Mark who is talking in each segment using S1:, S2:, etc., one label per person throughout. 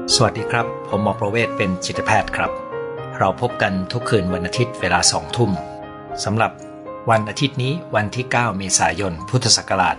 S1: สวัสดีครับผมหมอประเวศเป็นจิตแพทย์ครับเราพบกันทุกคืนวันอาทิตย์เวลา 20:00 น.สำหรับวันอาทิตย์นี้วันที่ 9 เมษายน พุทธศักราช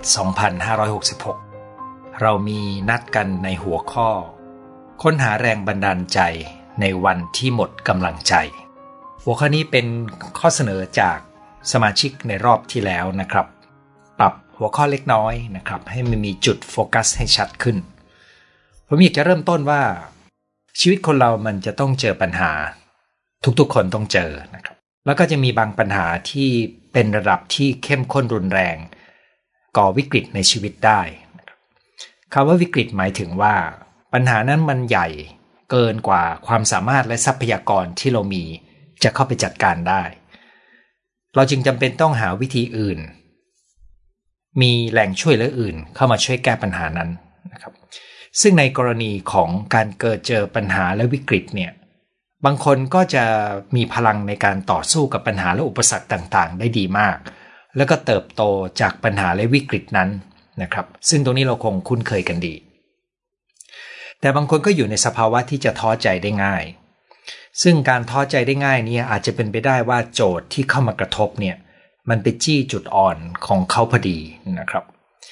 S1: 2566 เรามีนัดกันในหัวข้อค้นหาแรงบันดาลใจในวันที่หมดกำลังใจหัวข้อนี้เป็นข้อเสนอจากสมาชิกในรอบที่แล้วนะครับปรับหัวข้อเล็กน้อยนะครับให้มันมีจุดโฟกัสให้ชัดขึ้นผมอยากจะเริ่มต้นว่าชีวิตคนเรามันจะต้องเจอปัญหาทุกๆคนต้องเจอนะครับแล้วก็จะมีบางปัญหาที่เป็นระดับที่เข้มข้นรุนแรงก่อวิกฤตในชีวิตได้นะครับคำว่าวิกฤตหมายถึงว่าปัญหานั้นมันใหญ่เกินกว่าความสามารถและทรัพยากรที่เรามีจะเข้าไปจัดการได้เราจึงจำเป็นต้องหาวิธีอื่นมีแหล่งช่วยเหลืออื่นเข้ามาช่วยแก้ปัญหานั้นนะครับซึ่งในกรณีของการเจอปัญหาและวิกฤตเนี่ยบางคนก็จะมีพลังในการต่อสู้กับปัญหาและอุปสรรคต่างๆได้ดีมากแล้วก็เติบโตจากปัญหาและวิกฤตนั้นนะครับซึ่งตรงนี้เราคงคุ้นเคยกันดีแต่บางคนก็อยู่ในสภาวะที่จะท้อใจได้ง่ายซึ่งการท้อใจได้ง่ายเนี่ยอาจจะเป็นไปได้ว่าโจทย์ที่เข้ามากระทบเนี่ยมันไปจี้จุดอ่อนของเขาพอดีนะครับ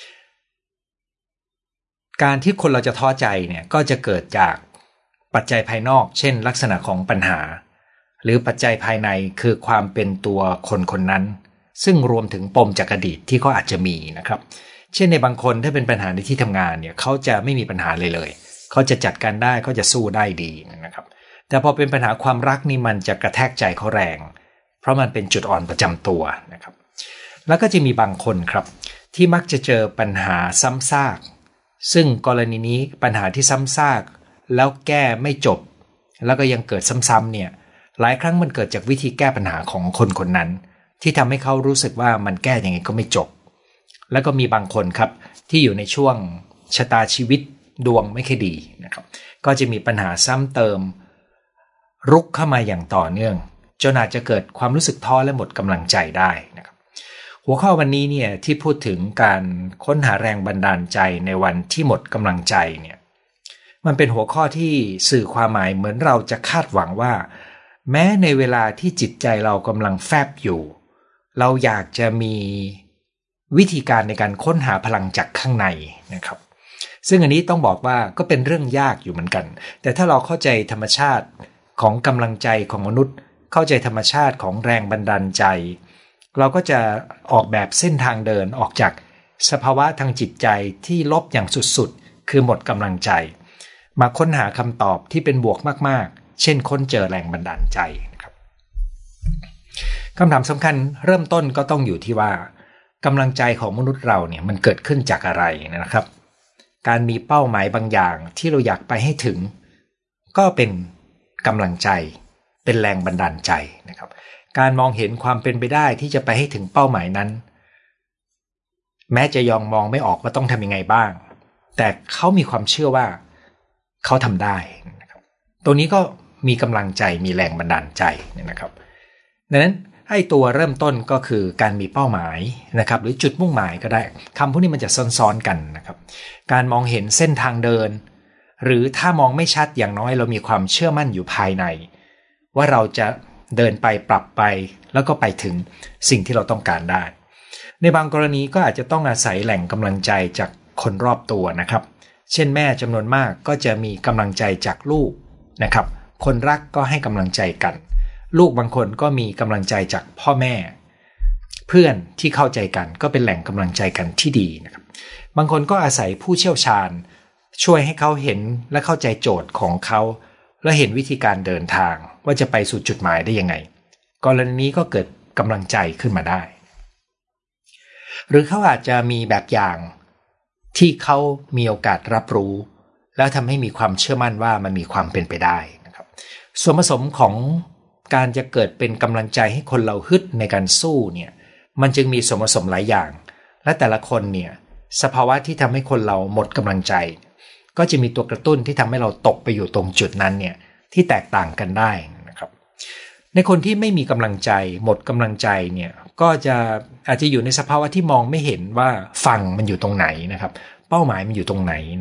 S1: การที่คนเราจะท้อใจเนี่ยก็จะเกิดจากปัจจัยภายนอกเช่นลักษณะของปัญหาหรือปัจจัยภายในคือความเป็นตัวคนคนนั้นซึ่งรวมถึงปมจากอดีตที่เขาอาจจะมีนะครับเช่นในบางคนถ้าเป็นปัญหาในที่ทำงานเนี่ยเขาจะไม่มีปัญหาเลยเขาจะจัดการได้เขาจะสู้ได้ดีนะครับแต่พอเป็นปัญหาความรักนี่มันจะกระแทกใจเขาแรงเพราะมันเป็นจุดอ่อนประจำตัวนะครับแล้วก็จะมีบางคนครับที่มักจะเจอปัญหาซ้ำซากซึ่งกรณีนี้ปัญหาที่ซ้ำซากแล้วแก้ไม่จบแล้วก็ยังเกิดซ้ำๆเนี่ยหลายครั้งมันเกิดจากวิธีแก้ปัญหาของคนคนนั้นที่ทำให้เขารู้สึกว่ามันแก้ยังไงก็ไม่จบแล้วก็มีบางคนครับที่อยู่ในช่วงชะตาชีวิตดวงไม่ค่อยดีนะครับก็จะมีปัญหาซ้ำเติมรุกเข้ามาอย่างต่อเนื่องจนอาจจะเกิดความรู้สึกท้อและหมดกำลังใจได้นะครับหัวข้อวันนี้เนี่ยที่พูดถึงการค้นหาแรงบันดาลใจในวันที่หมดกำลังใจเนี่ยมันเป็นหัวข้อที่สื่อความหมายเหมือนเราจะคาดหวังว่าแม้ในเวลาที่จิตใจเรากำลังแฟบอยู่เราอยากจะมีวิธีการในการค้นหาพลังจากข้างในนะครับซึ่งอันนี้ต้องบอกว่าก็เป็นเรื่องยากอยู่เหมือนกันแต่ถ้าเราเข้าใจธรรมชาติของกำลังใจของมนุษย์เข้าใจธรรมชาติของแรงบันดาลใจเราก็จะออกแบบเส้นทางเดินออกจากสภาวะทางจิตใจที่ลบอย่างสุดๆคือหมดกำลังใจมาค้นหาคำตอบที่เป็นบวกมากๆเช่นค้นเจอแรงบันดาลใจนะครับคำถามสำคัญเริ่มต้นก็ต้องอยู่ที่ว่ากำลังใจของมนุษย์เราเนี่ยมันเกิดขึ้นจากอะไรนะครับการมีเป้าหมายบางอย่างที่เราอยากไปให้ถึงก็เป็นกำลังใจเป็นแรงบันดาลใจนะครับการมองเห็นความเป็นไปได้ที่จะไปให้ถึงเป้าหมายนั้นแม้จะยังมองไม่ออกว่าต้องทำยังไงบ้างแต่เขามีความเชื่อว่าเขาทำได้นะครับตรงนี้ก็มีกำลังใจมีแรงบันดาลใจนะครับดังนั้นให้ตัวเริ่มต้นก็คือการมีเป้าหมายนะครับหรือจุดมุ่งหมายก็ได้คำพวกนี้มันจะซ้อนๆกันนะครับการมองเห็นเส้นทางเดินหรือถ้ามองไม่ชัดอย่างน้อยเรามีความเชื่อมั่นอยู่ภายในว่าเราจะเดินไปปรับไปแล้วก็ไปถึงสิ่งที่เราต้องการได้ในบางกรณีก็อาจจะต้องอาศัยแหล่งกำลังใจจากคนรอบตัวนะครับเช่นแม่จำนวนมากก็จะมีกำลังใจจากลูกนะครับคนรักก็ให้กำลังใจกันลูกบางคนก็มีกำลังใจจากพ่อแม่เพื่อนที่เข้าใจกันก็เป็นแหล่งกำลังใจกันที่ดีนะครับบางคนก็อาศัยผู้เชี่ยวชาญช่วยให้เขาเห็นและเข้าใจโจทย์ของเขาและเห็นวิธีการเดินทางว่าจะไปสู่จุดหมายได้ยังไงกรณีนี้ก็เกิดกำลังใจขึ้นมาได้หรือเขาอาจจะมีแบบอย่างที่เขามีโอกาสรับรู้แล้วทำให้มีความเชื่อมั่นว่ามันมีความเป็นไปได้นะครับส่วนผสมของการจะเกิดเป็นกำลังใจให้คนเราฮึดในการสู้เนี่ยมันจึงมีส่วนผสมหลายอย่างและแต่ละคนเนี่ยสภาวะที่ทำให้คนเราหมดกำลังใจก็จะมีตัวกระตุ้นที่ทำให้เราตกไปอยู่ตรงจุดนั้นเนี่ยที่แตกต่างกันได้นะครับในคนที่ไม่มีกำลังใจหมดกำลังใจเนี่ยก็จะอาจจะอยู่ในสภาวะที่มองไม่เห็นว่าฝั่งมันอยู่ตรงไหนนะครับเป้าหมายมันอยู่ตรงไหนนะครับ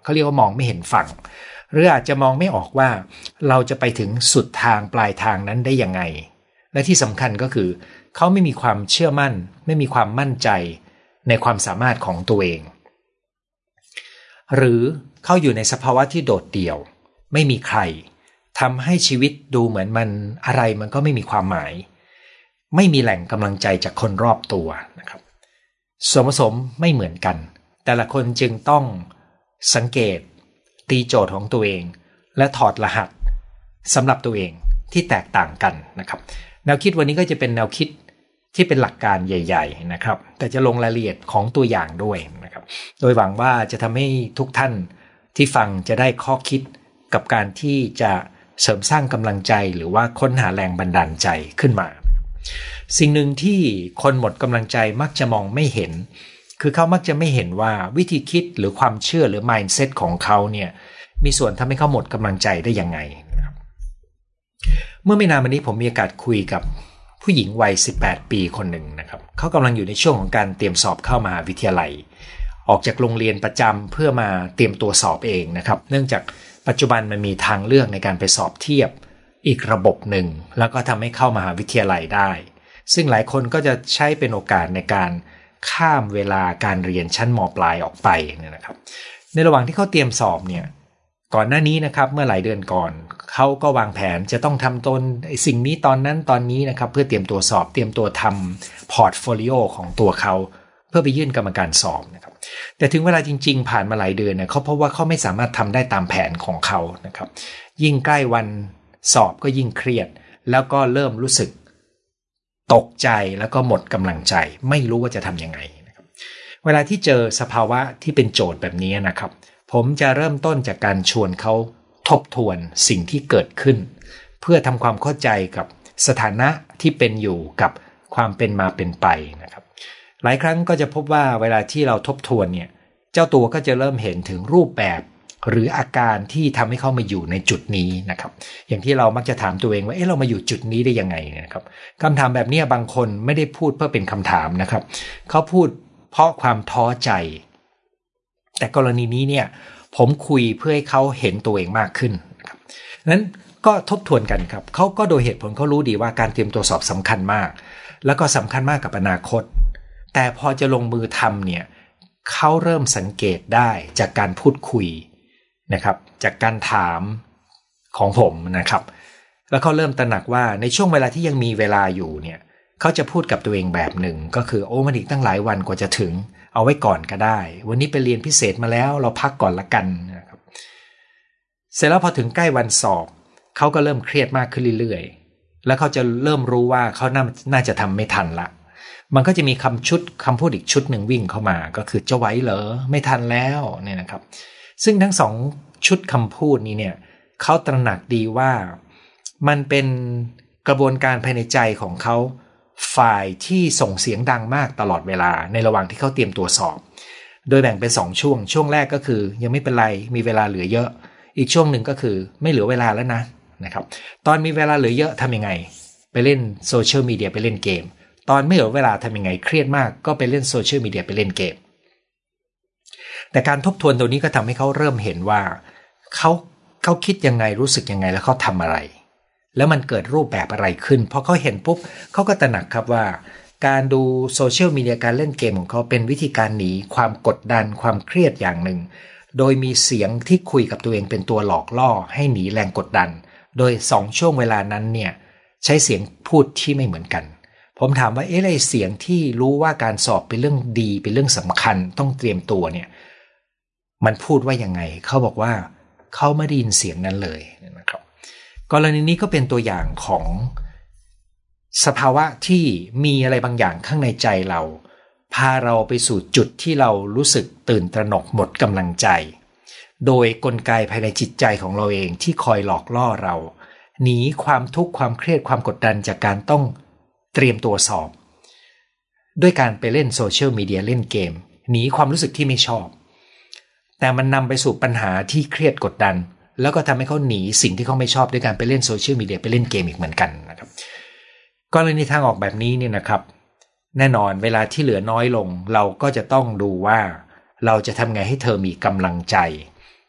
S1: เขาเรียกว่ามองไม่เห็นฝั่งหรืออาจจะมองไม่ออกว่าเราจะไปถึงสุดทางปลายทางนั้นได้ยังไงและที่สำคัญก็คือเขาไม่มีความเชื่อมั่นไม่มีความมั่นใจในความสามารถของตัวเองหรือเขาอยู่ในสภาวะที่โดดเดี่ยวไม่มีใครทำให้ชีวิตดูเหมือนมันอะไรมันก็ไม่มีความหมายไม่มีแหล่งกำลังใจจากคนรอบตัวนะครับส่วนผสมไม่เหมือนกันแต่ละคนจึงต้องสังเกตตีโจทย์ของตัวเองและถอดรหัสสำหรับตัวเองที่แตกต่างกันนะครับแนวคิดวันนี้ก็จะเป็นแนวคิดที่เป็นหลักการใหญ่ๆนะครับแต่จะลงรายละเอียดของตัวอย่างด้วยนะครับโดยหวังว่าจะทำให้ทุกท่านที่ฟังจะได้ข้อคิดกับการที่จะเสริมสร้างกำลังใจหรือว่าค้นหาแรงบันดาลใจขึ้นมาสิ่งหนึ่งที่คนหมดกำลังใจมักจะมองไม่เห็นคือเขามักจะไม่เห็นว่าวิธีคิดหรือความเชื่อหรือ mindset ของเขาเนี่ยมีส่วนทำให้เขาหมดกำลังใจได้ยังไงนะครับเมื่อไม่นานมานี้ผมมีโอกาสคุยกับผู้หญิงวัย18 ปีคนหนึ่งนะครับเขากำลังอยู่ในช่วงของการเตรียมสอบเข้ามหาวิทยาลัยออกจากโรงเรียนประจำเพื่อมาเตรียมตัวสอบเองนะครับเนื่องจากปัจจุบันมันมีทางเลือกในการไปสอบเทียบอีกระบบหนึ่งแล้วก็ทำให้เข้ามหาวิทยาลัยได้ซึ่งหลายคนก็จะใช้เป็นโอกาสในการข้ามเวลาการเรียนชั้นม.ปลายออกไปเนี่ยนะครับในระหว่างที่เขาเตรียมสอบเนี่ยก่อนหน้านี้นะครับเมื่อหลายเดือนก่อนเขาก็วางแผนจะต้องทำตนสิ่งนี้ตอนนั้นตอนนี้นะครับเพื่อเตรียมตัวสอบเตรียมตัวทำพอร์ตโฟลิโอของตัวเขาเพื่อไปยื่นกรรมการสอบนะครับแต่ถึงเวลาจริงๆผ่านมาหลายเดือนเนี่ยเขาพบว่าเขาไม่สามารถทำได้ตามแผนของเขานะครับยิ่งใกล้วันสอบก็ยิ่งเครียดแล้วก็เริ่มรู้สึกตกใจแล้วก็หมดกำลังใจไม่รู้ว่าจะทำยังไงนะครับเวลาที่เจอสภาวะที่เป็นโจทย์แบบนี้นะครับผมจะเริ่มต้นจากการชวนเขาทบทวนสิ่งที่เกิดขึ้นเพื่อทำความเข้าใจกับสถานะที่เป็นอยู่กับความเป็นมาเป็นไปนะครับหลายครั้งก็จะพบว่าเวลาที่เราทบทวนเนี่ยเจ้าตัวก็จะเริ่มเห็นถึงรูปแบบหรืออาการที่ทำให้เขามาอยู่ในจุดนี้นะครับอย่างที่เรามักจะถามตัวเองว่าเรามาอยู่จุดนี้ได้ยังไงนะครับคำถามแบบนี้บางคนไม่ได้พูดเพื่อเป็นคำถามนะครับเขาพูดเพราะความท้อใจแต่กรณีนี้เนี่ยผมคุยเพื่อให้เขาเห็นตัวเองมากขึ้นนะครับนั้นก็ทบทวนกันครับเขาก็โดยเหตุผลเขารู้ดีว่าการเตรียมตัวสอบสำคัญมากแล้วก็สำคัญมากกับอนาคตแต่พอจะลงมือทำเนี่ยเขาเริ่มสังเกตได้จากการพูดคุยนะครับจากการถามของผมนะครับแล้วเขาเริ่มตระหนักว่าในช่วงเวลาที่ยังมีเวลาอยู่เนี่ยเขาจะพูดกับตัวเองแบบหนึ่งก็คือมันอีกตั้งหลายวันกว่าจะถึงเอาไว้ก่อนก็ได้วันนี้ไปเรียนพิเศษมาแล้วเราพักก่อนละกันนะครับเสร็จแล้วพอถึงใกล้วันสอบเขาก็เริ่มเครียดมากขึ้นเรื่อยๆแล้วเขาจะเริ่มรู้ว่าเขาน่าจะทำไม่ทันละมันก็จะมีคำพูดอีกชุดหนึ่งวิ่งเข้ามาก็คือจะไหวเหรอไม่ทันแล้วเนี่ยนะครับซึ่งทั้งสองชุดคำพูดนี้เนี่ยเขาตระหนักดีว่ามันเป็นกระบวนการภายในใจของเขาฝ่ายที่ส่งเสียงดังมากตลอดเวลาในระหว่างที่เขาเตรียมตัวสอบโดยแบ่งเป็น2ช่วงแรกก็คือยังไม่เป็นไรมีเวลาเหลือเยอะอีกช่วงหนึ่งก็คือไม่เหลือเวลาแล้วนะครับตอนมีเวลาเหลือเยอะทำยังไงไปเล่นโซเชียลมีเดียไปเล่นเกมตอนไม่เหลือเวลาทำยังไงเครียดมากก็ไปเล่นโซเชียลมีเดียไปเล่นเกมแต่การทบทวนตัวนี้ก็ทำให้เขาเริ่มเห็นว่าเขาคิดยังไงรู้สึกยังไงแล้วเขาทำอะไรแล้วมันเกิดรูปแบบอะไรขึ้นพอเขาเห็นปุ๊บเขาก็ตระหนักครับว่าการดูโซเชียลมีเดียการเล่นเกมของเขาเป็นวิธีการหนีความกดดันความเครียดอย่างหนึ่งโดยมีเสียงที่คุยกับตัวเองเป็นตัวหลอกล่อให้หนีแรงกดดันโดย2ช่วงเวลานั้นเนี่ยใช้เสียงพูดที่ไม่เหมือนกันผมถามว่าไอ้เสียงที่รู้ว่าการสอบเป็นเรื่องดีเป็นเรื่องสำคัญต้องเตรียมตัวเนี่ยมันพูดว่ายังไงเขาบอกว่าเขาไม่ได้ยินเสียงนั้นเลยนะครับกรณีนี้ก็เป็นตัวอย่างของสภาวะที่มีอะไรบางอย่างข้างในใจเราพาเราไปสู่จุดที่เรารู้สึกตื่นตระหนกหมดกำลังใจโดยกลไกภายในจิตใจของเราเองที่คอยหลอกล่อเราหนีความทุกข์ความเครียดความกดดันจากการต้องเตรียมตัวสอบด้วยการไปเล่นโซเชียลมีเดียเล่นเกมหนีความรู้สึกที่ไม่ชอบแต่มันนำไปสู่ปัญหาที่เครียดกดดันแล้วก็ทำให้เขาหนีสิ่งที่เขาไม่ชอบด้วยการไปเล่นโซเชียลมีเดียไปเล่นเกมอีกเหมือนกันนะครับกรณีทางออกแบบนี้เนี่ยนะครับแน่นอนเวลาที่เหลือน้อยลงเราก็จะต้องดูว่าเราจะทำไงให้เธอมีกำลังใจ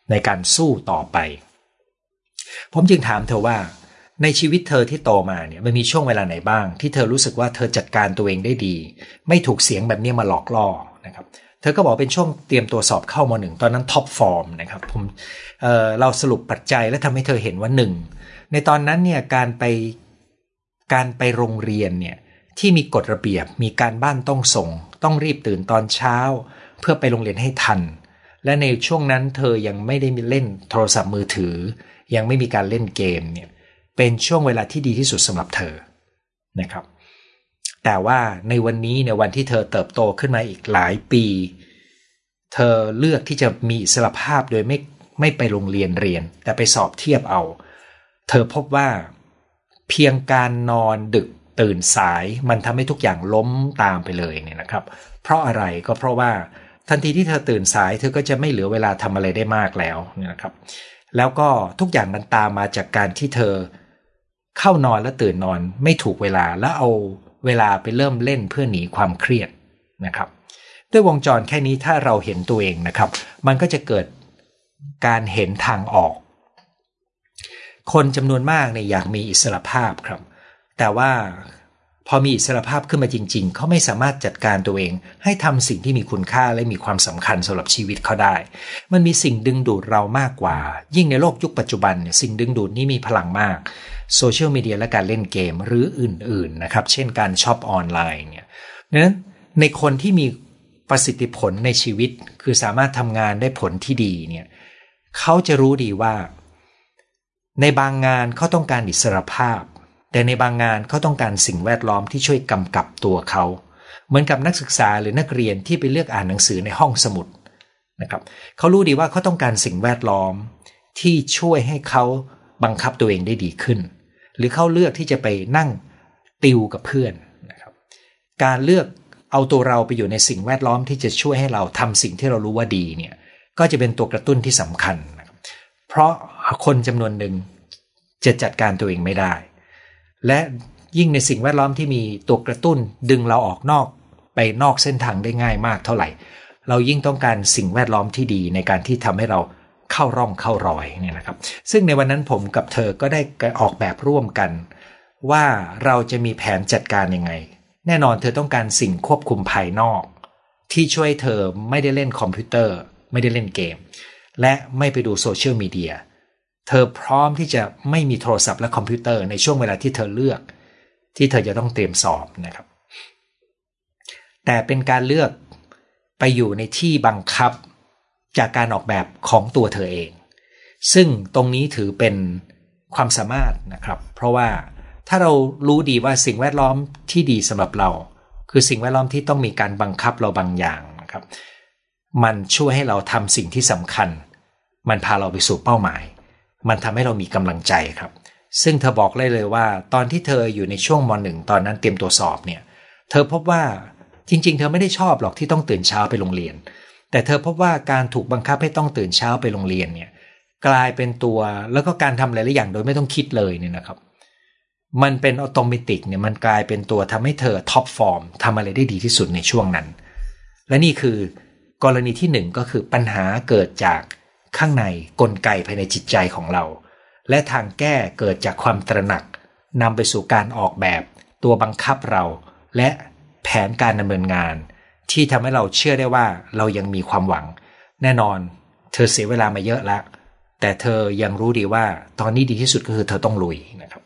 S1: ในการสู้ต่อไปผมจึงถามเธอว่าในชีวิตเธอที่โตมาเนี่ยมันมีช่วงเวลาไหนบ้างที่เธอรู้สึกว่าเธอจัดการตัวเองได้ดีไม่ถูกเสียงแบบนี้มาหลอกล่อนะครับเธอก็บอกเป็นช่วงเตรียมตัวสอบเข้าม.1 ตอนนั้นท็อปฟอร์มนะครับเราสรุปปัจจัยและทำให้เธอเห็นว่า1ในตอนนั้นเนี่ยการไปโรงเรียนเนี่ยที่มีกฎระเบียบมีการบ้านต้องส่งต้องรีบตื่นตอนเช้าเพื่อไปโรงเรียนให้ทันและในช่วงนั้นเธอยังไม่ได้มีเล่นโทรศัพท์มือถือยังไม่มีการเล่นเกมเนี่ยเป็นช่วงเวลาที่ดีที่สุดสำหรับเธอนะครับแต่ว่าในวันนี้ในวันที่เธอเติบโตขึ้นมาอีกหลายปีเธอเลือกที่จะมีอิสรภาพโดยไม่ไปโรงเรียนแต่ไปสอบเทียบเอาเธอพบว่าเพียงการนอนดึกตื่นสายมันทำให้ทุกอย่างล้มตามไปเลยเนี่ยนะครับเพราะอะไรก็เพราะว่าทันทีที่เธอตื่นสายเธอก็จะไม่เหลือเวลาทำอะไรได้มากแล้วนะครับแล้วก็ทุกอย่างมันตามมาจากการที่เธอเข้านอนและตื่นนอนไม่ถูกเวลาแล้วเอาเวลาไปเริ่มเล่นเพื่อหนีความเครียดนะครับด้วยวงจรแค่นี้ถ้าเราเห็นตัวเองนะครับมันก็จะเกิดการเห็นทางออกคนจำนวนมากเนี่ยอยากมีอิสรภาพครับแต่ว่าพอมีอิสรภาพขึ้นมาจริงๆเขาไม่สามารถจัดการตัวเองให้ทำสิ่งที่มีคุณค่าและมีความสำคัญสำหรับชีวิตเขาได้มันมีสิ่งดึงดูดเรามากกว่ายิ่งในโลกยุคปัจจุบันเนี่ยสิ่งดึงดูดนี้มีพลังมากโซเชียลมีเดียและการเล่นเกมหรืออื่นๆนะครับเช่นการช็อปออนไลน์เนี่ยนั้นในคนที่มีประสิทธิผลในชีวิตคือสามารถทำงานได้ผลที่ดีเนี่ยเขาจะรู้ดีว่าในบางงานเขาต้องการอิสรภาพแต่ในบางงานเขาต้องการสิ่งแวดล้อมที่ช่วยกำกับตัวเขาเหมือนกับนักศึกษาหรือนักเรียนที่ไปเลือกอ่านหนังสือในห้องสมุดนะครับเขารู้ดีว่าเขาต้องการสิ่งแวดล้อมที่ช่วยให้เขาบังคับตัวเองได้ดีขึ้นหรือเขาเลือกที่จะไปนั่งติวกับเพื่อนนะครับการเลือกเอาตัวเราไปอยู่ในสิ่งแวดล้อมที่จะช่วยให้เราทำสิ่งที่เรารู้ว่าดีเนี่ยก็จะเป็นตัวกระตุ้นที่สำคัญนะครับเพราะคนจำนวนหนึ่งจะจัดการตัวเองไม่ได้และยิ่งในสิ่งแวดล้อมที่มีตัวกระตุ้นดึงเราออกไปนอกเส้นทางได้ง่ายมากเท่าไหร่เรายิ่งต้องการสิ่งแวดล้อมที่ดีในการที่ทำให้เราเข้าร่องเข้ารอยเนี่ยนะครับซึ่งในวันนั้นผมกับเธอก็ได้ออกแบบร่วมกันว่าเราจะมีแผนจัดการยังไงแน่นอนเธอต้องการสิ่งควบคุมภายนอกที่ช่วยเธอไม่ได้เล่นคอมพิวเตอร์ไม่ได้เล่นเกมและไม่ไปดูโซเชียลมีเดียเธอพร้อมที่จะไม่มีโทรศัพท์และคอมพิวเตอร์ในช่วงเวลาที่เธอเลือกที่เธอจะต้องเตรียมสอบนะครับแต่เป็นการเลือกไปอยู่ในที่บังคับจากการออกแบบของตัวเธอเองซึ่งตรงนี้ถือเป็นความสามารถนะครับเพราะว่าถ้าเรารู้ดีว่าสิ่งแวดล้อมที่ดีสำหรับเราคือสิ่งแวดล้อมที่ต้องมีการบังคับเราบางอย่างนะครับมันช่วยให้เราทำสิ่งที่สำคัญมันพาเราไปสู่เป้าหมายมันทำให้เรามีกำลังใจครับซึ่งเธอบอกเลยว่าตอนที่เธออยู่ในช่วงม.1 ตอนนั้นเตรียมตัวสอบเนี่ยเธอพบว่าจริงๆเธอไม่ได้ชอบหรอกที่ต้องตื่นเช้าไปโรงเรียนแต่เธอพบว่าการถูกบังคับให้ต้องตื่นเช้าไปโรงเรียนเนี่ยกลายเป็นตัวแล้วก็การทำหลายๆอย่างโดยไม่ต้องคิดเลยเนี่ยนะครับมันเป็นอัตโนมัติเนี่ยมันกลายเป็นตัวทำให้เธอท็อปฟอร์มทำอะไรได้ดีที่สุดในช่วงนั้นและนี่คือกรณีที่1ก็คือปัญหาเกิดจากข้างในกลไกภายในจิตใจของเราและทางแก้เกิดจากความตระหนักนำไปสู่การออกแบบตัวบังคับเราและแผนการดำเนินงานที่ทำให้เราเชื่อได้ว่าเรายังมีความหวังแน่นอนเธอเสียเวลามาเยอะแล้วแต่เธอยังรู้ดีว่าตอนนี้ดีที่สุดก็คือเธอต้องลุยนะครับ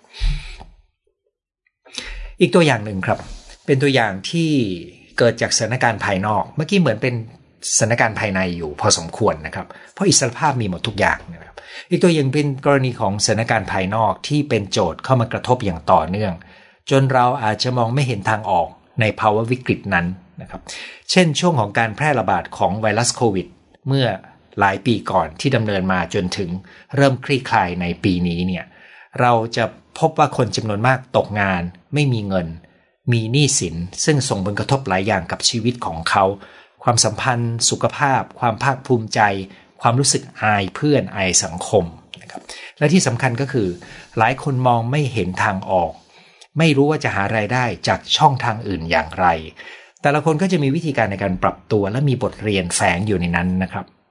S1: อีกตัวอย่างหนึ่งครับเป็นตัวอย่างที่เกิดจากสถานการณ์ภายนอกเมื่อกี้เหมือนเป็นสถานการณ์ภายในอยู่พอสมควรนะครับเพราะอิสรภาพมีหมดทุกอย่างนะครับอีกตัวอย่างเป็นกรณีของสถานการณ์ภายนอกที่เป็นโจทย์เข้ามากระทบอย่างต่อเนื่องจนเราอาจจะมองไม่เห็นทางออกในภาวะวิกฤตนั้นนะครับเช่นช่วงของการแพร่ระบาดของไวรัสโควิดเมื่อหลายปีก่อนที่ดำเนินมาจนถึงเริ่มคลี่คลายในปีนี้เนี่ยเราจะพบว่าคนจำนวนมากตกงานไม่มีเงินมีหนี้สินซึ่งส่งผลกระทบหลายอย่างกับชีวิตของเขาความสัมพันธ์สุขภาพความภาคภูมิใจความรู้สึกอายเพื่อนอายสังคมนะครับและที่สำคัญก็คือหลายคนมองไม่เห็นทางออกไม่รู้ว่าจะหารายได้จากช่องทางอื่นอย่างไรแต่ละคนก็จะมีวิธีการในการปรับตัวและมีบทเรียนแฝงอยู่ในนั้นนะครับ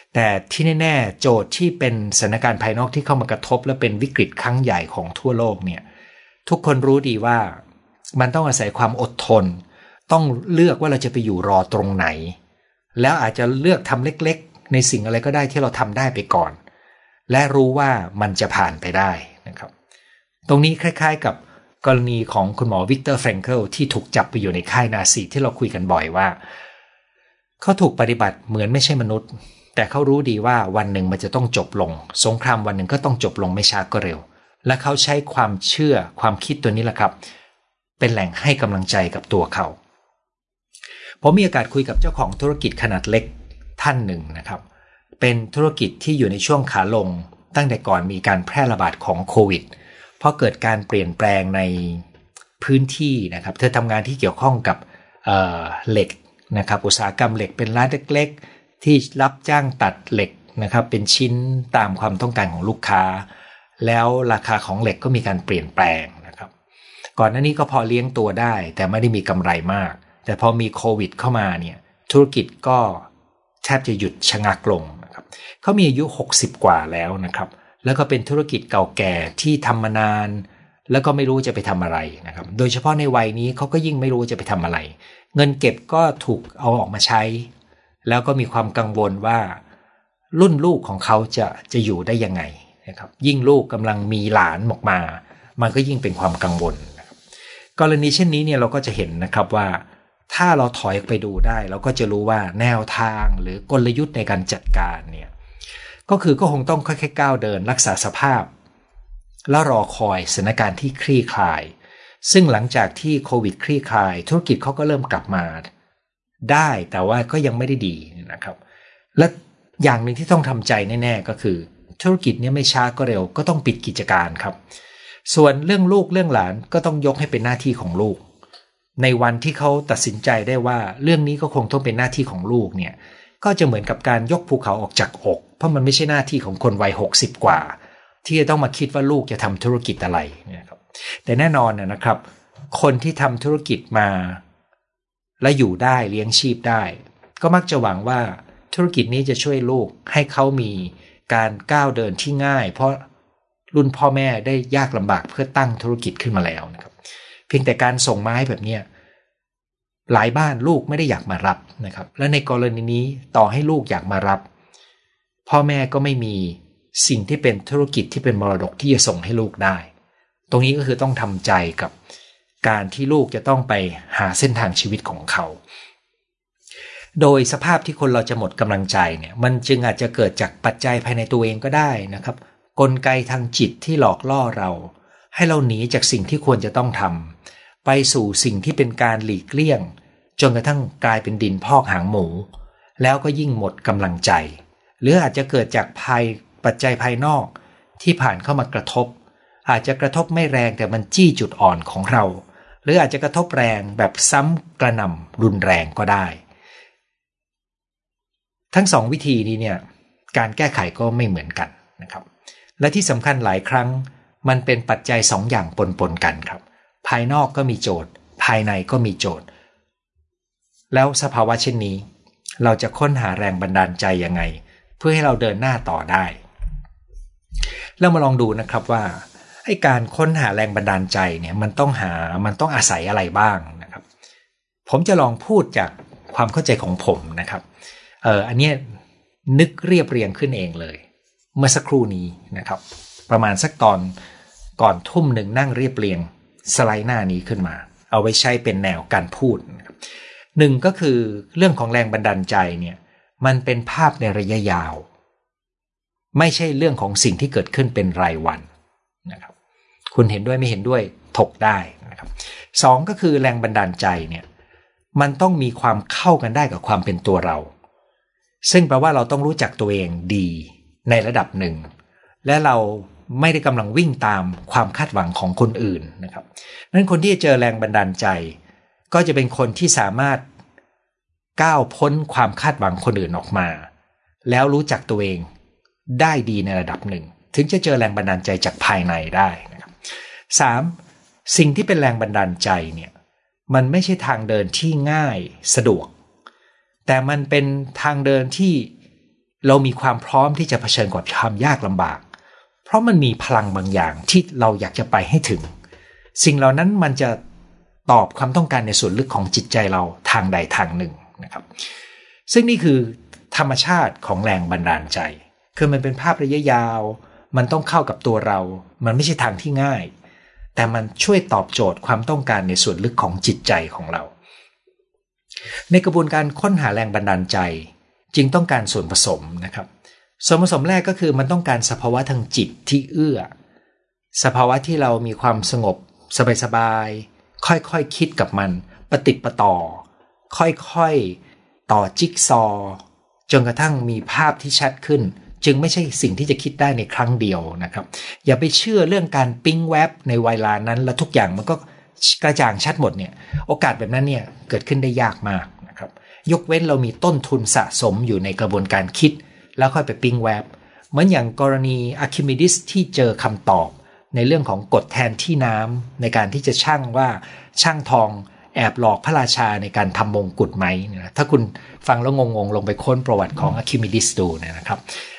S1: แต่ที่แน่ๆโจทย์ที่เป็นสถานการณ์ภายนอกที่เข้ามากระทบและเป็นวิกฤตครั้งใหญ่ของทั่วโลกเนี่ยทุกคนรู้ดีว่ามันต้องอาศัยความอดทนต้องเลือกว่าเราจะไปอยู่รอตรงไหนแล้วอาจจะเลือกทำเล็กๆในสิ่งอะไรก็ได้ที่เราทำได้ไปก่อนและรู้ว่ามันจะผ่านไปได้นะครับตรงนี้คล้ายๆกับกรณีของคุณหมอวิกเตอร์แฟรงเคิลที่ถูกจับไปอยู่ในค่ายนาซีที่เราคุยกันบ่อยว่าเขาถูกปฏิบัติเหมือนไม่ใช่มนุษย์แต่เขารู้ดีว่าวันหนึ่งมันจะต้องจบลงสงครามวันหนึ่งก็ต้องจบลงไม่ช้าก็เร็วและเขาใช้ความเชื่อความคิดตัวนี้แหละครับเป็นแหล่งให้กำลังใจกับตัวเขาผมมีโอกาสคุยกับเจ้าของธุรกิจขนาดเล็กท่านหนึ่งนะครับเป็นธุรกิจที่อยู่ในช่วงขาลงตั้งแต่ก่อนมีการแพร่ระบาดของโควิดเพราะเกิดการเปลี่ยนแปลงในพื้นที่นะครับเธอทำงานที่เกี่ยวข้องกับเหล็กนะครับอุตสาหกรรมเหล็กเป็นร้านเล็กๆที่รับจ้างตัดเหล็กนะครับเป็นชิ้นตามความต้องการของลูกค้าแล้วราคาของเหล็กก็มีการเปลี่ยนแปลงนะครับก่อนหน้านี้ก็พอเลี้ยงตัวได้แต่ไม่ได้มีกำไรมากแต่พอมีโควิดเข้ามาเนี่ยธุรกิจก็แทบจะหยุดชะงักลงนะครับเขามีอายุ60กว่าแล้วนะครับแล้วก็เป็นธุรกิจเก่าแก่ที่ทำมานานแล้วก็ไม่รู้จะไปทำอะไรนะครับโดยเฉพาะในวัยนี้เขาก็ยิ่งไม่รู้จะไปทำอะไรเงินเก็บก็ถูกเอาออกมาใช้แล้วก็มีความกังวลว่ารุ่นลูกของเขาจะอยู่ได้ยังไงนะครับยิ่งลูกกำลังมีหลานออกมามันก็ยิ่งเป็นความกังวลนะครับกรณีเช่นนี้เนี่ยเราก็จะเห็นนะครับว่าถ้าเราถอยไปดูได้เราก็จะรู้ว่าแนวทางหรือกลยุทธ์ในการจัดการเนี่ยก็คงต้องค่อยๆก้าวเดินรักษาสภาพแล้วรอคอยสถานการณ์ที่คลี่คลายซึ่งหลังจากที่โควิดคลี่คลายธุรกิจเขาก็เริ่มกลับมาได้แต่ว่าก็ยังไม่ได้ดีนะครับและอย่างหนึ่งที่ต้องทำใจแน่ๆก็คือธุรกิจนี้ไม่ช้าก็เร็วก็ต้องปิดกิจการครับส่วนเรื่องลูกเรื่องหลานก็ต้องยกให้เป็นหน้าที่ของลูกในวันที่เขาตัดสินใจได้ว่าเรื่องนี้ก็คงต้องเป็นหน้าที่ของลูกเนี่ยก็จะเหมือนกับการยกภูเขาออกจากอกเพราะมันไม่ใช่หน้าที่ของคนวัย60กว่าที่จะต้องมาคิดว่าลูกจะทำธุรกิจอะไรนะครับแต่แน่นอนนะครับคนที่ทำธุรกิจมาและอยู่ได้เลี้ยงชีพได้ก็มักจะหวังว่าธุรกิจนี้จะช่วยลูกให้เขามีการก้าวเดินที่ง่ายเพราะรุ่นพ่อแม่ได้ยากลำบากเพื่อตั้งธุรกิจขึ้นมาแล้วนะครับเพียงแต่การส่งไม้แบบนี้หลายบ้านลูกไม่ได้อยากมารับนะครับและในกรณีนี้ต่อให้ลูกอยากมารับพ่อแม่ก็ไม่มีสิ่งที่เป็นธุรกิจที่เป็นมรดกที่จะส่งให้ลูกได้ตรงนี้ก็คือต้องทำใจกับการที่ลูกจะต้องไปหาเส้นทางชีวิตของเขาโดยสภาพที่คนเราจะหมดกำลังใจเนี่ยมันจึงอาจจะเกิดจากปัจจัยภายในตัวเองก็ได้นะครับกลไกทางจิตที่หลอกล่อเราให้เราหนีจากสิ่งที่ควรจะต้องทำไปสู่สิ่งที่เป็นการหลีกเลี่ยงจนกระทั่งกลายเป็นดินพอกหางหมูแล้วก็ยิ่งหมดกำลังใจหรืออาจจะเกิดจากปัจจัยภายนอกที่ผ่านเข้ามากระทบอาจจะกระทบไม่แรงแต่มันจี้จุดอ่อนของเราหรืออาจจะกระทบแรงแบบซ้ำกระหน่ำรุนแรงก็ได้ทั้งสองวิธีนี้เนี่ยการแก้ไขก็ไม่เหมือนกันนะครับและที่สำคัญหลายครั้งมันเป็นปัจจัย2 อย่างปนกันครับภายนอกก็มีโจทย์ภายในก็มีโจทย์แล้วสภาวะเช่นนี้เราจะค้นหาแรงบันดาลใจยังไงเพื่อให้เราเดินหน้าต่อได้เรามาลองดูนะครับว่าไอ้การค้นหาแรงบันดาลใจเนี่ยมันต้องอาศัยอะไรบ้างนะครับผมจะลองพูดจากความเข้าใจของผมนะครับอันนี้นึกเรียบเรียงขึ้นเองเลยเมื่อสักครู่นี้นะครับประมาณสักตอนก่อนทุ่มหนึ่งนั่งเรียบเรียงสไลด์หน้านี้ขึ้นมาเอาไว้ใช้เป็นแนวการพูดนะครับหนึ่งก็คือเรื่องของแรงบันดาลใจเนี่ยมันเป็นภาพในระยะยาวไม่ใช่เรื่องของสิ่งที่เกิดขึ้นเป็นรายวันนะครับคุณเห็นด้วยไม่เห็นด้วยถกได้นะครับสองก็คือแรงบันดาลใจเนี่ยมันต้องมีความเข้ากันได้กับความเป็นตัวเราซึ่งแปลว่าเราต้องรู้จักตัวเองดีในระดับหนึ่งและเราไม่ได้กำลังวิ่งตามความคาดหวังของคนอื่นนะครับนั้นคนที่จะเจอแรงบันดาลใจก็จะเป็นคนที่สามารถก้าวพ้นความคาดหวังคนอื่นออกมาแล้วรู้จักตัวเองได้ดีในระดับหนึ่งถึงจะเจอแรงบันดาลใจจากภายในได้นะครับ 3. สิ่งที่เป็นแรงบันดาลใจเนี่ยมันไม่ใช่ทางเดินที่ง่ายสะดวกแต่มันเป็นทางเดินที่เรามีความพร้อมที่จะเผชิญกับความยากลำบากเพราะมันมีพลังบางอย่างที่เราอยากจะไปให้ถึงสิ่งเหล่านั้นมันจะตอบความต้องการในส่วนลึกของจิตใจเราทางใดทางหนึ่งนะครับซึ่งนี่คือธรรมชาติของแรงบันดาลใจคือมันเป็นภาพระยะยาวมันต้องเข้ากับตัวเรามันไม่ใช่ทางที่ง่ายแต่มันช่วยตอบโจทย์ความต้องการในส่วนลึกของจิตใจของเราในกระบวนการค้นหาแรงบันดาลใจจึงต้องการส่วนผสมนะครับส่วนผสมแรกก็คือมันต้องการสภาวะทางจิตที่เอื้อสภาวะที่เรามีความสงบสบายๆค่อยๆคิดกับมันปฏิปต่อค่อยๆต่อจิ๊กซอว์จนกระทั่งมีภาพที่ชัดขึ้นจึงไม่ใช่สิ่งที่จะคิดได้ในครั้งเดียวนะครับอย่าไปเชื่อเรื่องการปิ๊งแวบในเวลานั้นแล้วทุกอย่างมันก็กระจ่างชัดหมดเนี่ยโอกาสแบบนั้นเนี่ยเกิดขึ้นได้ยากมากนะครับยกเว้นเรามีต้นทุนสะสมอยู่ในกระบวนการคิดแล้วค่อยไปปิ๊งแวบเหมือนอย่างกรณีอะคิมิดิสที่เจอคำตอบในเรื่องของกฎแทนที่น้ำในการที่จะชั่งว่าช่างทองแอบหลอกพระราชาในการทำมงกุฎไหมนะถ้าคุณฟังแล้วงงๆลงไปค้นประวัติของอะคิมิดิสดูนะครับ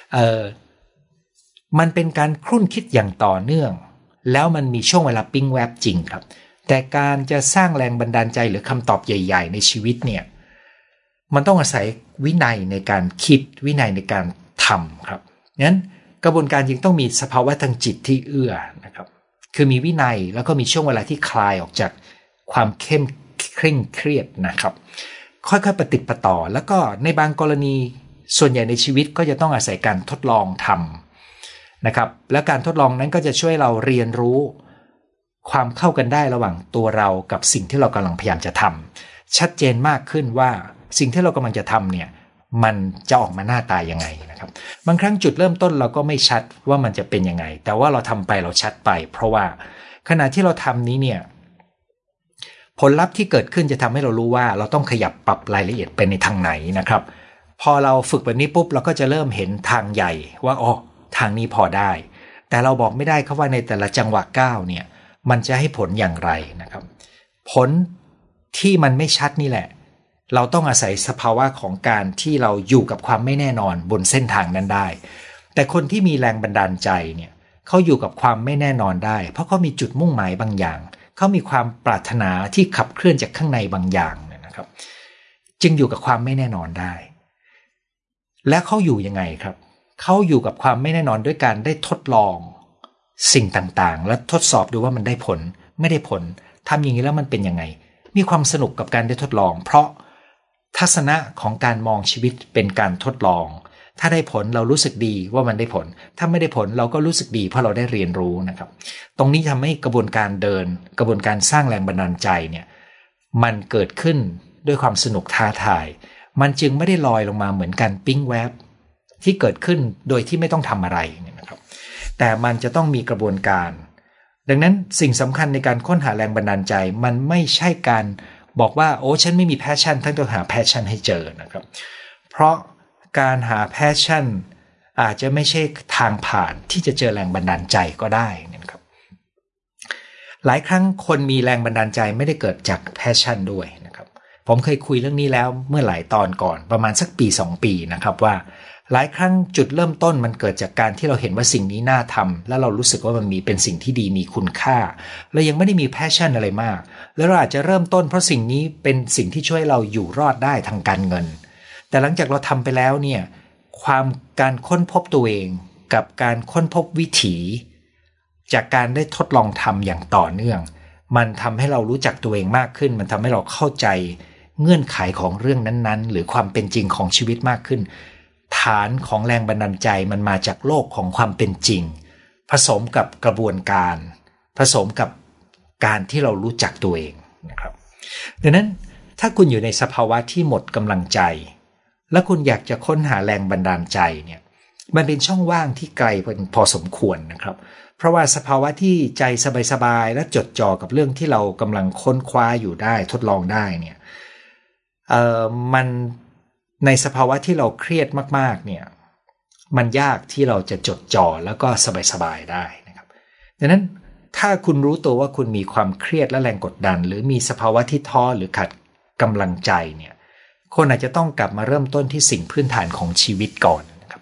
S1: มันเป็นการครุ่นคิดอย่างต่อเนื่องแล้วมันมีช่วงเวลาปิ๊งแวบจริงครับแต่การจะสร้างแรงบันดาลใจหรือคำตอบใหญ่ๆในชีวิตเนี่ยมันต้องอาศัยวินัยในการคิดวินัยในการทำครับงั้นกระบวนการจึงต้องมีสภาวะทางจิตที่เอื้อนะครับคือมีวินัยแล้วก็มีช่วงเวลาที่คลายออกจากความเคร่งเครียดนะครับค่อยๆปฏิปต่อแล้วก็ในบางกรณีส่วนใหญ่ในชีวิตก็จะต้องอาศัยการทดลองทำนะครับและการทดลองนั้นก็จะช่วยเราเรียนรู้ความเข้ากันได้ระหว่างตัวเรากับสิ่งที่เรากำลังพยายามจะทำชัดเจนมากขึ้นว่าสิ่งที่เรากำลังจะทำเนี่ยมันจะออกมาหน้าตายังไงนะครับบางครั้งจุดเริ่มต้นเราก็ไม่ชัดว่ามันจะเป็นยังไงแต่ว่าเราทำไปเราชัดไปเพราะว่าขณะที่เราทำนี้เนี่ยผลลัพธ์ที่เกิดขึ้นจะทำให้เรารู้ว่าเราต้องขยับปรับรายละเอียดไปในทางไหนนะครับพอเราฝึกแบบนี้ปุ๊บเราก็จะเริ่มเห็นทางใหญ่ว่าอ๋อทางนี้พอได้แต่เราบอกไม่ได้ครับว่าในแต่ละจังหวะก้าวเนี่ยมันจะให้ผลอย่างไรนะครับผลที่มันไม่ชัดนี่แหละเราต้องอาศัยสภาวะของการที่เราอยู่กับความไม่แน่นอนบนเส้นทางนั้นได้แต่คนที่มีแรงบันดาลใจเนี่ยเขาอยู่กับความไม่แน่นอนได้เพราะเขามีจุดมุ่งหมายบางอย่างเขามีความปรารถนาที่ขับเคลื่อนจากข้างในบางอย่างนะครับจึงอยู่กับความไม่แน่นอนได้และเขาอยู่ยังไงครับเขาอยู่กับความไม่แน่นอนด้วยการได้ทดลองสิ่งต่างๆและทดสอบดูว่ามันได้ผลไม่ได้ผลทำอย่างนี้แล้วมันเป็นยังไงมีความสนุกกับการได้ทดลองเพราะทัศนะของการมองชีวิตเป็นการทดลองถ้าได้ผลเรารู้สึกดีว่ามันได้ผลถ้าไม่ได้ผลเราก็รู้สึกดีเพราะเราได้เรียนรู้นะครับตรงนี้ทำให้กระบวนการเดินกระบวนการสร้างแรงบันดาลใจเนี่ยมันเกิดขึ้นด้วยความสนุกท้าทายมันจึงไม่ได้ลอยลงมาเหมือนกันปิ๊งแวบที่เกิดขึ้นโดยที่ไม่ต้องทำอะไรนะครับแต่มันจะต้องมีกระบวนการดังนั้นสิ่งสำคัญในการค้นหาแรงบันดาลใจมันไม่ใช่การบอกว่าโอ้ฉันไม่มีแพชชั่นท่านต้องหาแพชชั่นให้เจอนะครับเพราะการหาแพชชั่นอาจจะไม่ใช่ทางผ่านที่จะเจอแรงบันดาลใจก็ได้นะครับหลายครั้งคนมีแรงบันดาลใจไม่ได้เกิดจากแพชชั่นด้วยนะครับผมเคยคุยเรื่องนี้แล้วเมื่อหลายตอนก่อนประมาณสักปี2ปีนะครับว่าหลายครั้งจุดเริ่มต้นมันเกิดจากการที่เราเห็นว่าสิ่งนี้น่าทำแล้วเรารู้สึกว่ามันมีเป็นสิ่งที่ดีมีคุณค่าเรายังไม่ได้มีแพชชั่นอะไรมากแล้วเราอาจจะเริ่มต้นเพราะสิ่งนี้เป็นสิ่งที่ช่วยเราอยู่รอดได้ทางการเงินแต่หลังจากเราทำไปแล้วเนี่ยการค้นพบตัวเองกับการค้นพบวิถีจากการได้ทดลองทำอย่างต่อเนื่องมันทำให้เรารู้จักตัวเองมากขึ้นมันทำให้เราเข้าใจเงื่อนไขของเรื่องนั้นๆหรือความเป็นจริงของชีวิตมากขึ้นฐานของแรงบันดาลใจมันมาจากโลกของความเป็นจริงผสมกับกระบวนการผสมกับการที่เรารู้จักตัวเองนะครับดังนั้นถ้าคุณอยู่ในสภาวะที่หมดกำลังใจและคุณอยากจะค้นหาแรงบันดาลใจเนี่ยมันเป็นช่องว่างที่ไกลพอสมควรนะครับเพราะว่าสภาวะที่ใจสบายๆและจดจ่อกับเรื่องที่เรากำลังค้นคว้าอยู่ได้ทดลองได้เนี่ยมันในสภาวะที่เราเครียดมากๆเนี่ยมันยากที่เราจะจดจ่อแล้วก็สบายๆได้นะครับดังนั้นถ้าคุณรู้ตัวว่าคุณมีความเครียดและแรงกดดันหรือมีสภาวะที่ท้อหรือขาดกำลังใจเนี่ยคนอาจจะต้องกลับมาเริ่มต้นที่สิ่งพื้นฐานของชีวิตก่อนนะครับ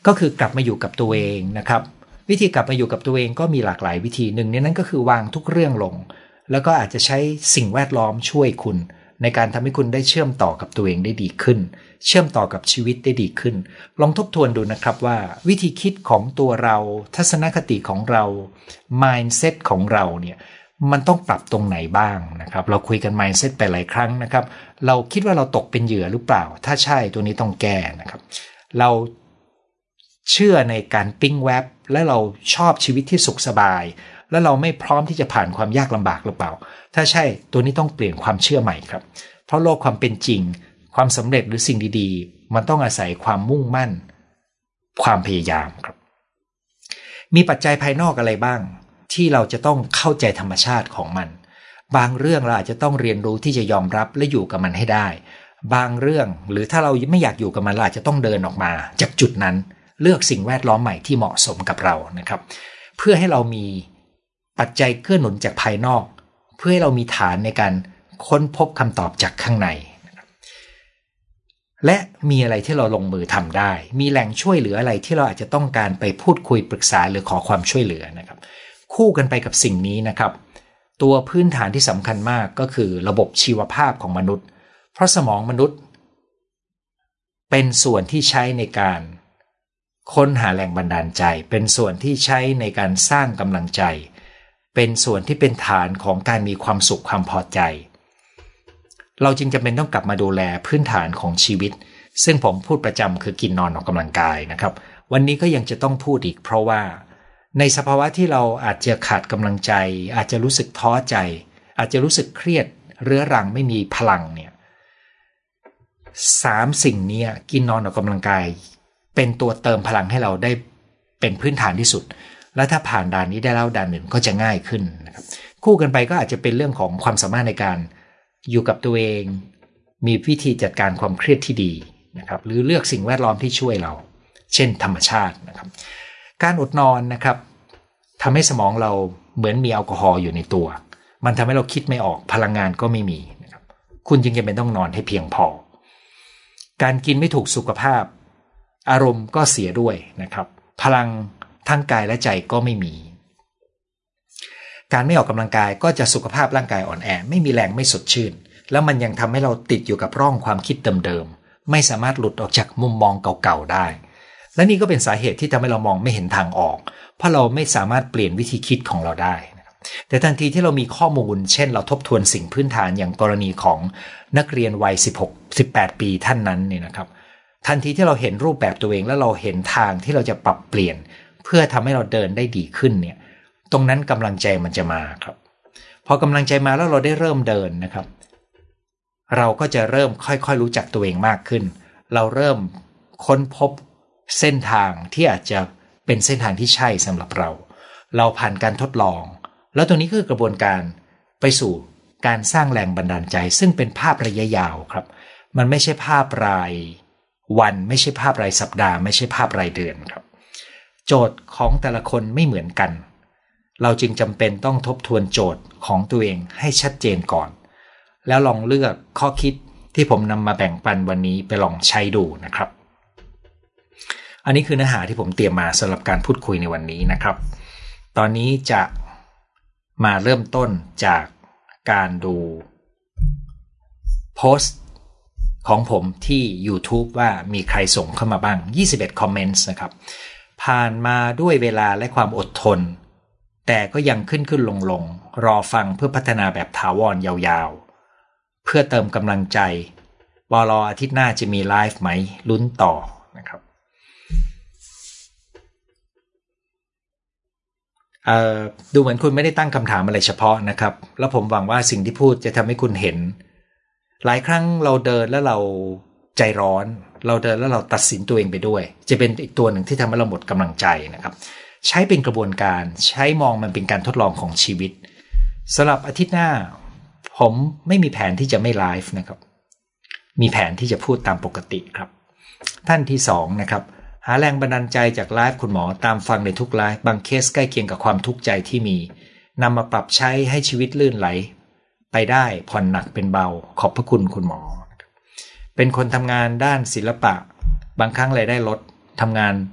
S1: ก็คือกลับมาอยู่กับตัวเองนะครับวิธีกลับมาอยู่กับตัวเองก็มีหลากหลายวิธีหนึ่งในนั้นก็คือวางทุกเรื่องลงแล้วก็อาจจะใช้สิ่งแวดล้อมช่วยคุณในการทำให้คุณได้เชื่อมต่อกับตัวเองได้ดีขึ้นเชื่อมต่อกับชีวิตได้ดีขึ้นลองทบทวนดูนะครับว่าวิธีคิดของตัวเราทัศนคติของเรา mindset ของเราเนี่ยมันต้องปรับตรงไหนบ้างนะครับเราคุยกัน mindset ไปหลายครั้งนะครับเราคิดว่าเราตกเป็นเหยื่อหรือเปล่าถ้าใช่ตัวนี้ต้องแก้นะครับเราเชื่อในการปิ้งแวบและเราชอบชีวิตที่สุขสบายและเราไม่พร้อมที่จะผ่านความยากลำบากหรือเปล่าถ้าใช่ตัวนี้ต้องเปลี่ยนความเชื่อใหม่ครับเพราะโลกความเป็นจริงความสำเร็จหรือสิ่งดีๆมันต้องอาศัยความมุ่งมั่นความพยายามครับมีปัจจัยภายนอกอะไรบ้างที่เราจะต้องเข้าใจธรรมชาติของมันบางเรื่องเราอาจจะต้องเรียนรู้ที่จะยอมรับและอยู่กับมันให้ได้บางเรื่องหรือถ้าเราไม่อยากอยู่กับมันเราอาจจะต้องเดินออกมาจากจุดนั้นเลือกสิ่งแวดล้อมใหม่ที่เหมาะสมกับเรานะครับเพื่อให้เรามีปัจจัยเกื้อหนุนจากภายนอกเพื่อให้เรามีฐานในการค้นพบคำตอบจากข้างในนะครับและมีอะไรที่เราลงมือทำได้มีแหล่งช่วยเหลืออะไรที่เราอาจจะต้องการไปพูดคุยปรึกษาหรือขอความช่วยเหลือนะครับคู่กันไปกับสิ่งนี้นะครับตัวพื้นฐานที่สำคัญมากก็คือระบบชีวภาพของมนุษย์เพราะสมองมนุษย์เป็นส่วนที่ใช้ในการค้นหาแรงบันดาลใจเป็นส่วนที่ใช้ในการสร้างกำลังใจเป็นส่วนที่เป็นฐานของการมีความสุขความพอใจเราจึงจำเป็นต้องกลับมาดูแลพื้นฐานของชีวิตซึ่งผมพูดประจำคือกินนอนออกกำลังกายนะครับวันนี้ก็ยังจะต้องพูดอีกเพราะว่าในสภาวะที่เราอาจจะขาดกำลังใจอาจจะรู้สึกท้อใจอาจจะรู้สึกเครียดเรื้อรังไม่มีพลังเนี่ย3 สิ่งนี้กินนอนออกกำลังกายเป็นตัวเติมพลังให้เราได้เป็นพื้นฐานที่สุดและถ้าผ่านด่านนี้ได้แล้วด่านหนึ่งก็จะง่ายขึ้นนะครับคู่กันไปก็อาจจะเป็นเรื่องของความสามารถในการอยู่กับตัวเองมีวิธีจัดการความเครียดที่ดีนะครับหรือเลือกสิ่งแวดล้อมที่ช่วยเราเช่นธรรมชาตินะครับการอดนอนนะครับทำให้สมองเราเหมือนมีแอลกอฮอล์อยู่ในตัวมันทำให้เราคิดไม่ออกพลังงานก็ไม่มีนะครับคุณจึงจำเป็นต้องนอนให้เพียงพอการกินไม่ถูกสุขภาพอารมณ์ก็เสียด้วยนะครับพลังทั้งกายและใจก็ไม่มีการไม่ออกกำลังกายก็จะสุขภาพร่างกายอ่อนแอไม่มีแรงไม่สดชื่นแล้วมันยังทำให้เราติดอยู่กับร่องความคิดเดิมๆไม่สามารถหลุดออกจากมุมมองเก่าๆได้และนี่ก็เป็นสาเหตุที่ทำให้เรามองไม่เห็นทางออกเพราะเราไม่สามารถเปลี่ยนวิธีคิดของเราได้นะครับแต่ทันทีที่เรามีข้อมูลเช่นเราทบทวนสิ่งพื้นฐานอย่างกรณีของนักเรียนวัย16-18 ปีท่านนั้นเนี่ยนะครับทันทีที่เราเห็นรูปแบบตัวเองแล้วเราเห็นทางที่เราจะปรับเปลี่ยนเพื่อทำให้เราเดินได้ดีขึ้นเนี่ยตรงนั้นกำลังใจมันจะมาครับพอกำลังใจมาแล้วเราได้เริ่มเดินนะครับเราก็จะเริ่มค่อยๆรู้จักตัวเองมากขึ้นเราเริ่มค้นพบเส้นทางที่อาจจะเป็นเส้นทางที่ใช่สำหรับเราผ่านการทดลองแล้วตรงนี้คือกระบวนการไปสู่การสร้างแรงบันดาลใจซึ่งเป็นภาพระยะยาวครับมันไม่ใช่ภาพรายวันไม่ใช่ภาพรายสัปดาห์ไม่ใช่ภาพรายเดือนครับโจทย์ของแต่ละคนไม่เหมือนกันเราจึงจำเป็นต้องทบทวนโจทย์ของตัวเองให้ชัดเจนก่อนแล้วลองเลือกข้อคิดที่ผมนำมาแบ่งปันวันนี้ไปลองใช้ดูนะครับอันนี้คือเนื้อหาที่ผมเตรียมมาสำหรับการพูดคุยในวันนี้นะครับตอนนี้จะมาเริ่มต้นจากการดูโพสต์ของผมที่ YouTube ว่ามีใครส่งเข้ามาบ้าง21คอมเมนต์นะครับผ่านมาด้วยเวลาและความอดทนแต่ก็ยังขึ้นลงรอฟังเพื่อพัฒนาแบบถาวรยาวๆเพื่อเติมกำลังใจรออาทิตย์หน้าจะมีไลฟ์ไหมลุ้นต่อนะครับดูเหมือนคุณไม่ได้ตั้งคำถามอะไรเฉพาะนะครับแล้วผมหวังว่าสิ่งที่พูดจะทำให้คุณเห็นหลายครั้งเราเดินแล้วเราใจร้อนเราเดินแล้วเราตัดสินตัวเองไปด้วยจะเป็นอีกตัวหนึ่งที่ทำให้เราหมดกำลังใจนะครับใช้เป็นกระบวนการใช้มองมันเป็นการทดลองของชีวิตสำหรับอาทิตย์หน้าผมไม่มีแผนที่จะไม่ไลฟ์นะครับมีแผนที่จะพูดตามปกติครับท่านที่2นะครับหาแรงบันดาลใจจากไลฟ์คุณหมอตามฟังในทุกไลฟ์บางเคสใกล้เคียงกับความทุกข์ใจที่มีนำมาปรับใช้ให้ชีวิตลื่นไหลไปได้ผ่อนหนักเป็นเบาขอบพระคุณคุณหมอเป็นคนทำงานด้านศิลปะบางครั้งรายได้ลดทำงาน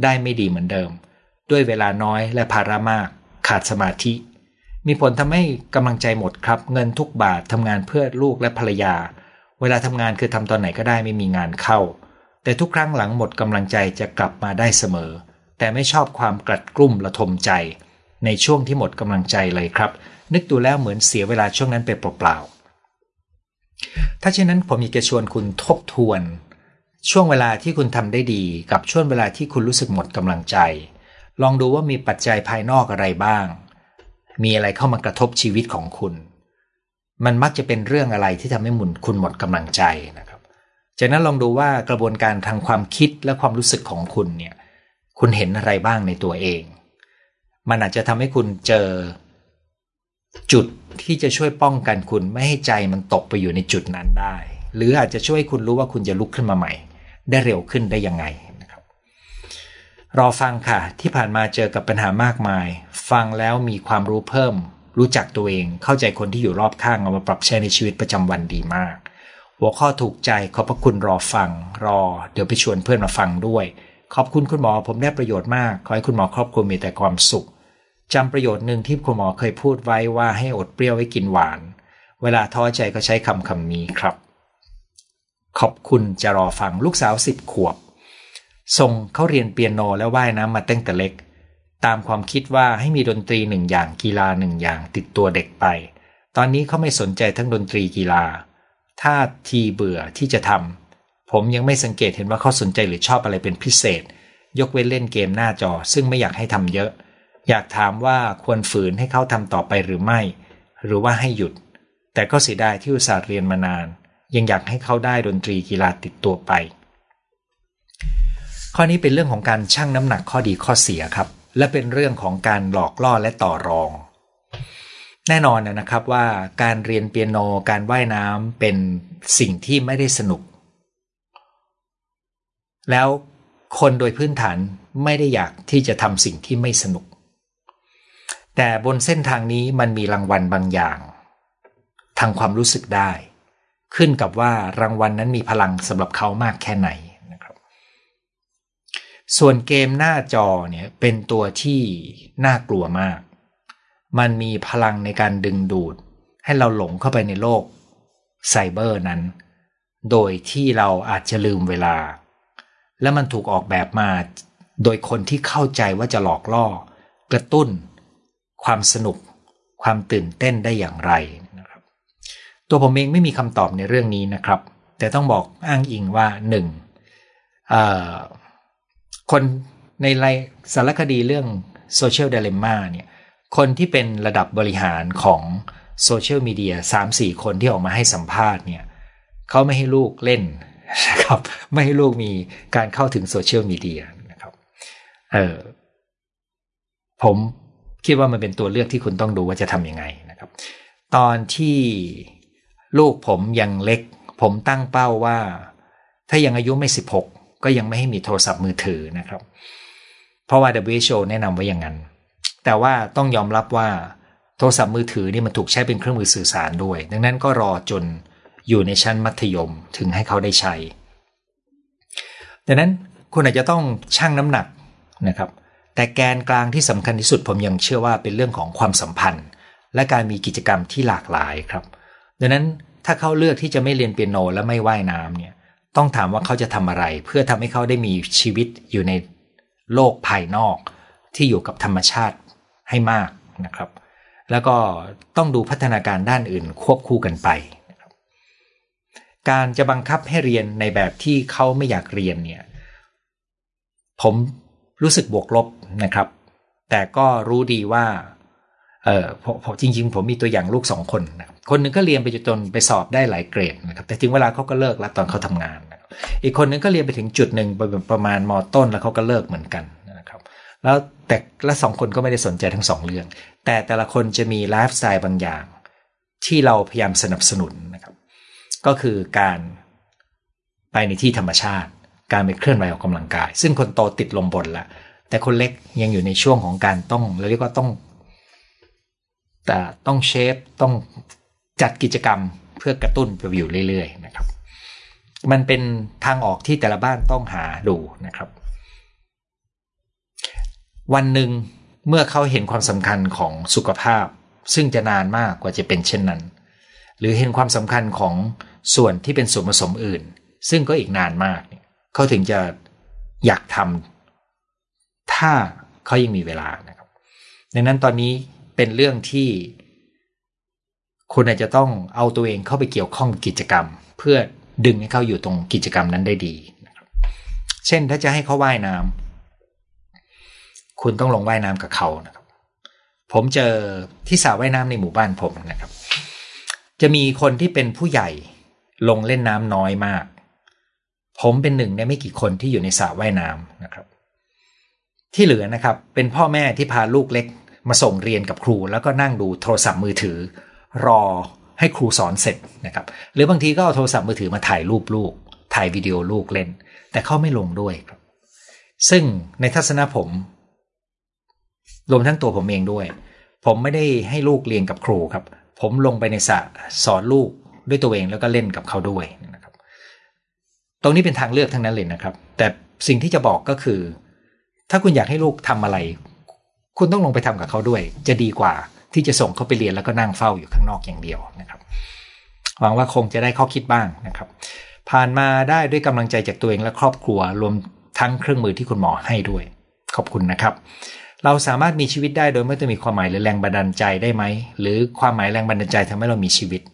S1: ได้ไม่ดีเหมือนเดิมด้วยเวลาน้อยและภาระมากขาดสมาธิมีผลทำให้กำลังใจหมดครับเงินทุกบาททำงานเพื่อลูกและภรรยาเวลาทำงานคือทำตอนไหนก็ได้ไม่มีงานเข้าแต่ทุกครั้งหลังหมดกำลังใจจะกลับมาได้เสมอแต่ไม่ชอบความกลัดกลุ้มระทมใจในช่วงที่หมดกำลังใจเลยครับนึกดูแล้วเหมือนเสียเวลาช่วงนั้นไปเปล่าๆถ้าเช่นนั้นผมอยากจะชวนคุณทบทวนช่วงเวลาที่คุณทำได้ดีกับช่วงเวลาที่คุณรู้สึกหมดกำลังใจลองดูว่ามีปัจจัยภายนอกอะไรบ้างมีอะไรเข้ามากระทบชีวิตของคุณมันมักจะเป็นเรื่องอะไรที่ทำให้คุณหมดกำลังใจนะครับจากนั้นลองดูว่ากระบวนการทางความคิดและความรู้สึกของคุณเนี่ยคุณเห็นอะไรบ้างในตัวเองมันอาจจะทำให้คุณเจอจุดที่จะช่วยป้องกันคุณไม่ให้ใจมันตกไปอยู่ในจุดนั้นได้หรืออาจจะช่วยคุณรู้ว่าคุณจะลุกขึ้นมาใหม่ได้เร็วขึ้นได้ยังไงนะครับรอฟังค่ะที่ผ่านมาเจอกับปัญหามากมายฟังแล้วมีความรู้เพิ่มรู้จักตัวเองเข้าใจคนที่อยู่รอบข้างเอามาปรับใช้ในชีวิตประจำวันดีมากหัวข้อถูกใจขอบพระคุณรอฟังเดี๋ยวไปชวนเพื่อนมาฟังด้วยขอบคุณคุณหมอผมได้ประโยชน์มากขอให้คุณหมอครอบครัวมีแต่ความสุขจำประโยชน์หนึ่งที่คุณหมอเคยพูดไว้ว่าให้อดเปรี้ยวไว้กินหวานเวลาท้อใจก็ใช้คำนี้ครับขอบคุณจะรอฟังลูกสาว10 ขวบส่งเขาเรียนเปียโนและว่ายน้ำมาตั้งแต่เล็กตามความคิดว่าให้มีดนตรี1 อย่างกีฬา1 อย่างติดตัวเด็กไปตอนนี้เขาไม่สนใจทั้งดนตรีกีฬาถ้าทีเบื่อที่จะทำผมยังไม่สังเกตเห็นว่าเขาสนใจหรือชอบอะไรเป็นพิเศษยกเว้นเล่นเกมหน้าจอซึ่งไม่อยากให้ทำเยอะอยากถามว่าควรฝืนให้เขาทำต่อไปหรือไม่หรือว่าให้หยุดแต่ก็เสียดายที่อุตส่าห์เรียนมานานยังอยากให้เขาได้ดนตรีกีฬาติดตัวไปข้อนี้เป็นเรื่องของการชั่งน้ำหนักข้อดีข้อเสียครับและเป็นเรื่องของการหลอกล่อและต่อรองแน่นอนนะครับว่าการเรียนเปียโนการว่ายน้ำเป็นสิ่งที่ไม่ได้สนุกแล้วคนโดยพื้นฐานไม่ได้อยากที่จะทำสิ่งที่ไม่สนุกแต่บนเส้นทางนี้มันมีรางวัลบางอย่างทางความรู้สึกได้ขึ้นกับว่ารางวัลนั้นมีพลังสำหรับเขามากแค่ไหนนะครับส่วนเกมหน้าจอเนี่ยเป็นตัวที่น่ากลัวมากมันมีพลังในการดึงดูดให้เราหลงเข้าไปในโลกไซเบอร์นั้นโดยที่เราอาจจะลืมเวลาและมันถูกออกแบบมาโดยคนที่เข้าใจว่าจะหลอกล่อกระตุ้นความสนุกความตื่นเต้นได้อย่างไรนะครับตัวผมเองไม่มีคำตอบในเรื่องนี้นะครับแต่ต้องบอกอ้างอิงว่าคนในสารคดีเรื่อง Social Dilemma เนี่ยคนที่เป็นระดับบริหารของโซเชียลมีเดีย 3-4 คนที่ออกมาให้สัมภาษณ์เนี่ยเขาไม่ให้ลูกเล่นนะครับไม่ให้ลูกมีการเข้าถึงโซเชียลมีเดียนะครับผมคิดว่ามันเป็นตัวเลือกที่คุณต้องดูว่าจะทำยังไงนะครับตอนที่ลูกผมยังเล็กผมตั้งเป้าว่าถ้ายังอายุไม่16ก็ยังไม่ให้มีโทรศัพท์มือถือนะครับเพราะว่า WHO แนะนำไว้อย่างนั้นแต่ว่าต้องยอมรับว่าโทรศัพท์มือถือนี่มันถูกใช้เป็นเครื่องมือสื่อสารด้วยดังนั้นก็รอจนอยู่ในชั้นมัธยมถึงให้เขาได้ใช้ดังนั้นคุณอาจจะต้องชั่งน้ำหนักนะครับแต่แกนกลางที่สำคัญที่สุดผมยังเชื่อว่าเป็นเรื่องของความสัมพันธ์และการมีกิจกรรมที่หลากหลายครับดังนั้นถ้าเขาเลือกที่จะไม่เรียนเปียโนและไม่ว่ายน้ำเนี่ยต้องถามว่าเขาจะทำอะไรเพื่อทำให้เขาได้มีชีวิตอยู่ในโลกภายนอกที่อยู่กับธรรมชาติให้มากนะครับแล้วก็ต้องดูพัฒนาการด้านอื่นควบคู่กันไปนะครับการจะบังคับให้เรียนในแบบที่เขาไม่อยากเรียนเนี่ยผมรู้สึกบวกลบนะครับแต่ก็รู้ดีว่าผมจริงๆผมมีตัวอย่างลูก2 คนนะครับคนนึงก็เรียนไปจนไปสอบได้หลายเกรดนะครับแต่ถึงเวลาเขาก็เลิกแล้วตอนเขาทำงานนะครับอีกคนนึงก็เรียนไปถึงจุดหนึ่งประมาณม.ต้นแล้วเขาก็เลิกเหมือนกันนะครับแล้วแต่ละ2 คนก็ไม่ได้สนใจทั้ง2 เรื่องแต่ละคนจะมีไลฟ์สไตล์บางอย่างที่เราพยายามสนับสนุนนะครับก็คือการไปในที่ธรรมชาติการไปเคลื่อนไหวออกกำลังกายซึ่งคนโตติดลมบนละแต่คนเล็กยังอยู่ในช่วงของการต้องเราเรียกว่าต้องเชฟต้องจัดกิจกรรมเพื่อกระตุ้นไปอยู่เรื่อยๆนะครับมันเป็นทางออกที่แต่ละบ้านต้องหาดูนะครับวันหนึ่งเมื่อเขาเห็นความสำคัญของสุขภาพซึ่งจะนานมากกว่าจะเป็นเช่นนั้นหรือเห็นความสำคัญของส่วนที่เป็นส่วนผสมอื่นซึ่งก็อีกนานมากเขาถึงจะอยากทำถ้าเขายังมีเวลานะครับดังนั้นตอนนี้เป็นเรื่องที่คุณอาจจะต้องเอาตัวเองเข้าไปเกี่ยวข้องกับกิจกรรมเพื่อดึงให้เขาอยู่ตรงกิจกรรมนั้นได้ดีนะครับเช่นถ้าจะให้เขาว่ายน้ำคุณต้องลงว่ายน้ำกับเขานะครับผมเจอที่สระว่ายน้ำในหมู่บ้านผมนะครับจะมีคนที่เป็นผู้ใหญ่ลงเล่นน้ำน้อยมากผมเป็นหนึ่งในไม่กี่คนที่อยู่ในสระว่ายน้ำนะครับที่เหลือนะครับเป็นพ่อแม่ที่พาลูกเล็กมาส่งเรียนกับครูแล้วก็นั่งดูโทรศัพท์มือถือรอให้ครูสอนเสร็จนะครับหรือบางทีก็เอาโทรศัพท์มือถือมาถ่ายรูปลูกถ่ายวิดีโอลูกเล่นแต่เขาไม่ลงด้วยครับซึ่งในทัศนะผมรวมทั้งตัวผมเองด้วยผมไม่ได้ให้ลูกเรียนกับครูครับผมลงไปในสระสอนลูกด้วยตัวเองแล้วก็เล่นกับเขาด้วยนะครับตรงนี้เป็นทางเลือกทั้งนั้นเลยนะครับแต่สิ่งที่จะบอกก็คือถ้าคุณอยากให้ลูกทำอะไรคุณต้องลงไปทำกับเขาด้วยจะดีกว่าที่จะส่งเขาไปเรียนแล้วก็นั่งเฝ้าอยู่ข้างนอกอย่างเดียวนะครับหวังว่าคงจะได้ข้อคิดบ้างนะครับผ่านมาได้ด้วยกำลังใจจากตัวเองและครอบครัวรวมทั้งเครื่องมือที่คุณหมอให้ด้วยขอบคุณนะครับเราสามารถมีชีวิตได้โดยไม่ต้องมีความหมายหรือแรงบันดาลใจได้ไหมหรือความหมายแรงบันดาลใจทำให้เรามีชีวิต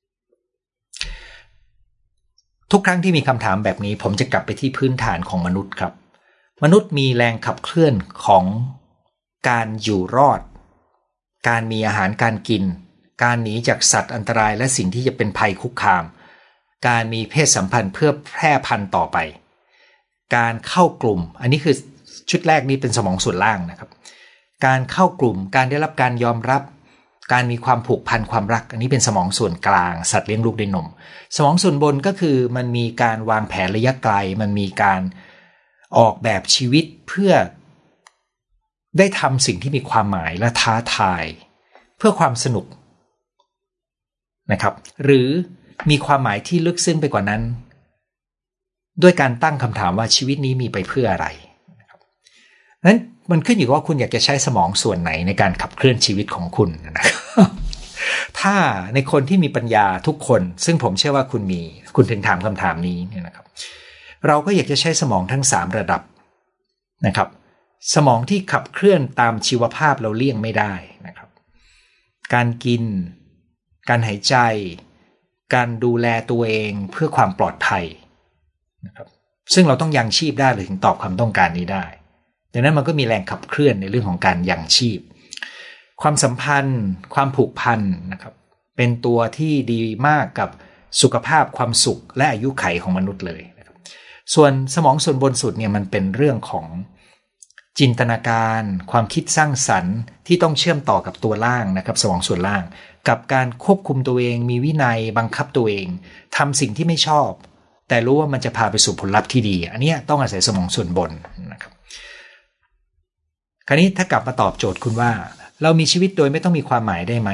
S1: ทุกครั้งที่มีคำถามแบบนี้ผมจะกลับไปที่พื้นฐานของมนุษย์ครับมนุษย์มีแรงขับเคลื่อนของการอยู่รอดการมีอาหารการกินการหนีจากสัตว์อันตรายและสิ่งที่จะเป็นภัยคุกคามการมีเพศสัมพันธ์เพื่อแพร่พันธุ์ต่อไปการเข้ากลุ่มอันนี้คือชุดแรกนี้เป็นสมองส่วนล่างนะครับการเข้ากลุ่มการได้รับการยอมรับการมีความผูกพันความรักอันนี้เป็นสมองส่วนกลางสัตว์เลี้ยงลูกด้วยนมสมองส่วนบนก็คือมันมีการวางแผนระยะไกลมันมีการออกแบบชีวิตเพื่อได้ทำสิ่งที่มีความหมายและท้าทายเพื่อความสนุกนะครับหรือมีความหมายที่ลึกซึ้งไปกว่านั้นด้วยการตั้งคำถามว่าชีวิตนี้มีไปเพื่ออะไรนะครับนั้นมันขึ้นอยู่ว่าคุณอยากจะใช้สมองส่วนไหนในการขับเคลื่อนชีวิตของคุณนะครับถ้าในคนที่มีปัญญาทุกคนซึ่งผมเชื่อว่าคุณถึงถามคำถามนี้นะครับเราก็อยากจะใช้สมองทั้ง3ระดับนะครับสมองที่ขับเคลื่อนตามชีวภาพเราเลี่ยงไม่ได้นะครับการกินการหายใจการดูแลตัวเองเพื่อความปลอดภัยนะครับซึ่งเราต้องยังชีพได้หรือถึงตอบความต้องการนี้ได้ดังนั้นมันก็มีแรงขับเคลื่อนในเรื่องของการยังชีพความสัมพันธ์ความผูกพันนะครับเป็นตัวที่ดีมากกับสุขภาพความสุขและอายุขัยของมนุษย์เลยนะครับส่วนสมองส่วนบนสุดเนี่ยมันเป็นเรื่องของจินตนาการความคิดสร้างสรรค์ที่ต้องเชื่อมต่อกับตัวล่างนะครับสมองส่วนล่างกับการควบคุมตัวเองมีวินัยบังคับตัวเองทำสิ่งที่ไม่ชอบแต่รู้ว่ามันจะพาไปสู่ผลลัพธ์ที่ดีอันนี้ต้องอาศัยสมองส่วนบนนะครับคราวนี้ถ้ากลับมาตอบโจทย์คุณว่าเรามีชีวิตโดยไม่ต้องมีความหมายได้ไหม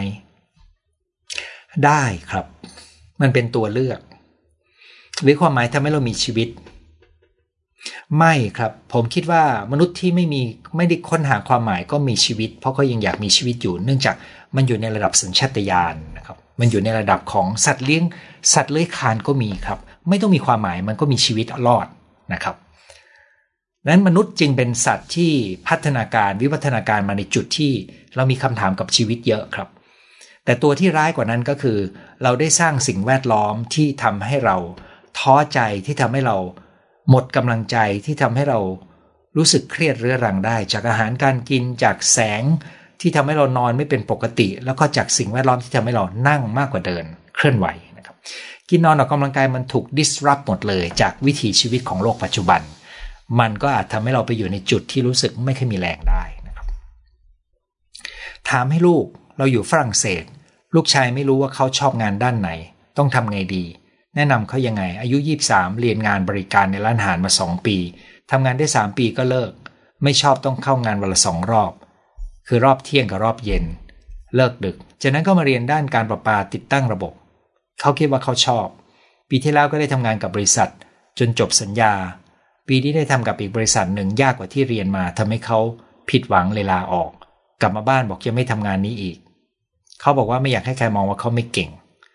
S1: ได้ครับมันเป็นตัวเลือกหรือความหมายทำให้เรามีชีวิตไม่ครับผมคิดว่ามนุษย์ที่ไม่ได้ค้นหาความหมายก็มีชีวิตเพราะเขายังอยากมีชีวิตอยู่เนื่องจากมันอยู่ในระดับสัญชาตญาณนะครับมันอยู่ในระดับของสัตว์เลี้ยงสัตว์เลื้อยคลานก็มีครับไม่ต้องมีความหมายมันก็มีชีวิตรอดนะครับดังนั้นมนุษย์จึงเป็นสัตว์ที่พัฒนาการวิวัฒนาการมาในจุดที่เรามีคำถามกับชีวิตเยอะครับแต่ตัวที่ร้ายกว่านั้นก็คือเราได้สร้างสิ่งแวดล้อมที่ทำให้เราท้อใจที่ทำให้เราหมดกำลังใจที่ทำให้เรารู้สึกเครียดเรื้อรังได้จากอาหารการกินจากแสงที่ทำให้เรานอนไม่เป็นปกติแล้วก็จากสิ่งแวดล้อมที่ทำให้เรานั่งมากกว่าเดินเคลื่อนไหวนะครับกินนอนออกกำลังกายมันถูก disrupt หมดเลยจากวิถีชีวิตของโลกปัจจุบันมันก็อาจทำให้เราไปอยู่ในจุดที่รู้สึกไม่ค่อยมีแรงได้นะครับถามให้ลูกเราอยู่ฝรั่งเศสลูกชายไม่รู้ว่าเขาชอบงานด้านไหนต้องทำไงดีแนะนำเขายังไงอายุ23เรียนงานบริการในร้านอาหารมา2ปีทำงานได้3ปีก็เลิกไม่ชอบต้องเข้างานวันละ2รอบคือรอบเที่ยงกับรอบเย็นเลิกดึกจากนั้นก็มาเรียนด้านการประปาติดตั้งระบบเขาคิดว่าเขาชอบปีที่แล้วก็ได้ทำงานกับบริษัทจนจบสัญญาปีนี้ได้ทำกับอีกบริษัทหนึ่งยากกว่าที่เรียนมาทำให้เขาผิดหวังเลยลาออกกลับมาบ้านบอกจะไม่ทำงานนี้อีกเขาบอกว่าไม่อยากให้ใครมองว่าเขาไม่เก่ง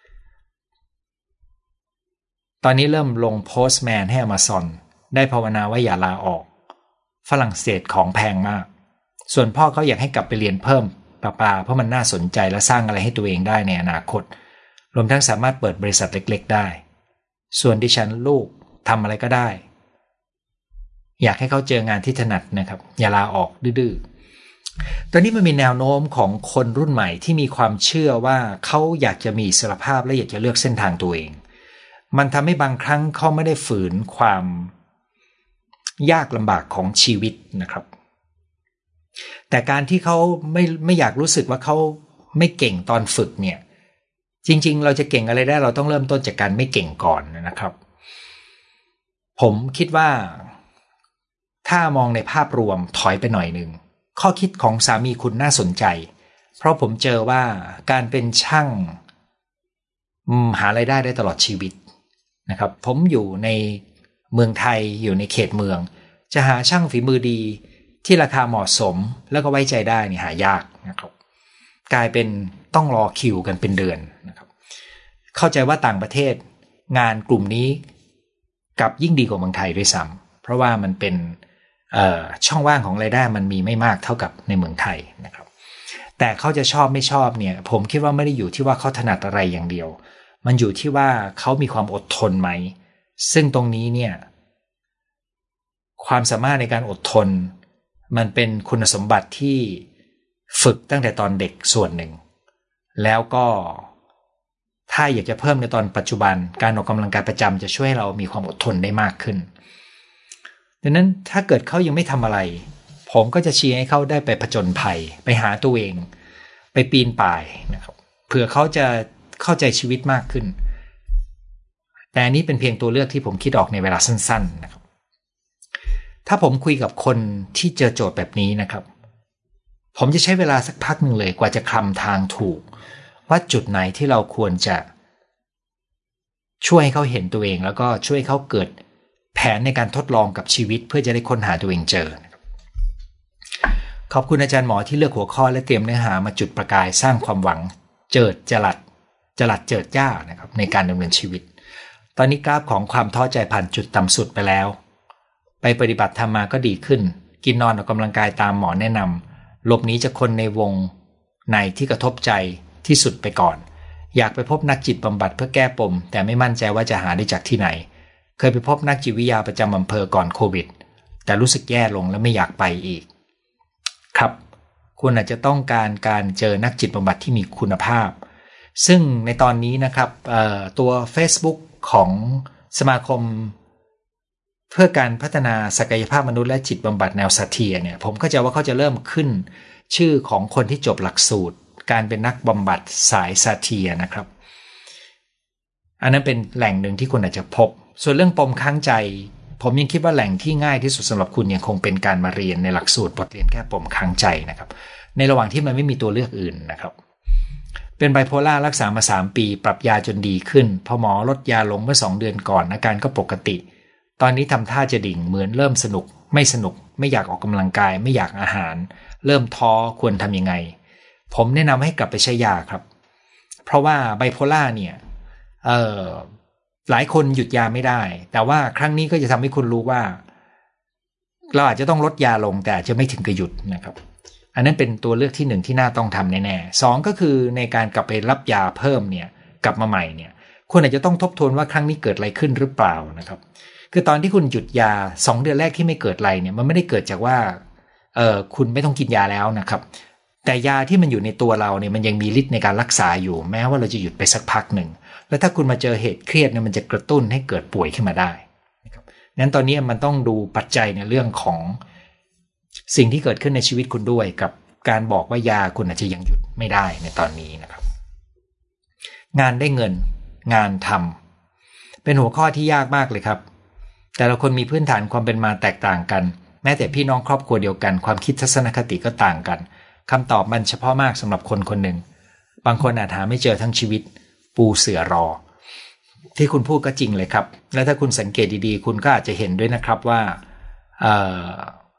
S1: ตอนนี้เริ่มลงโพสต์แมนให้ Amazon ได้ภาวนาว่าอย่าลาออกฝรั่งเศสของแพงมากส่วนพ่อเขาอยากให้กลับไปเรียนเพิ่มปลาเพราะมันน่าสนใจและสร้างอะไรให้ตัวเองได้ในอนาคตรวมทั้งสามารถเปิดบริษัทเล็กๆได้ส่วนดิฉันลูกทำอะไรก็ได้อยากให้เขาเจองานที่ถนัดนะครับอย่าลาออกดื้อๆตอนนี้มันมีแนวโน้มของคนรุ่นใหม่ที่มีความเชื่อว่าเขาอยากจะมีอิสรภาพและอยากจะเลือกเส้นทางตัวเองมันทำให้บางครั้งเขาไม่ได้ฝืนความยากลำบากของชีวิตนะครับแต่การที่เขาไม่อยากรู้สึกว่าเขาไม่เก่งตอนฝึกเนี่ยจริงๆเราจะเก่งอะไรได้เราต้องเริ่มต้นจากการไม่เก่งก่อนนะครับผมคิดว่าถ้ามองในภาพรวมถอยไปหน่อยนึงข้อคิดของสามีคุณน่าสนใจเพราะผมเจอว่าการเป็นช่างหารายได้ตลอดชีวิตนะครับผมอยู่ในเมืองไทยอยู่ในเขตเมืองจะหาช่างฝีมือดีที่ราคาเหมาะสมแล้วก็ไว้ใจได้นี่หายากนะครับกลายเป็นต้องรอคิวกันเป็นเดือนนะครับเข้าใจว่าต่างประเทศงานกลุ่มนี้กับยิ่งดีกว่าเมืองไทยด้วยซ้ำเพราะว่ามันเป็นช่องว่างของรายได้มันมีไม่มากเท่ากับในเมืองไทยนะครับแต่เขาจะชอบไม่ชอบเนี่ยผมคิดว่าไม่ได้อยู่ที่ว่าเขาถนัดอะไรอย่างเดียวมันอยู่ที่ว่าเขามีความอดทนไหมซึ่งตรงนี้เนี่ยความสามารถในการอดทนมันเป็นคุณสมบัติที่ฝึกตั้งแต่ตอนเด็กส่วนหนึ่งแล้วก็ถ้าอยากจะเพิ่มในตอนปัจจุบันการออกกำลังกายประจำจะช่วยให้เรามีความอดทนได้มากขึ้นดังนั้นถ้าเกิดเขายังไม่ทำอะไรผมก็จะชี้ให้เขาได้ไปผจญภัยไปหาตัวเองไปปีนป่ายนะครับเผื่อเขาจะเข้าใจชีวิตมากขึ้นแต่อันนี้เป็นเพียงตัวเลือกที่ผมคิดออกในเวลาสั้นๆนะครับถ้าผมคุยกับคนที่เจอโจทย์แบบนี้นะครับผมจะใช้เวลาสักพักหนึ่งเลยกว่าจะคลำทางถูกว่าจุดไหนที่เราควรจะช่วยให้เขาเห็นตัวเองแล้วก็ช่วยเขาเกิดแผนในการทดลองกับชีวิตเพื่อจะได้ค้นหาตัวเองเจอขอบคุณอาจารย์หมอที่เลือกหัวข้อและเตรียมเนื้อหามาจุดประกายสร้างความหวังเจิดจรัสเจิดจ้านะครับในการดำเนินชีวิตตอนนี้กราฟของความท้อใจผ่านจุดต่ำสุดไปแล้วไปปฏิบัติธรรมมาก็ดีขึ้นกินนอนออกกำลังกายตามหมอแนะนำหลบหนีจากคนในวงในที่กระทบใจที่สุดไปก่อนอยากไปพบนักจิตบำบัดเพื่อแก้ปมแต่ไม่มั่นใจว่าจะหาได้จากที่ไหนเคยไปพบนักจิตวิทยาประจำอำเภอก่อนโควิดแต่รู้สึกแย่ลงและไม่อยากไปอีกครับคุณอาจจะต้องการเจอนักจิตบำบัดที่มีคุณภาพซึ่งในตอนนี้นะครับตัว Facebook ของสมาคมเพื่อการพัฒนาศักยภาพมนุษย์และจิตบำบัดแนวซาเทียเนี่ยผมเข้าใจว่าเขาจะเริ่มขึ้นชื่อของคนที่จบหลักสูตรการเป็นนักบำบัดสายซาเทียนะครับอันนั้นเป็นแหล่งหนึ่งที่คุณอาจจะพบส่วนเรื่องปมค้างใจผมยังคิดว่าแหล่งที่ง่ายที่สุดสำหรับคุณยังคงเป็นการมาเรียนในหลักสูตรบทเรียนแก้ปมค้างใจนะครับในระหว่างที่มันไม่มีตัวเลือกอื่นนะครับเป็นไบโพล่ารักษามา3 ปีปรับยาจนดีขึ้นพอหมอลดยาลงเมื่อ2 เดือนก่อนอาการก็ปกติตอนนี้ทำท่าจะดิ่งเหมือนเริ่มสนุกไม่อยากออกกำลังกายไม่อยากอาหารเริ่มท้อควรทำยังไงผมแนะนำให้กลับไปใช้ยาครับเพราะว่าไบโพล่าเนี่ยหลายคนหยุดยาไม่ได้แต่ว่าครั้งนี้ก็จะทำให้คุณรู้ว่าเราอาจจะต้องลดยาลงแต่จะไม่ถึงกับหยุดนะครับอันนั้นเป็นตัวเลือกที่1ที่น่าต้องทำแน่ๆ2ก็คือในการกลับไปรับยาเพิ่มเนี่ยกลับมาใหม่เนี่ยคุณอาจจะต้องทบทวนว่าครั้งนี้เกิดอะไรขึ้นหรือเปล่านะครับคือตอนที่คุณหยุดยา2 เดือนแรกที่ไม่เกิดอะไรเนี่ยมันไม่ได้เกิดจากว่าคุณไม่ต้องกินยาแล้วนะครับแต่ยาที่มันอยู่ในตัวเราเนี่ยมันยังมีฤทธิ์ในการรักษาอยู่แม้ว่าเราจะหยุดไปสักพักหนึ่งแล้วถ้าคุณมาเจอเหตุเครียดเนี่ยมันจะกระตุ้นให้เกิดป่วยขึ้นมาได้นะครับงั้นตอนนี้มันต้องดูปัจจัยในเรื่องของสิ่งที่เกิดขึ้นในชีวิตคุณด้วยกับการบอกว่ายาคุณอาจจะยังหยุดไม่ได้ในตอนนี้นะครับงานได้เงินงานทำเป็นหัวข้อที่ยากมากเลยครับแต่ละคนมีพื้นฐานความเป็นมาแตกต่างกันแม้แต่พี่น้องครอบครัวเดียวกันความคิดทัศนคติก็ต่างกันคำตอบมันเฉพาะมากสำหรับคนคนหนึ่งบางคนอาจหาไม่เจอทั้งชีวิตปูเสือรอที่คุณพูดก็จริงเลยครับและถ้าคุณสังเกตดีๆคุณก็อาจจะเห็นด้วยนะครับว่า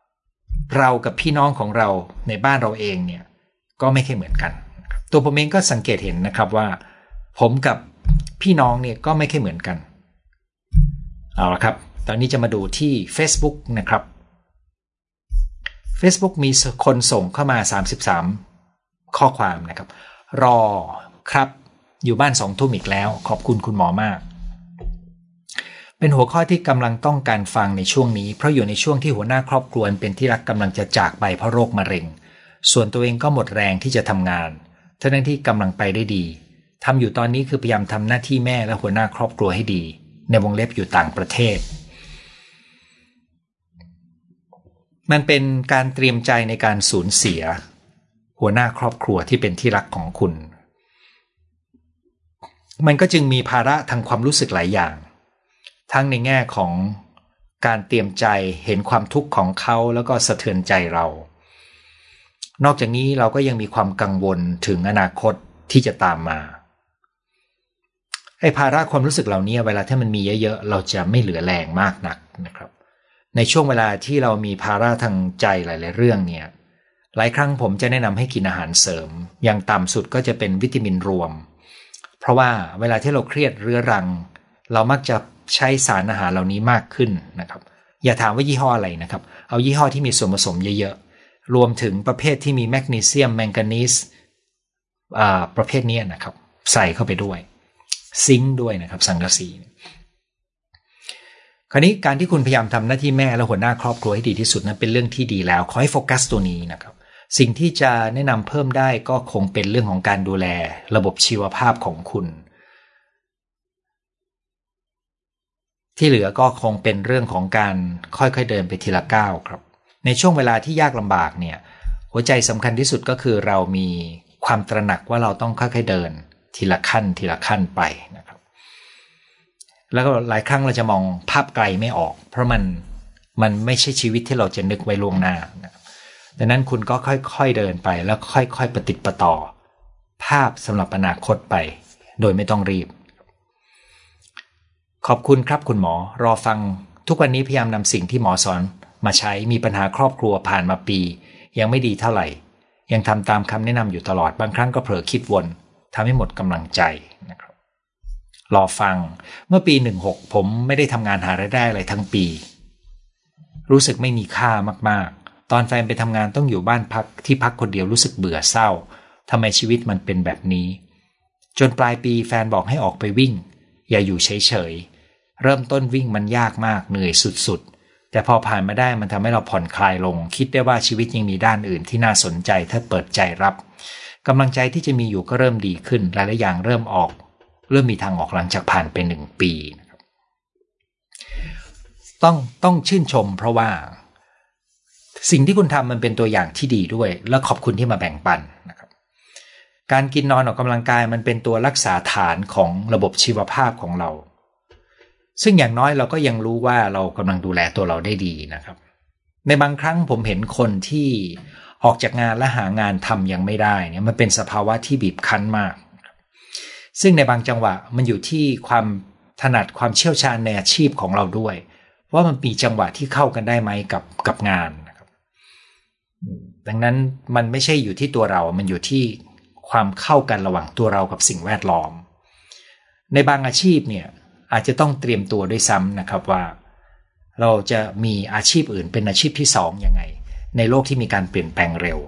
S1: เรากับพี่น้องของเราในบ้านเราเองเนี่ยก็ไม่ค่อยเหมือนกันตัวผมเองก็สังเกตเห็นนะครับว่าผมกับพี่น้องเนี่ยก็ไม่ค่อยเหมือนกันเอาละครับตอนนี้จะมาดูที่ Facebook นะครับ Facebook มีคนส่งเข้ามา33ข้อความนะครับรอครับอยู่บ้าน2 ทุ่มอีกแล้วขอบคุณคุณหมอมากเป็นหัวข้อที่กำลังต้องการฟังในช่วงนี้เพราะอยู่ในช่วงที่หัวหน้าครอบครัวเป็นที่รักกำลังจะจากไปเพราะโรคมะเร็งส่วนตัวเองก็หมดแรงที่จะทำงานทั้งที่กำลังไปได้ดีทำอยู่ตอนนี้คือพยายามทำหน้าที่แม่และหัวหน้าครอบครัวให้ดีในวงเล็บอยู่ต่างประเทศมันเป็นการเตรียมใจในการสูญเสียหัวหน้าครอบครัวที่เป็นที่รักของคุณมันก็จึงมีภาระทางความรู้สึกหลายอย่างทั้งในแง่ของการเตรียมใจเห็นความทุกข์ของเขาแล้วก็สะเทือนใจเรานอกจากนี้เราก็ยังมีความกังวลถึงอนาคตที่จะตามมาไอ้ภาระความรู้สึกเหล่านี้เวลาที่มันมีเยอะๆเราจะไม่เหลือแรงมากนักนะครับในช่วงเวลาที่เรามีภาระทางใจหลายๆเรื่องเนี่ยหลายครั้งผมจะแนะนำให้กินอาหารเสริมอย่างต่ำสุดก็จะเป็นวิตามินรวมเพราะว่าเวลาที่เราเครียดเรื้อรังเรามักจะใช้สารอาหารเหล่านี้มากขึ้นนะครับอย่าถามว่ายี่ห้ออะไรนะครับเอายี่ห้อที่มีส่วนผสมเยอะๆรวมถึงประเภทที่มีแมกนีเซียมแมงกานีสประเภทนี้นะครับใส่เข้าไปด้วยซิงค์ด้วยนะครับสังกะสีคราวนี้การที่คุณพยายามทำหน้าที่แม่และหัวหน้าครอบครัวให้ดีที่สุดนั้นเป็นเรื่องที่ดีแล้วขอให้โฟกัสตัวนี้นะครับสิ่งที่จะแนะนำเพิ่มได้ก็คงเป็นเรื่องของการดูแลระบบชีวภาพของคุณที่เหลือก็คงเป็นเรื่องของการค่อยๆเดินไปทีละก้าวครับในช่วงเวลาที่ยากลำบากเนี่ยหัวใจสำคัญที่สุดก็คือเรามีความตระหนักว่าเราต้องค่อยๆเดินทีละขั้นไปนะครับแล้วก็หลายครั้งเราจะมองภาพไกลไม่ออกเพราะมันไม่ใช่ชีวิตที่เราจะนึกไว้ล่วงหน้านะครับดังนั้นคุณก็ค่อยๆเดินไปแล้วค่อยๆประติดประต่อภาพสำหรับอนาคตไปโดยไม่ต้องรีบขอบคุณครับคุณหมอรอฟังทุกวันนี้พยายามนำสิ่งที่หมอสอนมาใช้มีปัญหาครอบครัวผ่านมาปียังไม่ดีเท่าไหร่ยังทำตามคำแนะนำอยู่ตลอดบางครั้งก็เผลอคิดวนทำให้หมดกำลังใจนะครับรอฟังเมื่อปี16ผมไม่ได้ทำงานหารายได้อะไรทั้งปีรู้สึกไม่มีค่ามากๆตอนแฟนไปทำงานต้องอยู่บ้านพักที่พักคนเดียวรู้สึกเบื่อเศร้าทำไมชีวิตมันเป็นแบบนี้จนปลายปีแฟนบอกให้ออกไปวิ่งอย่าอยู่เฉยๆเริ่มต้นวิ่งมันยากมากเหนื่อยสุดๆแต่พอผ่านมาได้มันทำให้เราผ่อนคลายลงคิดได้ว่าชีวิตยังมีด้านอื่นที่น่าสนใจถ้าเปิดใจรับกำลังใจที่จะมีอยู่ก็เริ่มดีขึ้นหลายๆอย่างเริ่มมีทางออกหลังจากผ่านไป1 ปีนะครับต้องชื่นชมเพราะว่าสิ่งที่คุณทำมันเป็นตัวอย่างที่ดีด้วยและขอบคุณที่มาแบ่งปันนะครับการกินนอนออกกำลังกายมันเป็นตัวรักษาฐานของระบบชีวภาพของเราซึ่งอย่างน้อยเราก็ยังรู้ว่าเรากำลังดูแลตัวเราได้ดีนะครับในบางครั้งผมเห็นคนที่ออกจากงานและหางานทำยังไม่ได้เนี่ยมันเป็นสภาวะที่บีบคั้นมากซึ่งในบางจังหวะมันอยู่ที่ความถนัดความเชี่ยวชาญในอาชีพของเราด้วยว่ามันมีจังหวะที่เข้ากันได้ไหมกับงานนะครับดังนั้นมันไม่ใช่อยู่ที่ตัวเรามันอยู่ที่ความเข้ากันระหว่างตัวเรากับสิ่งแวดล้อมในบางอาชีพเนี่ยอาจจะต้องเตรียมตัวด้วยซ้ำนะครับว่าเราจะมีอาชีพอื่นเป็นอาชีพที่2ยังไงในโลกที่มีการเปลี่ยนแปลงเร็ว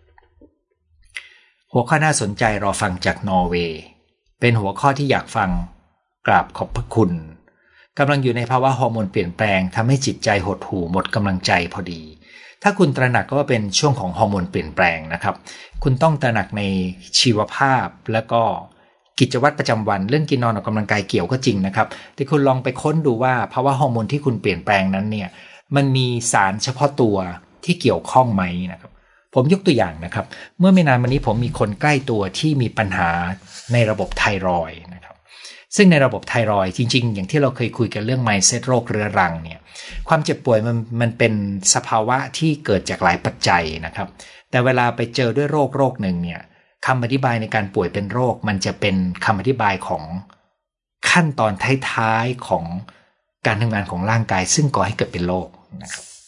S1: หัวข้อน่าสนใจรอฟังจากนอร์เวย์เป็นหัวข้อที่อยากฟังกราบขอบพระคุณกำลังอยู่ในภาวะฮอร์โมนเปลี่ยนแปลงทำให้จิตใจหดหู่หมดกำลังใจพอดีถ้าคุณตระหนักก็ว่าเป็นช่วงของฮอร์โมนเปลี่ยนแปลงนะครับคุณต้องตระหนักในชีวภาพและก็กิจวัตรประจำวันเรื่องกินนอนออกกำลังกายเกี่ยวก็จริงนะครับแต่คุณลองไปค้นดูว่าภาวะฮอร์โมนที่คุณเปลี่ยนแปลงนั้นเนี่ยมันมีสารเฉพาะตัวที่เกี่ยวข้องไหมนะครับผมยกตัวอย่างนะครับเมื่อไม่นานมานี้ผมมีคนใกล้ตัวที่มีปัญหาในระบบไทรอยด์นะครับซึ่งในระบบไทรอยด์จริงๆอย่างที่เราเคยคุยกันเรื่อง mindset โรคเรื้อรังเนี่ยความเจ็บป่วยมันเป็นสภาวะที่เกิดจากหลายปัจจัยนะครับแต่เวลาไปเจอด้วยโรคหนึ่งเนี่ยคำอธิบายในการป่วยเป็นโรคมันจะเป็นคำอธิบายของขั้นตอนท้ายๆของการทำงานของร่างกายซึ่งก่อให้เกิดเป็นโรคนะครับ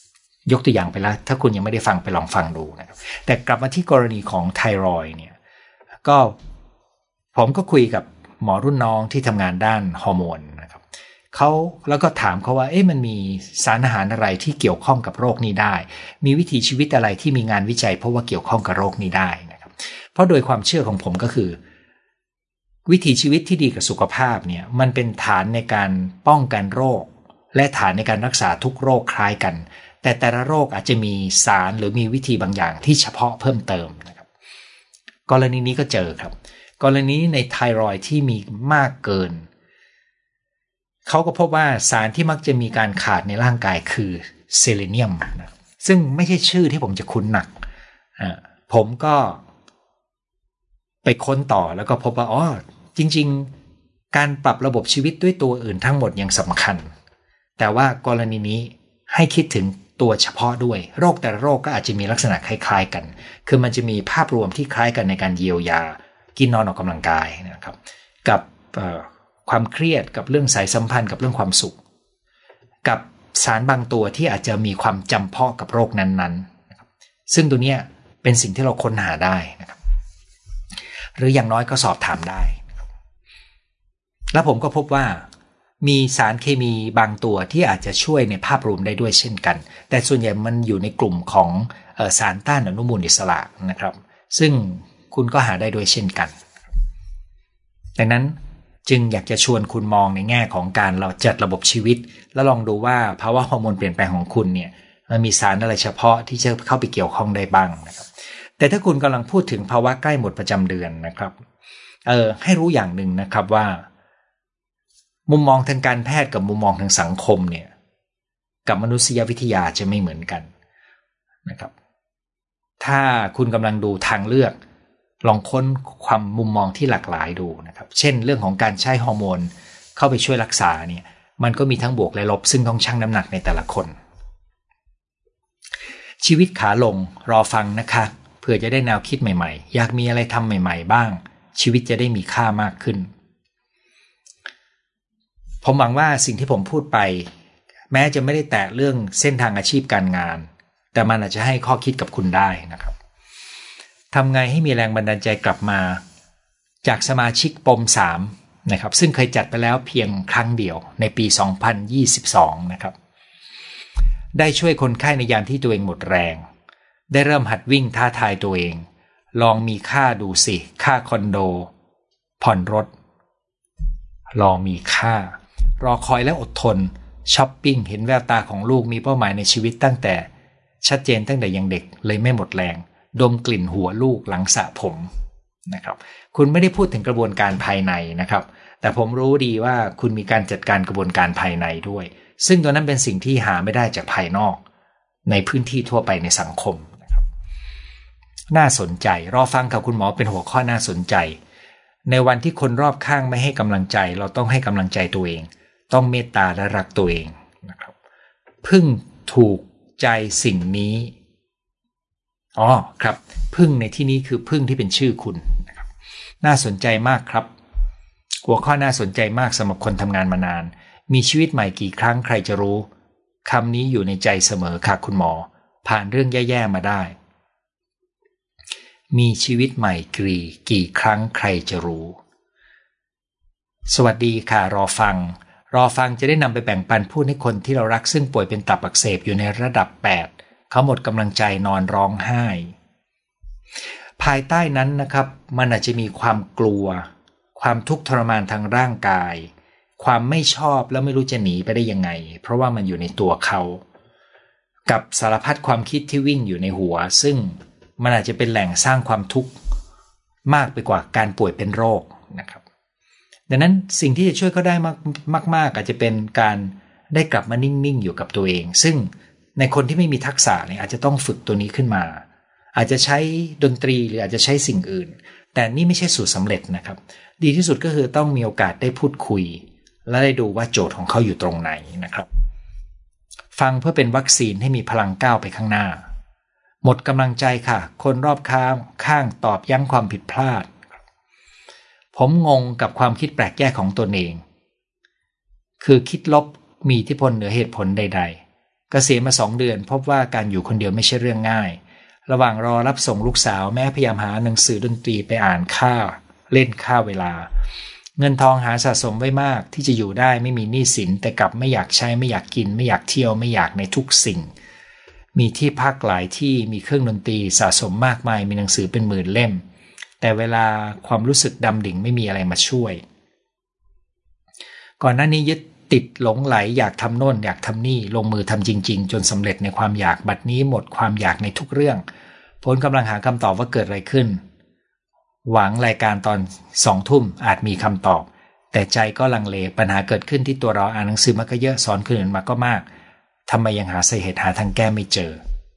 S1: ยกตัวอย่างไปแล้วถ้าคุณยังไม่ได้ฟังไปลองฟังดูนะครับแต่กลับมาที่กรณีของไทรอยด์เนี่ยก็ผมก็คุยกับหมอรุ่นน้องที่ทำงานด้านฮอร์โมนนะครับเขาแล้วก็ถามเขาว่ามันมีสารอาหารอะไรที่เกี่ยวข้องกับโรคนี้ได้มีวิถีชีวิตอะไรที่มีงานวิจัยเพราะว่าเกี่ยวข้องกับโรคนี้ได้นะครับเพราะโดยความเชื่อของผมก็คือวิถีชีวิตที่ดีกับสุขภาพเนี่ยมันเป็นฐานในการป้องกันโรคและฐานในการรักษาทุกโรคคล้ายกันแต่ละโรคอาจจะมีสารหรือมีวิธีบางอย่างที่เฉพาะเพิ่มเติมนะครับกรณีนี้ก็เจอครับกรณีในไทรอยด์ที่มีมากเกินเขาก็พบว่าสารที่มักจะมีการขาดในร่างกายคือเซเลเนียมนะซึ่งไม่ใช่ชื่อที่ผมจะคุ้นหนักผมก็ไปค้นต่อแล้วก็พบว่าจริงๆการปรับระบบชีวิตด้วยตัวอื่นทั้งหมดยังสำคัญแต่ว่ากรณีนี้ให้คิดถึงตัวเฉพาะด้วยโรคแต่ละโรคก็อาจจะมีลักษณะคล้ายๆกันคือมันจะมีภาพรวมที่คล้ายกันในการเยียวยากินนอนออกกำลังกายนะครับกับความเครียดกับเรื่องสายสัมพันธ์กับเรื่องความสุขกับสารบางตัวที่อาจจะมีความจำเพาะกับโรคนั้นๆนะครับซึ่งตัวนี้เป็นสิ่งที่เราค้นหาได้นะครับหรืออย่างน้อยก็สอบถามได้นะครับแล้วผมก็พบว่ามีสารเคมีบางตัวที่อาจจะช่วยในภาพรวมได้ด้วยเช่นกันแต่ส่วนใหญ่มันอยู่ในกลุ่มของสารต้านอนุมูลอิสระนะครับซึ่งคุณก็หาได้ด้วยเช่นกันดังนั้นจึงอยากจะชวนคุณมองในแง่ของการเราจัดระบบชีวิตแล้วลองดูว่าภาวะฮอร์โมนเปลี่ยนแปลงของคุณเนี่ยมันมีสารอะไรเฉพาะที่จะเข้าไปเกี่ยวข้องได้บ้างนะครับแต่ถ้าคุณกำลังพูดถึงภาวะใกล้หมดประจำเดือนนะครับให้รู้อย่างหนึ่งนะครับว่ามุมมองทางการแพทย์กับมุมมองทางสังคมเนี่ยกับมนุษยวิทยาจะไม่เหมือนกันนะครับถ้าคุณกำลังดูทางเลือกลองค้นความมุมมองที่หลากหลายดูนะครับเช่นเรื่องของการใช้ฮอร์โมนเข้าไปช่วยรักษาเนี่ยมันก็มีทั้งบวกและลบซึ่งต้องชั่งน้ำหนักในแต่ละคนชีวิตขาลงรอฟังนะคะเพื่อจะได้แนวคิดใหม่ๆอยากมีอะไรทำใหม่ๆบ้างชีวิตจะได้มีค่ามากขึ้นผมหวังว่าสิ่งที่ผมพูดไปแม้จะไม่ได้แตะเรื่องเส้นทางอาชีพการงานแต่มันอาจจะให้ข้อคิดกับคุณได้นะครับทำไงให้มีแรงบันดาลใจกลับมาจากสมาชิกปม3นะครับซึ่งเคยจัดไปแล้วเพียงครั้งเดียวในปี 2022 นะครับได้ช่วยคนไข้ในยามที่ตัวเองหมดแรงได้เริ่มหัดวิ่งท้าทายตัวเองลองมีค่าดูสิค่าคอนโดผ่อนรถลองมีค่ารอคอยและอดทนช้อปปิ้งเห็นแววตาของลูกมีเป้าหมายในชีวิตตั้งแต่ชัดเจนตั้งแต่ยังเด็กเลยไม่หมดแรงดมกลิ่นหัวลูกหลังสระผมนะครับคุณไม่ได้พูดถึงกระบวนการภายในนะครับแต่ผมรู้ดีว่าคุณมีการจัดการกระบวนการภายในด้วยซึ่งตัวนั้นเป็นสิ่งที่หาไม่ได้จากภายนอกในพื้นที่ทั่วไปในสังคมนะครับน่าสนใจรอฟังกับคุณหมอเป็นหัวข้อน่าสนใจในวันที่คนรอบข้างไม่ให้กำลังใจเราต้องให้กำลังใจตัวเองต้องเมตตาและรักตัวเองนะครับพึ่งถูกใจสิ่งนี้ครับพึ่งในที่นี้คือพึ่งที่เป็นชื่อคุณนะครับน่าสนใจมากครับหัวข้อน่าสนใจมากสำหรับคนทำงานมานานมีชีวิตใหม่กี่ครั้งใครจะรู้คำนี้อยู่ในใจเสมอค่ะคุณหมอผ่านเรื่องแย่ๆมาได้มีชีวิตใหม่กี่ครั้งใครจะรู้สวัสดีค่ะรอฟังจะได้นำไปแบ่งปันพูดให้คนที่เรารักซึ่งป่วยเป็นตับอักเสบอยู่ในระดับ8เขาหมดกำลังใจนอนร้องไห้ภายใต้นั้นนะครับมันอาจจะมีความกลัวความทุกข์ทรมานทางร่างกายความไม่ชอบแล้วไม่รู้จะหนีไปได้ยังไงเพราะว่ามันอยู่ในตัวเขากับสารพัดความคิดที่วิ่งอยู่ในหัวซึ่งมันอาจจะเป็นแหล่งสร้างความทุกข์มากไปกว่าการป่วยเป็นโรคนะครับดังนั้นสิ่งที่จะช่วยเขาได้มากอาจจะเป็นการได้กลับมานิ่งๆอยู่กับตัวเองซึ่งในคนที่ไม่มีทักษะเนี่ยอาจจะต้องฝึกตัวนี้ขึ้นมาอาจจะใช้ดนตรีหรืออาจจะใช้สิ่งอื่นแต่นี่ไม่ใช่สูตรสำเร็จนะครับดีที่สุดก็คือต้องมีโอกาสได้พูดคุยและได้ดูว่าโจทย์ของเขาอยู่ตรงไหนนะครับฟังเพื่อเป็นวัคซีนให้มีพลังก้าวไปข้างหน้าหมดกำลังใจค่ะคนรอบข้างตอบยั้งความผิดพลาดผมงงกับความคิดแปลกแยกของตนเองคือคิดลบมีอิทธิพลเหนือเหตุผลใดเกษียณมา2 เดือนพบว่าการอยู่คนเดียวไม่ใช่เรื่องง่ายระหว่างรอรับส่งลูกสาวแม่พยายามหาหนังสือดนตรีไปอ่านเล่นฆ่าเวลาเงินทองหาสะสมไว้มากที่จะอยู่ได้ไม่มีหนี้สินแต่กลับไม่อยากใช้ไม่อยากกินไม่อยากเที่ยวไม่อยากในทุกสิ่งมีที่พักหลายที่มีเครื่องดนตรีสะสมมากมายมีหนังสือเป็นหมื่นเล่มแต่เวลาความรู้สึกดำดิ่งไม่มีอะไรมาช่วยก่อนหน้านี้ยึดติดหลงไหลอยากทำโน่นอยากทำนี่ลงมือทำจริงๆจนสำเร็จในความอยากบัดนี้หมดความอยากในทุกเรื่องผลกำลังหาคำตอบว่าเกิดอะไรขึ้นหวังรายการตอน20:00 นอาจมีคำตอบแต่ใจก็ลังเลปัญหาเกิดขึ้นที่ตัวเราอ่านหนังสือมาก็เยอะสอนคนอื่นมาก็มากทำไมยังหาสาเหตุหาทางแก้ไม่เจอ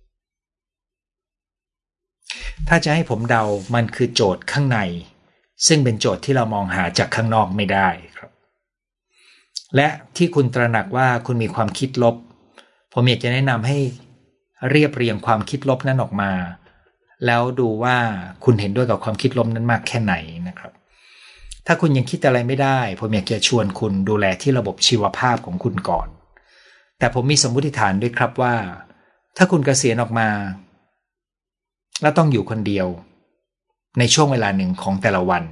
S1: ถ้าจะให้ผมเดามันคือโจทย์ข้างในซึ่งเป็นโจทย์ที่เรามองหาจากข้างนอกไม่ได้ครับและที่คุณตระหนักว่าคุณมีความคิดลบผมอยากจะแนะนำให้เรียบเรียงความคิดลบนั้นออกมาแล้วดูว่าคุณเห็นด้วยกับความคิดลบนั้นมากแค่ไหนนะครับถ้าคุณยังคิดอะไรไม่ได้ผมอยากจะชวนคุณดูแลที่ระบบชีวภาพของคุณก่อนแต่ผมมีสมมติฐานด้วยครับว่าถ้าคุณเกษียณออกมาแล้วต้องอยู่คนเดียวในช่วงเวลาหนึ่งของแต่ละวัน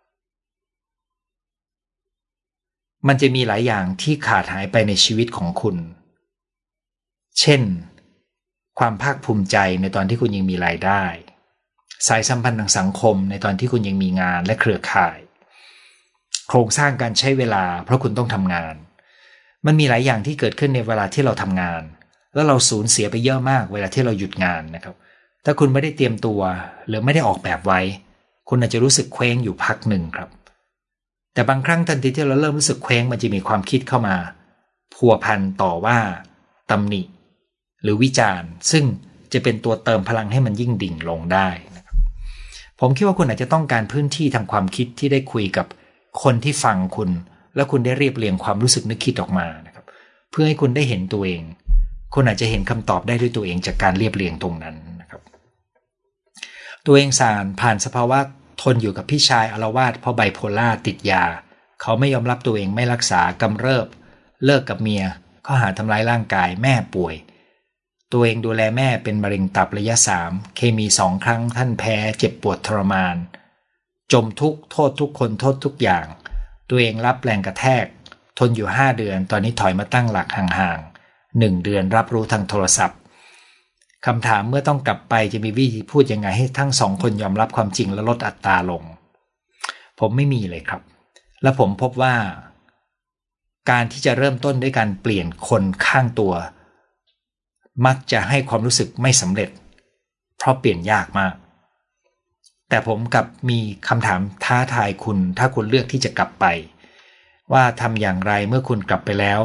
S1: มันจะมีหลายอย่างที่ขาดหายไปในชีวิตของคุณเช่นความภาคภูมิใจในตอนที่คุณยังมีรายได้สายสัมพันธ์ทางสังคมในตอนที่คุณยังมีงานและเครือข่ายโครงสร้างการใช้เวลาเพราะคุณต้องทำงานมันมีหลายอย่างที่เกิดขึ้นในเวลาที่เราทำงานแล้วเราสูญเสียไปเยอะมากเวลาที่เราหยุดงานนะครับถ้าคุณไม่ได้เตรียมตัวหรือไม่ได้ออกแบบไว้คุณอาจจะรู้สึกเคว้งอยู่พักหนึ่งครับแต่บางครั้งทันทีที่เราเริ่มรู้สึกเคว้งมันจะมีความคิดเข้ามาพัวพันต่อว่าตำหนิหรือวิจารณ์ซึ่งจะเป็นตัวเติมพลังให้มันยิ่งดิ่งลงได้นะครับผมคิดว่าคุณอาจจะต้องการพื้นที่ทางความคิดที่ได้คุยกับคนที่ฟังคุณแล้วคุณได้เรียบเรียงความรู้สึกนึกคิดออกมานะครับเพื่อให้คุณได้เห็นตัวเองคุณอาจจะเห็นคำตอบได้ด้วยตัวเองจากการเรียบเรียงตรงนั้นนะครับตัวเองผ่านสภาวะทนอยู่กับพี่ชายอาละวาดเพราะไบโพล่าติดยาเขาไม่ยอมรับตัวเองไม่รักษากำเริบเลิกกับเมียข้อหาทำร้ายร่างกายแม่ป่วยตัวเองดูแลแม่เป็นมะเร็งตับระยะ3เคมี2 ครั้งท่านแพ้เจ็บปวดทรมานจมทุกข์โทษทุกคนโทษทุกอย่างตัวเองรับแรงกระแทกทนอยู่5 เดือนตอนนี้ถอยมาตั้งหลักห่างๆ1 เดือนรับรู้ทางโทรศัพท์คำถามเมื่อต้องกลับไปจะมีวิธีพูดยังไงให้ทั้ง2 คนยอมรับความจริงและลดอัตราลงผมไม่มีเลยครับและผมพบว่าการที่จะเริ่มต้นด้วยการเปลี่ยนคนข้างตัวมักจะให้ความรู้สึกไม่สำเร็จเพราะเปลี่ยนยากมากแต่ผมกับมีคำถามท้าทายคุณถ้าคุณเลือกที่จะกลับไปว่าทำอย่างไรเมื่อคุณกลับไปแล้ว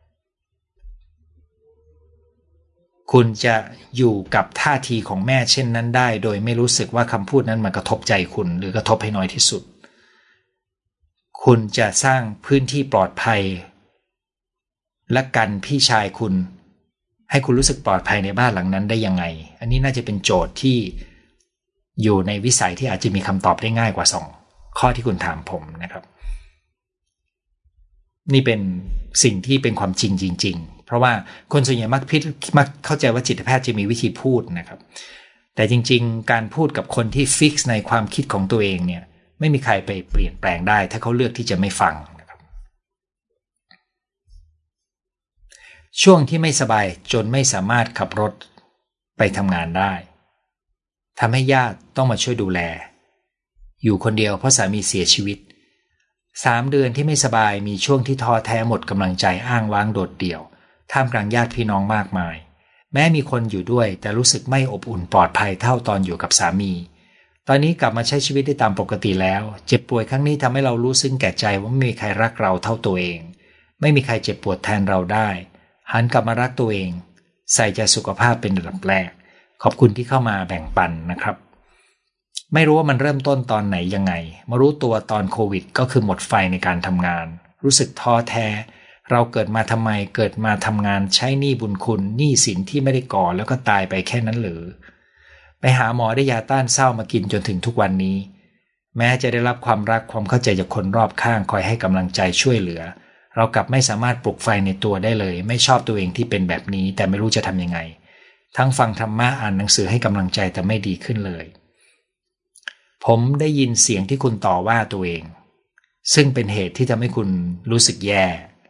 S1: คุณจะอยู่กับท่าทีของแม่เช่นนั้นได้โดยไม่รู้สึกว่าคำพูดนั้นมันกระทบใจคุณหรือกระทบให้น้อยที่สุดคุณจะสร้างพื้นที่ปลอดภัยและกันพี่ชายคุณให้คุณรู้สึกปลอดภัยในบ้านหลังนั้นได้ยังไงอันนี้น่าจะเป็นโจทย์ที่อยู่ในวิสัยที่อาจจะมีคำตอบได้ง่ายกว่า2 ข้อที่คุณถามผมนะครับนี่เป็นสิ่งที่เป็นความจริงจริงๆเพราะว่าคนส่วนใหญ่มักเข้าใจว่าจิตแพทย์จะมีวิธีพูดนะครับแต่จริงๆการพูดกับคนที่ฟิกซ์ในความคิดของตัวเองเนี่ยไม่มีใครไปเปลี่ยนแปลงได้ถ้าเขาเลือกที่จะไม่ฟังนะครับช่วงที่ไม่สบายจนไม่สามารถขับรถไปทำงานได้ทำให้ญาติต้องมาช่วยดูแลอยู่คนเดียวเพราะสามีเสียชีวิต3 เดือนที่ไม่สบายมีช่วงที่ท้อแท้หมดกำลังใจอ้างว้างโดดเดี่ยวท่ามกลางญาติพี่น้องมากมายแม้มีคนอยู่ด้วยแต่รู้สึกไม่อบอุ่นปลอดภัยเท่าตอนอยู่กับสามีตอนนี้กลับมาใช้ชีวิตได้ตามปกติแล้วเจ็บป่วยครั้งนี้ทำให้เรารู้ซึ้งแก่ใจว่าไม่มีใครรักเราเท่าตัวเองไม่มีใครเจ็บปวดแทนเราได้หันกลับมารักตัวเองใส่ใจสุขภาพเป็นอันดับแรกขอบคุณที่เข้ามาแบ่งปันนะครับไม่รู้ว่ามันเริ่มต้นตอนไหนยังไงมารู้ตัวตอนโควิดก็คือหมดไฟในการทำงานรู้สึกท้อแท้เราเกิดมาทำไมเกิดมาทำงานใช้หนี้บุญคุณหนี้สินที่ไม่ได้ก่อแล้วก็ตายไปแค่นั้นหรือไปหาหมอได้ยาต้านเศร้ามากินจนถึงทุกวันนี้แม้จะได้รับความรักความเข้าใจจากคนรอบข้างคอยให้กำลังใจช่วยเหลือเรากลับไม่สามารถปลุกไฟในตัวได้เลยไม่ชอบตัวเองที่เป็นแบบนี้แต่ไม่รู้จะทำยังไงทั้งฟังธรรมะอ่านหนังสือให้กำลังใจแต่ไม่ดีขึ้นเลยผมได้ยินเสียงที่คุณต่อว่าตัวเองซึ่งเป็นเหตุที่ทำให้คุณรู้สึกแย่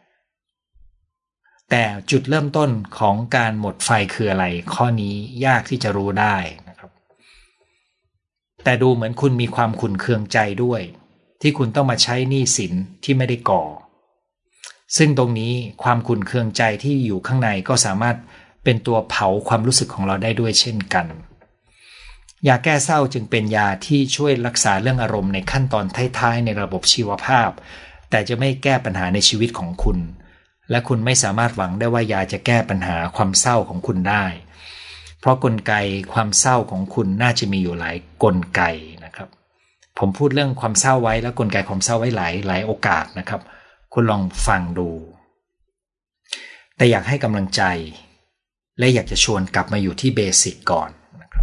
S1: แต่จุดเริ่มต้นของการหมดไฟคืออะไรข้อนี้ยากที่จะรู้ได้นะครับแต่ดูเหมือนคุณมีความขุ่นเคืองใจด้วยที่คุณต้องมาใช้หนี้สินที่ไม่ได้ก่อซึ่งตรงนี้ความขุ่นเคืองใจที่อยู่ข้างในก็สามารถเป็นตัวเผาความรู้สึกของเราได้ด้วยเช่นกันยาแก้เศร้าจึงเป็นยาที่ช่วยรักษาเรื่องอารมณ์ในขั้นตอนท้ายๆในระบบชีวภาพแต่จะไม่แก้ปัญหาในชีวิตของคุณและคุณไม่สามารถหวังได้ว่ายาจะแก้ปัญหาความเศร้าของคุณได้เพราะกลไกความเศร้าของคุณน่าจะมีอยู่หลายกลไกนะครับผมพูดเรื่องความเศร้าไว้และกลไกความเศร้าไว้หลายโอกาสนะครับคุณลองฟังดูแต่อยากให้กำลังใจและอยากจะชวนกลับมาอยู่ที่เบสิกก่อนนะครับ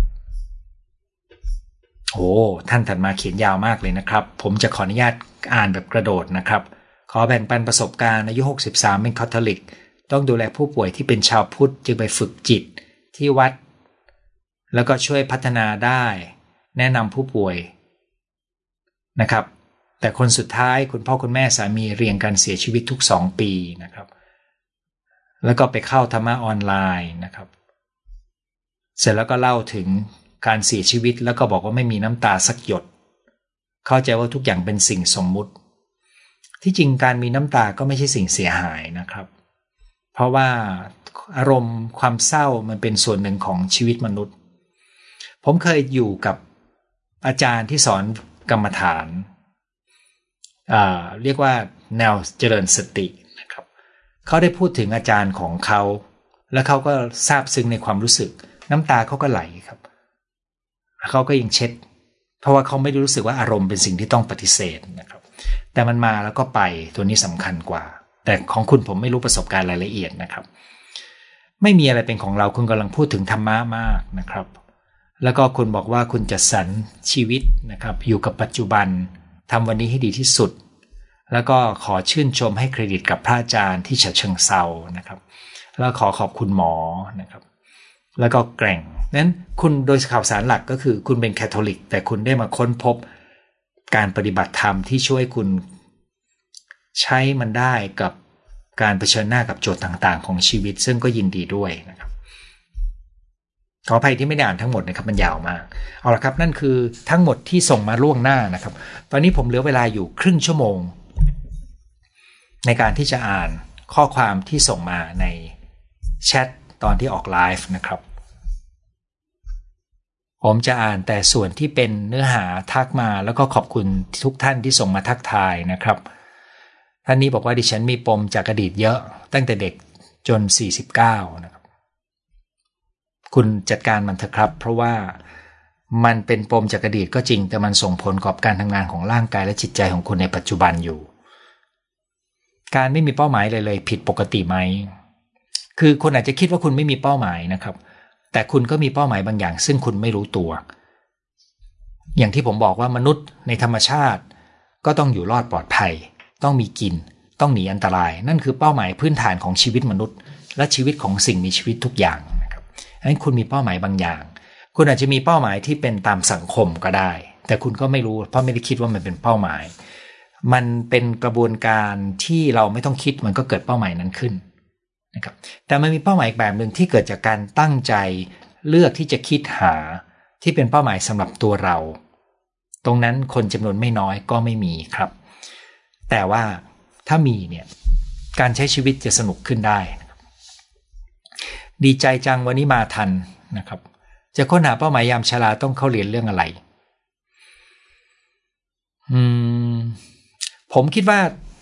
S1: โอ้ท่านถัดมาเขียนยาวมากเลยนะครับผมจะขออนุญาตอ่านแบบกระโดดนะครับขอแบ่งปันประสบการณ์อายุ63เป็นคาทอลิกต้องดูแลผู้ป่วยที่เป็นชาวพุทธจึงไปฝึกจิตที่วัดแล้วก็ช่วยพัฒนาได้แนะนำผู้ป่วยนะครับแต่คนสุดท้ายคุณพ่อคุณแม่สามีเรียงกันเสียชีวิตทุก2 ปีนะครับแล้วก็ไปเข้าธรรมะออนไลน์นะครับเสร็จแล้วก็เล่าถึงการเสียชีวิตแล้วก็บอกว่าไม่มีน้ำตาสักหยดเข้าใจว่าทุกอย่างเป็นสิ่งสมมุติที่จริงการมีน้ำตาก็ไม่ใช่สิ่งเสียหายนะครับเพราะว่าอารมณ์ความเศร้ามันเป็นส่วนหนึ่งของชีวิตมนุษย์ผมเคยอยู่กับอาจารย์ที่สอนกรรมฐานเรียกว่าแนวเจริญสตินะครับเขาได้พูดถึงอาจารย์ของเขาแล้วเขาก็ซาบซึ้งในความรู้สึกน้ำตาเขาก็ไหลครับเขาก็ยังเช็ดเพราะว่าเขาไม่รู้สึกว่าอารมณ์เป็นสิ่งที่ต้องปฏิเสธนะครับแต่มันมาแล้วก็ไปตัวนี้สำคัญกว่าแต่ของคุณผมไม่รู้ประสบการณ์รายละเอียดนะครับไม่มีอะไรเป็นของเราคุณกำลังพูดถึงธรรมะมากนะครับแล้วก็คุณบอกว่าคุณจะสรรชีวิตนะครับอยู่กับปัจจุบันทำวันนี้ให้ดีที่สุดแล้วก็ขอชื่นชมให้เครดิตกับพระอาจารย์ที่ฉะเชิงเทรานะครับแล้วขอขอบคุณหมอนะครับแล้วก็แกร่งนั้นคุณโดยข่าวสารหลักก็คือคุณเป็นแคทอลิกแต่คุณได้มาค้นพบการปฏิบัติธรรมที่ช่วยคุณใช้มันได้กับการเผชิญหน้ากับโจทย์ต่างๆของชีวิตซึ่งก็ยินดีด้วยนะครับขออภัยที่ไม่ได้อ่านทั้งหมดนะครับมันยาวมากเอาละครับนั่นคือทั้งหมดที่ส่งมาล่วงหน้านะครับตอนนี้ผมเหลือเวลาอยู่ครึ่งชั่วโมงในการที่จะอ่านข้อความที่ส่งมาในแชทตอนที่ออกไลฟ์นะครับผมจะอ่านแต่ส่วนที่เป็นเนื้อหาทักมาแล้วก็ขอบคุณทุกท่านที่ส่งมาทักทายนะครับท่านนี้บอกว่าดิฉันมีปมจากอดีตเยอะตั้งแต่เด็กจน49นะครับคุณจัดการมันเถอะครับเพราะว่ามันเป็นปมจากอดีตก็จริงแต่มันส่งผลกับการทำงานของร่างกายและจิตใจของคุณในปัจจุบันอยู่การไม่มีเป้าหมายเลยผิดปกติไหมคือคุณอาจจะคิดว่าคุณไม่มีเป้าหมายนะครับแต่คุณก็มีเป้าหมายบางอย่างซึ่งคุณไม่รู้ตัวอย่างที่ผมบอกว่ามนุษย์ในธรรมชาติก็ต้องอยู่รอดปลอดภัยต้องมีกินต้องหนีอันตรายนั่นคือเป้าหมายพื้นฐานของชีวิตมนุษย์และชีวิตของสิ่งมีชีวิตทุกอย่างนะครับดังนั้นคุณมีเป้าหมายบางอย่างคุณอาจจะมีเป้าหมายที่เป็นตามสังคมก็ได้แต่คุณก็ไม่รู้เพราะไม่ได้คิดว่ามันเป็นเป้าหมายมันเป็นกระบวนการที่เราไม่ต้องคิดมันก็เกิดเป้าหมายนั้นขึ้นนะครับแต่มันมีเป้าหมายอีกแบบนึงที่เกิดจากการตั้งใจเลือกที่จะคิดหาที่เป็นเป้าหมายสำหรับตัวเราตรงนั้นคนจำนวนไม่น้อยก็ไม่มีครับแต่ว่าถ้ามีเนี่ยการใช้ชีวิตจะสนุกขึ้นได้นะครับดีใจจังวันนี้มาทันนะครับจะค้นหาเป้าหมายยามชราต้องเข้าเรียนเรื่องอะไรผมคิดว่า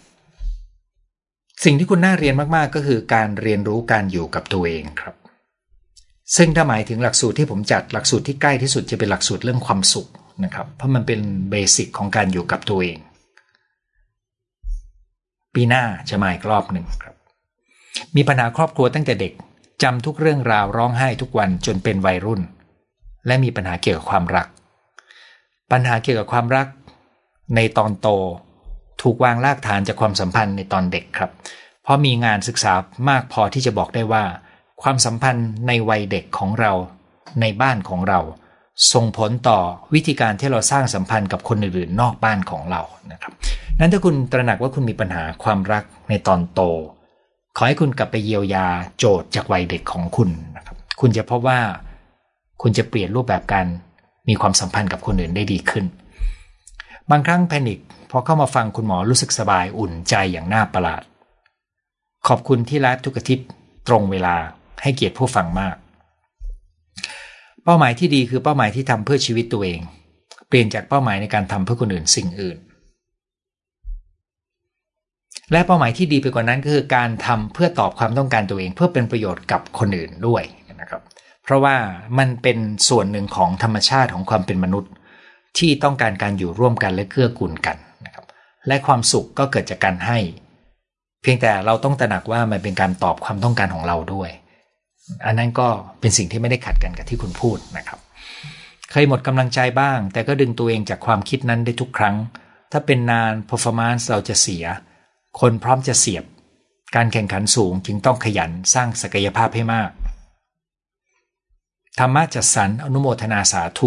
S1: สิ่งที่คุณน่าเรียนมากๆก็คือการเรียนรู้การอยู่กับตัวเองครับซึ่งถ้าหมายถึงหลักสูตรที่ผมจัดหลักสูตรที่ใกล้ที่สุดจะเป็นหลักสูตรเรื่องความสุขนะครับเพราะมันเป็นเบสิกของการอยู่กับตัวเองปีหน้าจะมาอีกรอบหนึ่งครับมีปัญหาครอบครัวตั้งแต่เด็กจำทุกเรื่องราวร้องไห้ทุกวันจนเป็นวัยรุ่นและมีปัญหาเกี่ยวกับความรักปัญหาเกี่ยวกับความรักในตอนโตถูกวางรากฐานจากความสัมพันธ์ในตอนเด็กครับเพราะมีงานศึกษามากพอที่จะบอกได้ว่าความสัมพันธ์ในวัยเด็กของเราในบ้านของเราส่งผลต่อวิธีการที่เราสร้างสัมพันธ์กับคนอื่นๆนอกบ้านของเรานะครับนั้นถ้าคุณตระหนักว่าคุณมีปัญหาความรักในตอนโตขอให้คุณกลับไปเยียวยาโจทย์จากวัยเด็กของคุณนะครับคุณจะพบว่าคุณจะเปลี่ยนรูปแบบการมีความสัมพันธ์กับคนอื่นได้ดีขึ้นบางครั้งแพนิคพอเข้ามาฟังคุณหมอรู้สึกสบายอุ่นใจอย่างน่าประหลาดขอบคุณที่ไลฟ์ทุกอาทิตย์ตรงเวลาให้เกียรติผู้ฟังมากเป้าหมายที่ดีคือเป้าหมายที่ทำเพื่อชีวิตตัวเองเปลี่ยนจากเป้าหมายในการทำเพื่อคนอื่นสิ่งอื่นและเป้าหมายที่ดีไปกว่านั้นก็คือการทำเพื่อตอบความต้องการตัวเองเพื่อเป็นประโยชน์กับคนอื่นด้วยนะครับเพราะว่ามันเป็นส่วนหนึ่งของธรรมชาติของความเป็นมนุษย์ที่ต้องการการอยู่ร่วมกันและเกื้อกูลกันนะครับและความสุขก็เกิดจากการให้เพียงแต่เราต้องตระหนักว่ามันเป็นการตอบความต้องการของเราด้วยอันนั้นก็เป็นสิ่งที่ไม่ได้ขัดกันกับที่คุณพูดนะครับเคยหมดกำลังใจบ้างแต่ก็ดึงตัวเองจากความคิดนั้นได้ทุกครั้งถ้าเป็นนาน performance เราจะเสียคนพร้อมจะเสียบการแข่งขันสูงจึงต้องขยันสร้างศักยภาพให้มากธรรมะจัดสรรอนุโมทนาสาธุ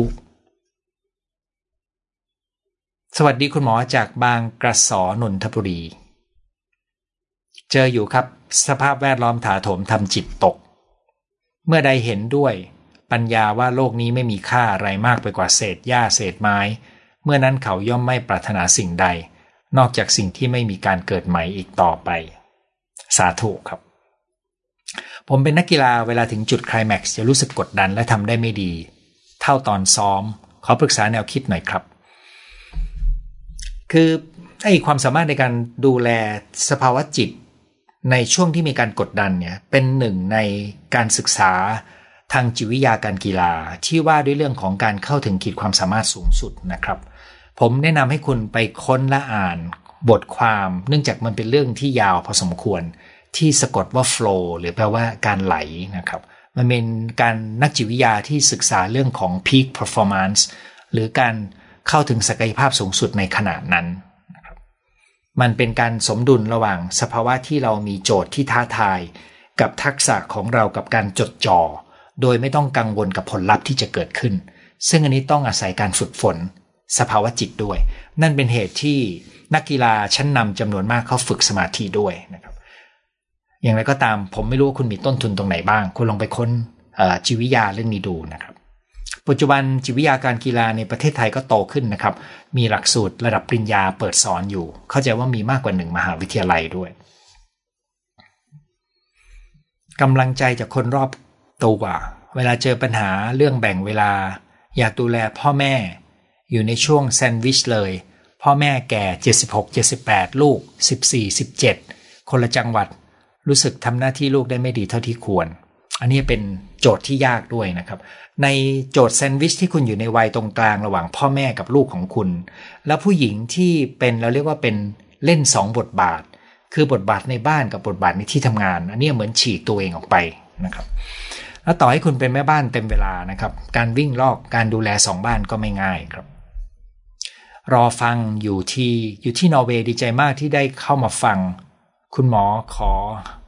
S1: สวัสดีคุณหมอจากบางกระสอนนทบุรีเจออยู่ครับสภาพแวดล้อมถาโถมทำจิตตกเมื่อใดเห็นด้วยปัญญาว่าโลกนี้ไม่มีค่าอะไรมากไปกว่าเศษหญ้าเศษไม้เมื่อนั้นเขาย่อมไม่ปรารถนาสิ่งใดนอกจากสิ่งที่ไม่มีการเกิดใหม่อีกต่อไปสาธุครับผมเป็นนักกีฬาเวลาถึงจุดไคลแม็กซ์จะรู้สึกกดดันและทำได้ไม่ดีเท่าตอนซ้อมขอปรึกษาแนวคิดหน่อยครับคือความสามารถในการดูแลสภาวะจิตในช่วงที่มีการกดดันเนี่ยเป็นหนึ่งในการศึกษาทางจิตวิทยาการกีฬาที่ว่าด้วยเรื่องของการเข้าถึงขีดความสามารถสูงสุดนะครับผมแนะนำให้คุณไปค้นและอ่านบทความเนื่องจากมันเป็นเรื่องที่ยาวพอสมควรที่สะกดว่า flow หรือแปลว่าการไหลนะครับมันเป็นการนักจิตวิทยาที่ศึกษาเรื่องของ peak performance หรือการเข้าถึงศักยภาพสูงสุดในขณะนั้นนะครับมันเป็นการสมดุลระหว่างสภาวะที่เรามีโจทย์ที่ท้าทายกับทักษะของเรากับการจดจ่อโดยไม่ต้องกังวลกับผลลัพธ์ที่จะเกิดขึ้นซึ่งอันนี้ต้องอาศัยการฝึกฝนสภาวะจิตด้วยนั่นเป็นเหตุที่นักกีฬาชั้นนำจำนวนมากเขาฝึกสมาธิด้วยนะครับอย่างไรก็ตามผมไม่รู้ว่าคุณมีต้นทุนตรงไหนบ้างคุณลองไปค้นจิตวิทยาเรื่องนี้ดูนะครับปัจจุบันจิตวิทยาการกีฬาในประเทศไทยก็โตขึ้นนะครับมีหลักสูตรระดับปริญญาเปิดสอนอยู่เข้าใจว่ามีมากกว่า1มหาวิทยาลัยด้วยกำลังใจจากคนรอบตัวเวลาเจอปัญหาเรื่องแบ่งเวลาอยากดูแลพ่อแม่อยู่ในช่วงแซนด์วิชเลยพ่อแม่แก่76 78ลูก14 17คนละจังหวัดรู้สึกทำหน้าที่ลูกได้ไม่ดีเท่าที่ควรอันนี้เป็นโจทย์ที่ยากด้วยนะครับในโจทย์แซนด์วิชที่คุณอยู่ในวัยตรงกลางระหว่างพ่อแม่กับลูกของคุณแล้วผู้หญิงที่เป็นเราเรียกว่าเป็นเล่น2บทบาทคือบทบาทในบ้านกับบทบาทในที่ทำงานอันนี้เหมือนฉีกตัวเองออกไปนะครับแล้วต่อให้คุณเป็นแม่บ้านเต็มเวลานะครับการวิ่งลอกการดูแล2บ้านก็ไม่ง่ายครับรอฟังอยู่ที่นอร์เวย์ดีใจมากที่ได้เข้ามาฟังคุณหมอขอ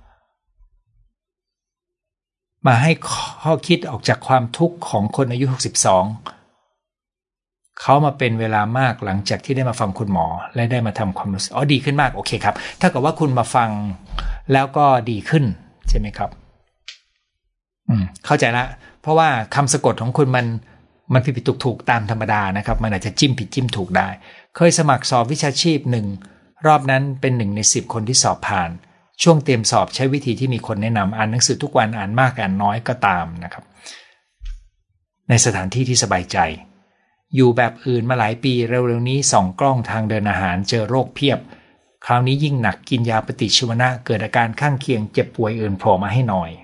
S1: มาให้ข้อคิดออกจากความทุกข์ของคนอายุ62เขามาเป็นเวลามากหลังจากที่ได้มาฟังคุณหมอและได้มาทำความรู้สึกดีขึ้นมากโอเคครับถ้าเกิดว่าคุณมาฟังแล้วก็ดีขึ้นใช่ไหมครับเข้าใจละเพราะว่าคำสะกดของคุณมันผิดถูกตามธรรมดานะครับมันอาจจะจิ้มผิดจิ้มถูกได้เคยสมัครสอบวิชาชีพ1รอบนั้นเป็น1ใน10คนที่สอบผ่านช่วงเตรียมสอบใช้วิธีที่มีคนแนะนำอ่านหนังสือทุกวันอ่านมากอ่านน้อยก็ตามนะครับในสถานที่ที่สบายใจอยู่แบบอื่นมาหลายปีเร็วๆนี้ส่องกล้องทางเดินอาหารเจอโรคเพียบคราวนี้ยิ่งหนักกินยาปฏิชีวนะเกิดอาการข้างเคียงเจ็บป่วยอื่นโผล่มาให้หน่อย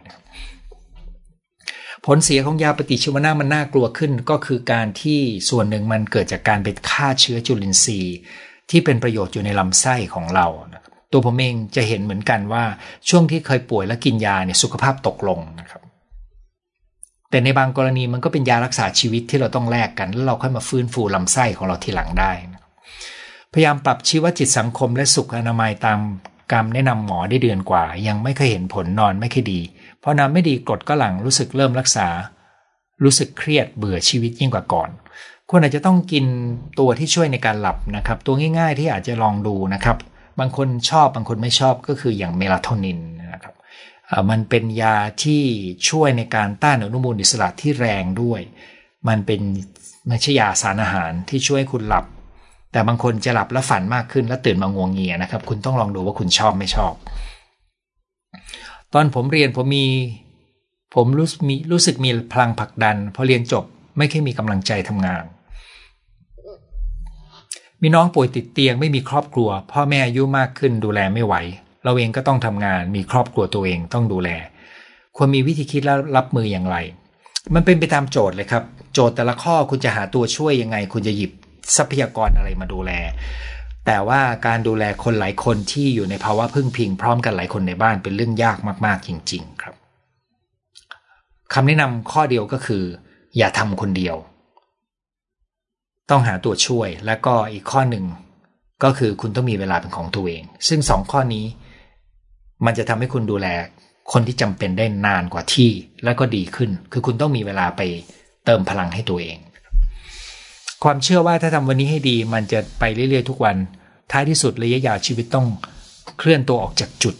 S1: ผลเสียของยาปฏิชีวนะมันน่ากลัวขึ้นก็คือการที่ส่วนหนึ่งมันเกิดจากการไปฆ่าเชื้อจุลินทรีย์ที่เป็นประโยชน์อยู่ในลำไส้ของเราตัวผมเองจะเห็นเหมือนกันว่าช่วงที่เคยป่วยแล้วกินยาเนี่ยสุขภาพตกลงนะครับแต่ในบางกรณีมันก็เป็นยารักษาชีวิตที่เราต้องแลกกันแล้วเราค่อยมาฟื้นฟูลำไส้ของเราทีหลังได้นะครับพยายามปรับชีวจิตสังคมและสุขอนามัยตามการแนะนำหมอได้เดือนกว่ายังไม่เคยเห็นผลนอนไม่ค่อยดีพอนอนไม่ดีกรดก็หลั่งรู้สึกเริ่มรักษารู้สึกเครียดเบื่อชีวิตยิ่งกว่าก่อนคุณอาจจะต้องกินตัวที่ช่วยในการหลับนะครับตัวง่ายๆที่อาจจะลองดูนะครับบางคนชอบบางคนไม่ชอบก็คืออย่างเมลาโทนินนะครับมันเป็นยาที่ช่วยในการต้านอนุมูลอิสระที่แรงด้วยมันเป็นไม่ใช่ยาสารอาหารที่ช่วยคุณหลับแต่บางคนจะหลับแล้วฝันมากขึ้นแล้วตื่นมางวงเงียนะครับคุณต้องลองดูว่าคุณชอบไม่ชอบตอนผมเรียนผมรู้สึกมีพลังผลักดันพอเรียนจบไม่ค่อยมีกำลังใจทำงานมีน้องป่วยติดเตียงไม่มีครอบครัวพ่อแม่อายุมากขึ้นดูแลไม่ไหวเราเองก็ต้องทำงานมีครอบครัวตัวเองต้องดูแลควรมีวิธีคิดและรับมืออย่างไรมันเป็นไปตามโจทย์เลยครับโจทย์แต่ละข้อคุณจะหาตัวช่วยยังไงคุณจะหยิบทรัพยากรอะไรมาดูแลแต่ว่าการดูแลคนหลายคนที่อยู่ในภาวะพึ่งพิงพร้อมกันหลายคนในบ้านเป็นเรื่องยากมากๆจริงๆครับคำแนะนำข้อเดียวก็คืออย่าทำคนเดียวต้องหาตัวช่วยและก็อีกข้อหนึ่งก็คือคุณต้องมีเวลาเป็นของตัวเองซึ่งสองข้อนี้มันจะทำให้คุณดูแลคนที่จำเป็นได้นานกว่าที่และก็ดีขึ้นคือคุณต้องมีเวลาไปเติมพลังให้ตัวเองความเชื่อว่าถ้าทำวันนี้ให้ดีมันจะไปเรื่อยๆทุกวันท้ายที่สุดระยะยาวชีวิตต้องเคลื่อนตัวออกจากจุด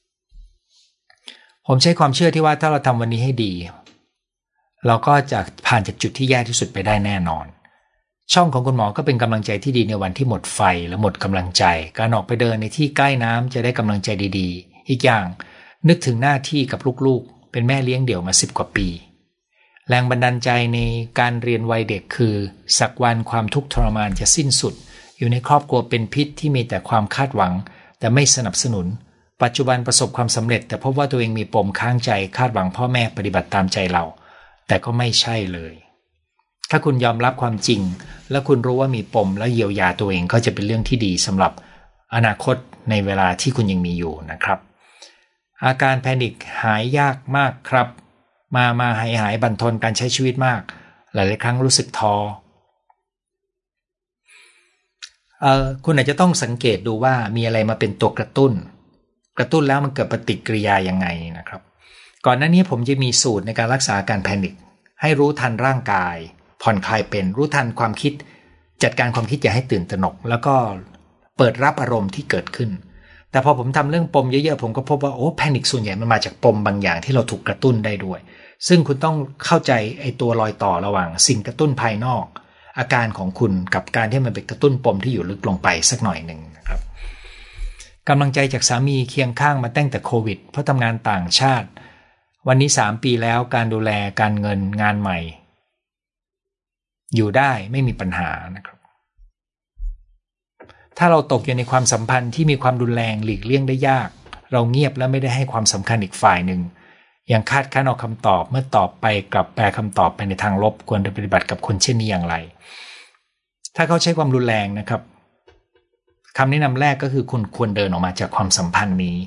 S1: ผมใช้ความเชื่อที่ว่าถ้าเราทำวันนี้ให้ดีเราก็จะผ่านจากจุดที่แย่ที่สุดไปได้แน่นอนช่องของคุณหมอก็เป็นกำลังใจที่ดีในวันที่หมดไฟและหมดกำลังใจการออกไปเดินในที่ใกล้น้ำจะได้กำลังใจดีๆอีกอย่างนึกถึงหน้าที่กับลูกๆเป็นแม่เลี้ยงเดี่ยวมา10 กว่าปีแรงบันดาลใจในการเรียนวัยเด็กคือสักวันความทุกข์ทรมานจะสิ้นสุดอยู่ในครอบครัวเป็นพิษที่มีแต่ความคาดหวังแต่ไม่สนับสนุนปัจจุบันประสบความสำเร็จแต่พบว่าตัวเองมีปมค้างใจคาดหวังพ่อแม่ปฏิบัติตามใจเราแต่ก็ไม่ใช่เลยถ้าคุณยอมรับความจริงและคุณรู้ว่ามีปมและเยียวยาตัวเองก็จะเป็นเรื่องที่ดีสำหรับอนาคตในเวลาที่คุณยังมีอยู่นะครับอาการแพนิคหายยากมากครับมาหายบั่นทอนการใช้ชีวิตมากหลายๆครั้งรู้สึกท้อคุณอาจจะต้องสังเกตดูว่ามีอะไรมาเป็นตัวกระตุ้นแล้วมันเกิดปฏิกิริยายังไงนะครับก่อนหน้านี้ผมจะมีสูตรในการรักษาอาการแพนิคให้รู้ทันร่างกายผ่อนคลายเป็นรู้ทันความคิดจัดการความคิดอย่าให้ตื่นตระหนกแล้วก็เปิดรับอารมณ์ที่เกิดขึ้นแต่พอผมทำเรื่องปมเยอะๆผมก็พบว่าแพนิคส่วนใหญ่มันมาจากปมบางอย่างที่เราถูกกระตุ้นได้ด้วยซึ่งคุณต้องเข้าใจไอ้ตัวรอยต่อระหว่างสิ่งกระตุ้นภายนอกอาการของคุณกับการที่มันไปกระตุ้นปมที่อยู่ลึกลงไปสักหน่อยหนึ่งนะครับกำลังใจจากสามีเคียงข้างมาตั้งแต่โควิดเพราะทำงานต่างชาติวันนี้3 ปีแล้วการดูแลการเงินงานใหม่อยู่ได้ไม่มีปัญหานะครับถ้าเราตกอยู่ในความสัมพันธ์ที่มีความรุนแรงหลีกเลี่ยงได้ยากเราเงียบและไม่ได้ให้ความสำคัญอีกฝ่ายหนึ่งยังคาดคั้นเอาคำตอบเมื่อตอบไปกลับแปลคำตอบไปในทางลบควรจะปฏิบัติกับคนเช่นนี้อย่างไรถ้าเขาใช้ความรุนแรงนะครับคำแนะนำแรกก็คือคุณควรเดินออกมาจากความสัมพันธ์นี้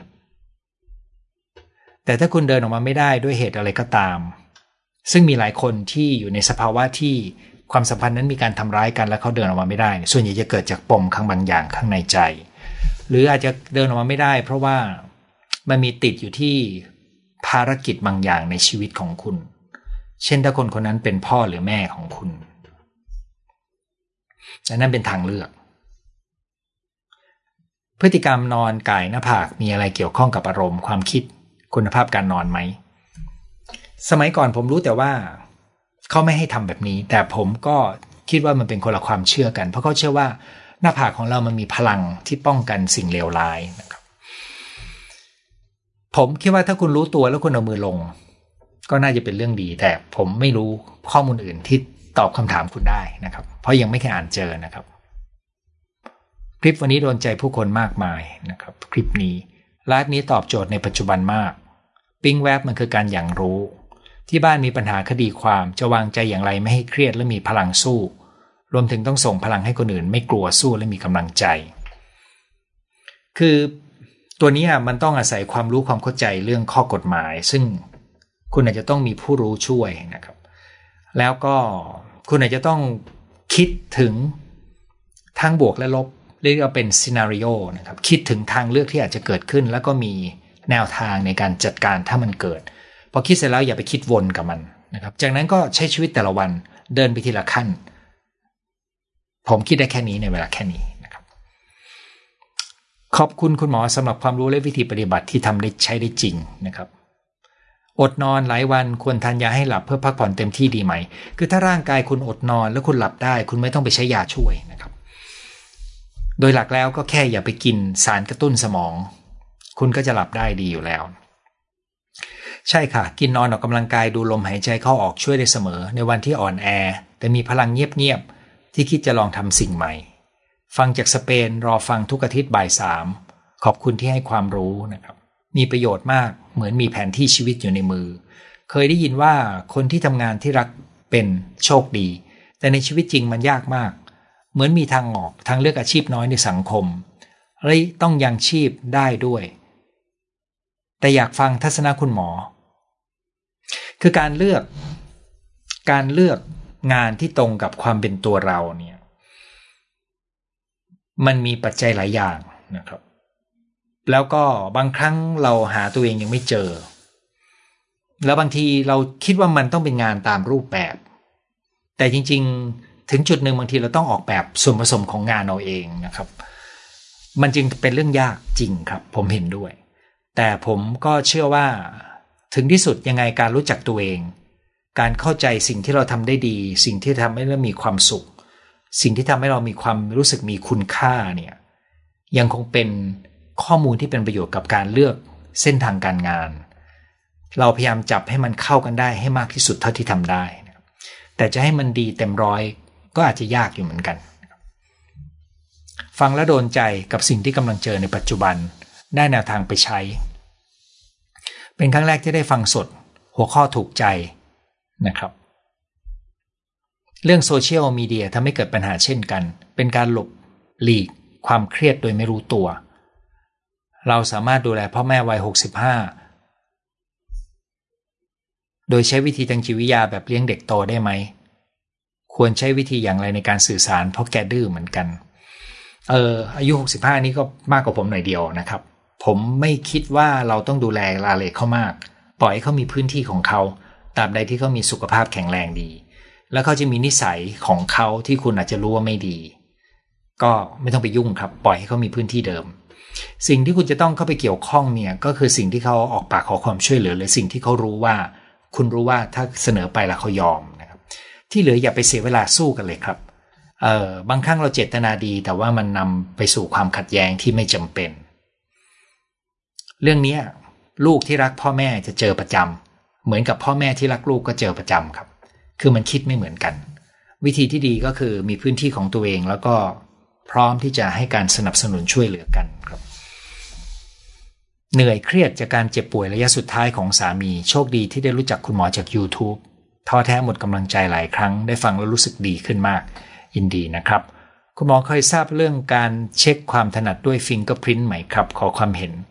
S1: แต่ถ้าคุณเดินออกมาไม่ได้ด้วยเหตุอะไรก็ตามซึ่งมีหลายคนที่อยู่ในสภาวะที่ความสัมพันธ์นั้นมีการทำร้ายกันแล้วเขาเดินออกมาไม่ได้ส่วนใหญ่จะเกิดจากปมข้างบางอย่างข้างในใจหรืออาจจะเดินออกมาไม่ได้เพราะว่ามันมีติดอยู่ที่ภารกิจบางอย่างในชีวิตของคุณเช่นถ้าคนคนนั้นเป็นพ่อหรือแม่ของคุณและนั่นเป็นทางเลือกพฤติกรรมนอนก่ายหน้าผากมีอะไรเกี่ยวข้องกับอารมณ์ความคิดคุณภาพการนอนไหมสมัยก่อนผมรู้แต่ว่าเขาไม่ให้ทำแบบนี้แต่ผมก็คิดว่ามันเป็นคนละความเชื่อกันเพราะเขาเชื่อว่าหน้าผากของเรามันมีพลังที่ป้องกันสิ่งเลวร้ายนะครับผมคิดว่าถ้าคุณรู้ตัวแล้วคุณเอามือลงก็น่าจะเป็นเรื่องดีแต่ผมไม่รู้ข้อมูลอื่นที่ตอบคำถามคุณได้นะครับเพราะยังไม่เคยอ่านเจอนะครับคลิปวันนี้โดนใจผู้คนมากมายนะครับคลิปนี้ไลฟ์นี้ตอบโจทย์ในปัจจุบันมากปิ๊งแวบมันคือการอย่างรู้ที่บ้านมีปัญหาคดีความจะวางใจอย่างไรไม่ให้เครียดและมีพลังสู้รวมถึงต้องส่งพลังให้คนอื่นไม่กลัวสู้และมีกำลังใจคือตัวนี้มันต้องอาศัยความรู้ความเข้าใจเรื่องข้อกฎหมายซึ่งคุณอาจจะต้องมีผู้รู้ช่วยนะครับแล้วก็คุณอาจจะต้องคิดถึงทั้งบวกและลบเรียกว่าเป็นซีนาริโอนะครับคิดถึงทางเลือกที่อาจจะเกิดขึ้นแล้วก็มีแนวทางในการจัดการถ้ามันเกิดพอคิดเสร็จแล้วอย่าไปคิดวนกับมันนะครับจากนั้นก็ใช้ชีวิตแต่ละวันเดินไปทีละขั้นผมคิดได้แค่นี้ในเวลาแค่นี้นะครับขอบคุณคุณหมอสำหรับความรู้และวิธีปฏิบัติที่ทำได้ใช้ได้จริงนะครับอดนอนหลายวันควรทานยาให้หลับเพื่อพักผ่อนเต็มที่ดีไหมคือถ้าร่างกายคุณอดนอนแล้วคุณหลับได้คุณไม่ต้องไปใช้ยาช่วยนะครับโดยหลักแล้วก็แค่อย่าไปกินสารกระตุ้นสมองคุณก็จะหลับได้ดีอยู่แล้วใช่ค่ะกินนอนออกกำลังกายดูลมหายใจเข้าออกช่วยได้เสมอในวันที่อ่อนแอแต่มีพลังเงียบๆที่คิดจะลองทำสิ่งใหม่ฟังจากสเปนรอฟังทุกอาทิตย์บ่าย 3ขอบคุณที่ให้ความรู้นะครับมีประโยชน์มากเหมือนมีแผนที่ชีวิตอยู่ในมือเคยได้ยินว่าคนที่ทำงานที่รักเป็นโชคดีแต่ในชีวิตจริงมันยากมากเหมือนมีทางออกทางเลือกอาชีพน้อยในสังคมและต้องยังชีพได้ด้วยแต่อยากฟังทัศนะคุณหมอคือการเลือกงานที่ตรงกับความเป็นตัวเราเนี่ยมันมีปัจจัยหลายอย่างนะครับแล้วก็บางครั้งเราหาตัวเองยังไม่เจอแล้วบางทีเราคิดว่ามันต้องเป็นงานตามรูปแบบแต่จริงๆถึงจุดหนึ่งบางทีเราต้องออกแบบส่วนผสมของงานเราเองนะครับมันจึงเป็นเรื่องยากจริงครับผมเห็นด้วยแต่ผมก็เชื่อว่าถึงที่สุดยังไงการรู้จักตัวเองการเข้าใจสิ่งที่เราทำได้ดีสิ่งที่ทำให้เรามีความสุขสิ่งที่ทำให้เรามีความรู้สึกมีคุณค่าเนี่ยยังคงเป็นข้อมูลที่เป็นประโยชน์กับการเลือกเส้นทางการงานเราพยายามจับให้มันเข้ากันได้ให้มากที่สุดเท่าที่ทำได้แต่จะให้มันดีเต็มร้อยก็อาจจะยากอยู่เหมือนกันฟังแล้วโดนใจกับสิ่งที่กำลังเจอในปัจจุบันได้แนวทางไปใช้เป็นครั้งแรกที่ได้ฟังสดหัวข้อถูกใจนะครับเรื่องโซเชียลมีเดียทำให้เกิดปัญหาเช่นกันเป็นการหลบหลีกความเครียดโดยไม่รู้ตัวเราสามารถดูแลพ่อแม่วัย65โดยใช้วิธีทางจิตวิทยาแบบเลี้ยงเด็กโตได้ไหมควรใช้วิธีอย่างไรในการสื่อสารเพราะแกดื้อเหมือนกันอายุ65นี้ก็มากกว่าผมหน่อยเดียวนะครับผมไม่คิดว่าเราต้องดูแลลาเลเขามากปล่อยให้เขามีพื้นที่ของเขาตราบใดที่เขามีสุขภาพแข็งแรงดีแล้วเขาจะมีนิสัยของเขาที่คุณอาจจะรู้ว่าไม่ดีก็ไม่ต้องไปยุ่งครับปล่อยให้เขามีพื้นที่เดิมสิ่งที่คุณจะต้องเข้าไปเกี่ยวข้องเนี่ยก็คือสิ่งที่เขาออกปากขอความช่วยเหลือหรือสิ่งที่เขารู้ว่าคุณรู้ว่าถ้าเสนอไปแล้วเขายอมนะครับที่เหลืออย่าไปเสียเวลาสู้กันเลยครับบางครั้งเราเจตนาดีแต่ว่ามันนำไปสู่ความขัดแย้งที่ไม่จำเป็นเรื่องนี้ลูกที่รักพ่อแม่จะเจอประจำเหมือนกับพ่อแม่ที่รักลูกก็เจอประจำครับคือมันคิดไม่เหมือนกันวิธีที่ดีก็คือมีพื้นที่ของตัวเองแล้วก็พร้อมที่จะให้การสนับสนุนช่วยเหลือกันครับเหนื่อยเครียดจากการเจ็บป่วยระยะสุดท้ายของสามีโชคดีที่ได้รู้จักคุณหมอจาก YouTube ท้อแท้หมดกำลังใจหลายครั้งได้ฟังแล้วรู้สึกดีขึ้นมากยินดีนะครับคุณหมอเคยทราบเรื่องการเช็คความถนัดด้วย Fingerprint ไหมครับขอความเห็น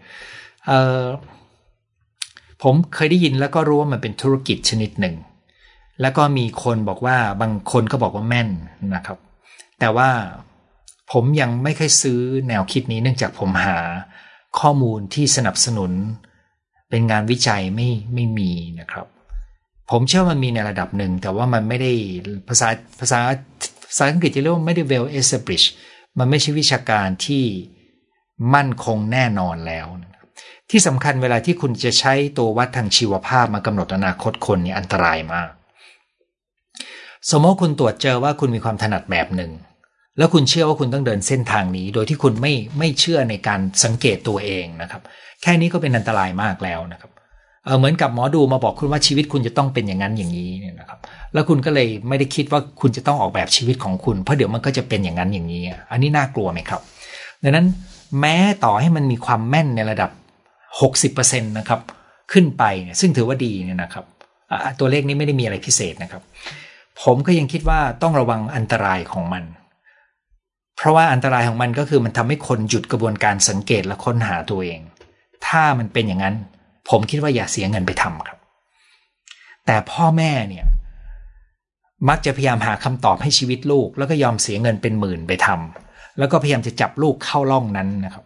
S1: ผมเคยได้ยินแล้วก็รู้ว่ามันเป็นธุรกิจชนิดหนึ่งแล้วก็มีคนบอกว่าบางคนก็บอกว่าแม่นนะครับแต่ว่าผมยังไม่ค่อยซื้อแนวคิดนี้เนื่องจากผมหาข้อมูลที่สนับสนุนเป็นงานวิจัยไม่มีนะครับผมเชื่อมันมีในระดับหนึ่งแต่ว่ามันไม่ได้ภาษาอังกฤษจะเรียกว่าไม่ได้ well established มันไม่ใช่วิชาการที่มั่นคงแน่นอนแล้วที่สำคัญเวลาที่คุณจะใช้ตัววัดทางชีวภาพมากำหนดอนาคตคนนี่อันตรายมากสมมติคุณตรวจเจอว่าคุณมีความถนัดแบบหนึ่งแล้วคุณเชื่อว่าคุณต้องเดินเส้นทางนี้โดยที่คุณไม่เชื่อในการสังเกตตัวเองนะครับแค่นี้ก็เป็นอันตรายมากแล้วนะครับเหมือนกับหมอดูมาบอกคุณว่าชีวิตคุณจะต้องเป็นอย่างนั้นอย่างนี้เนี่ยนะครับแล้วคุณก็เลยไม่ได้คิดว่าคุณจะต้องออกแบบชีวิตของคุณเพราะเดี๋ยวมันก็จะเป็นอย่างนั้นอย่างนี้อันนี้น่ากลัวไหมครับดังนั้นแม้ต่อให้มันมีความแม่นในระดับ 60% นะครับขึ้นไปเนี่ยซึ่งถือว่าดีเนี่ยนะครับตัวเลขนี้ไม่ได้มีอะไรพิเศษนะครับผมก็ยังคิดว่าต้องระวังอันตรายของมันเพราะว่าอันตรายของมันก็คือมันทำให้คนหยุดกระบวนการสังเกตและค้นหาตัวเองถ้ามันเป็นอย่างนั้นผมคิดว่าอย่าเสียเงินไปทำครับแต่พ่อแม่เนี่ยมักจะพยายามหาคำตอบให้ชีวิตลูกแล้วก็ยอมเสียเงินเป็นหมื่นไปทแล้วก็พยายามจะจับลูกเข้าร่องนั้นนะครับ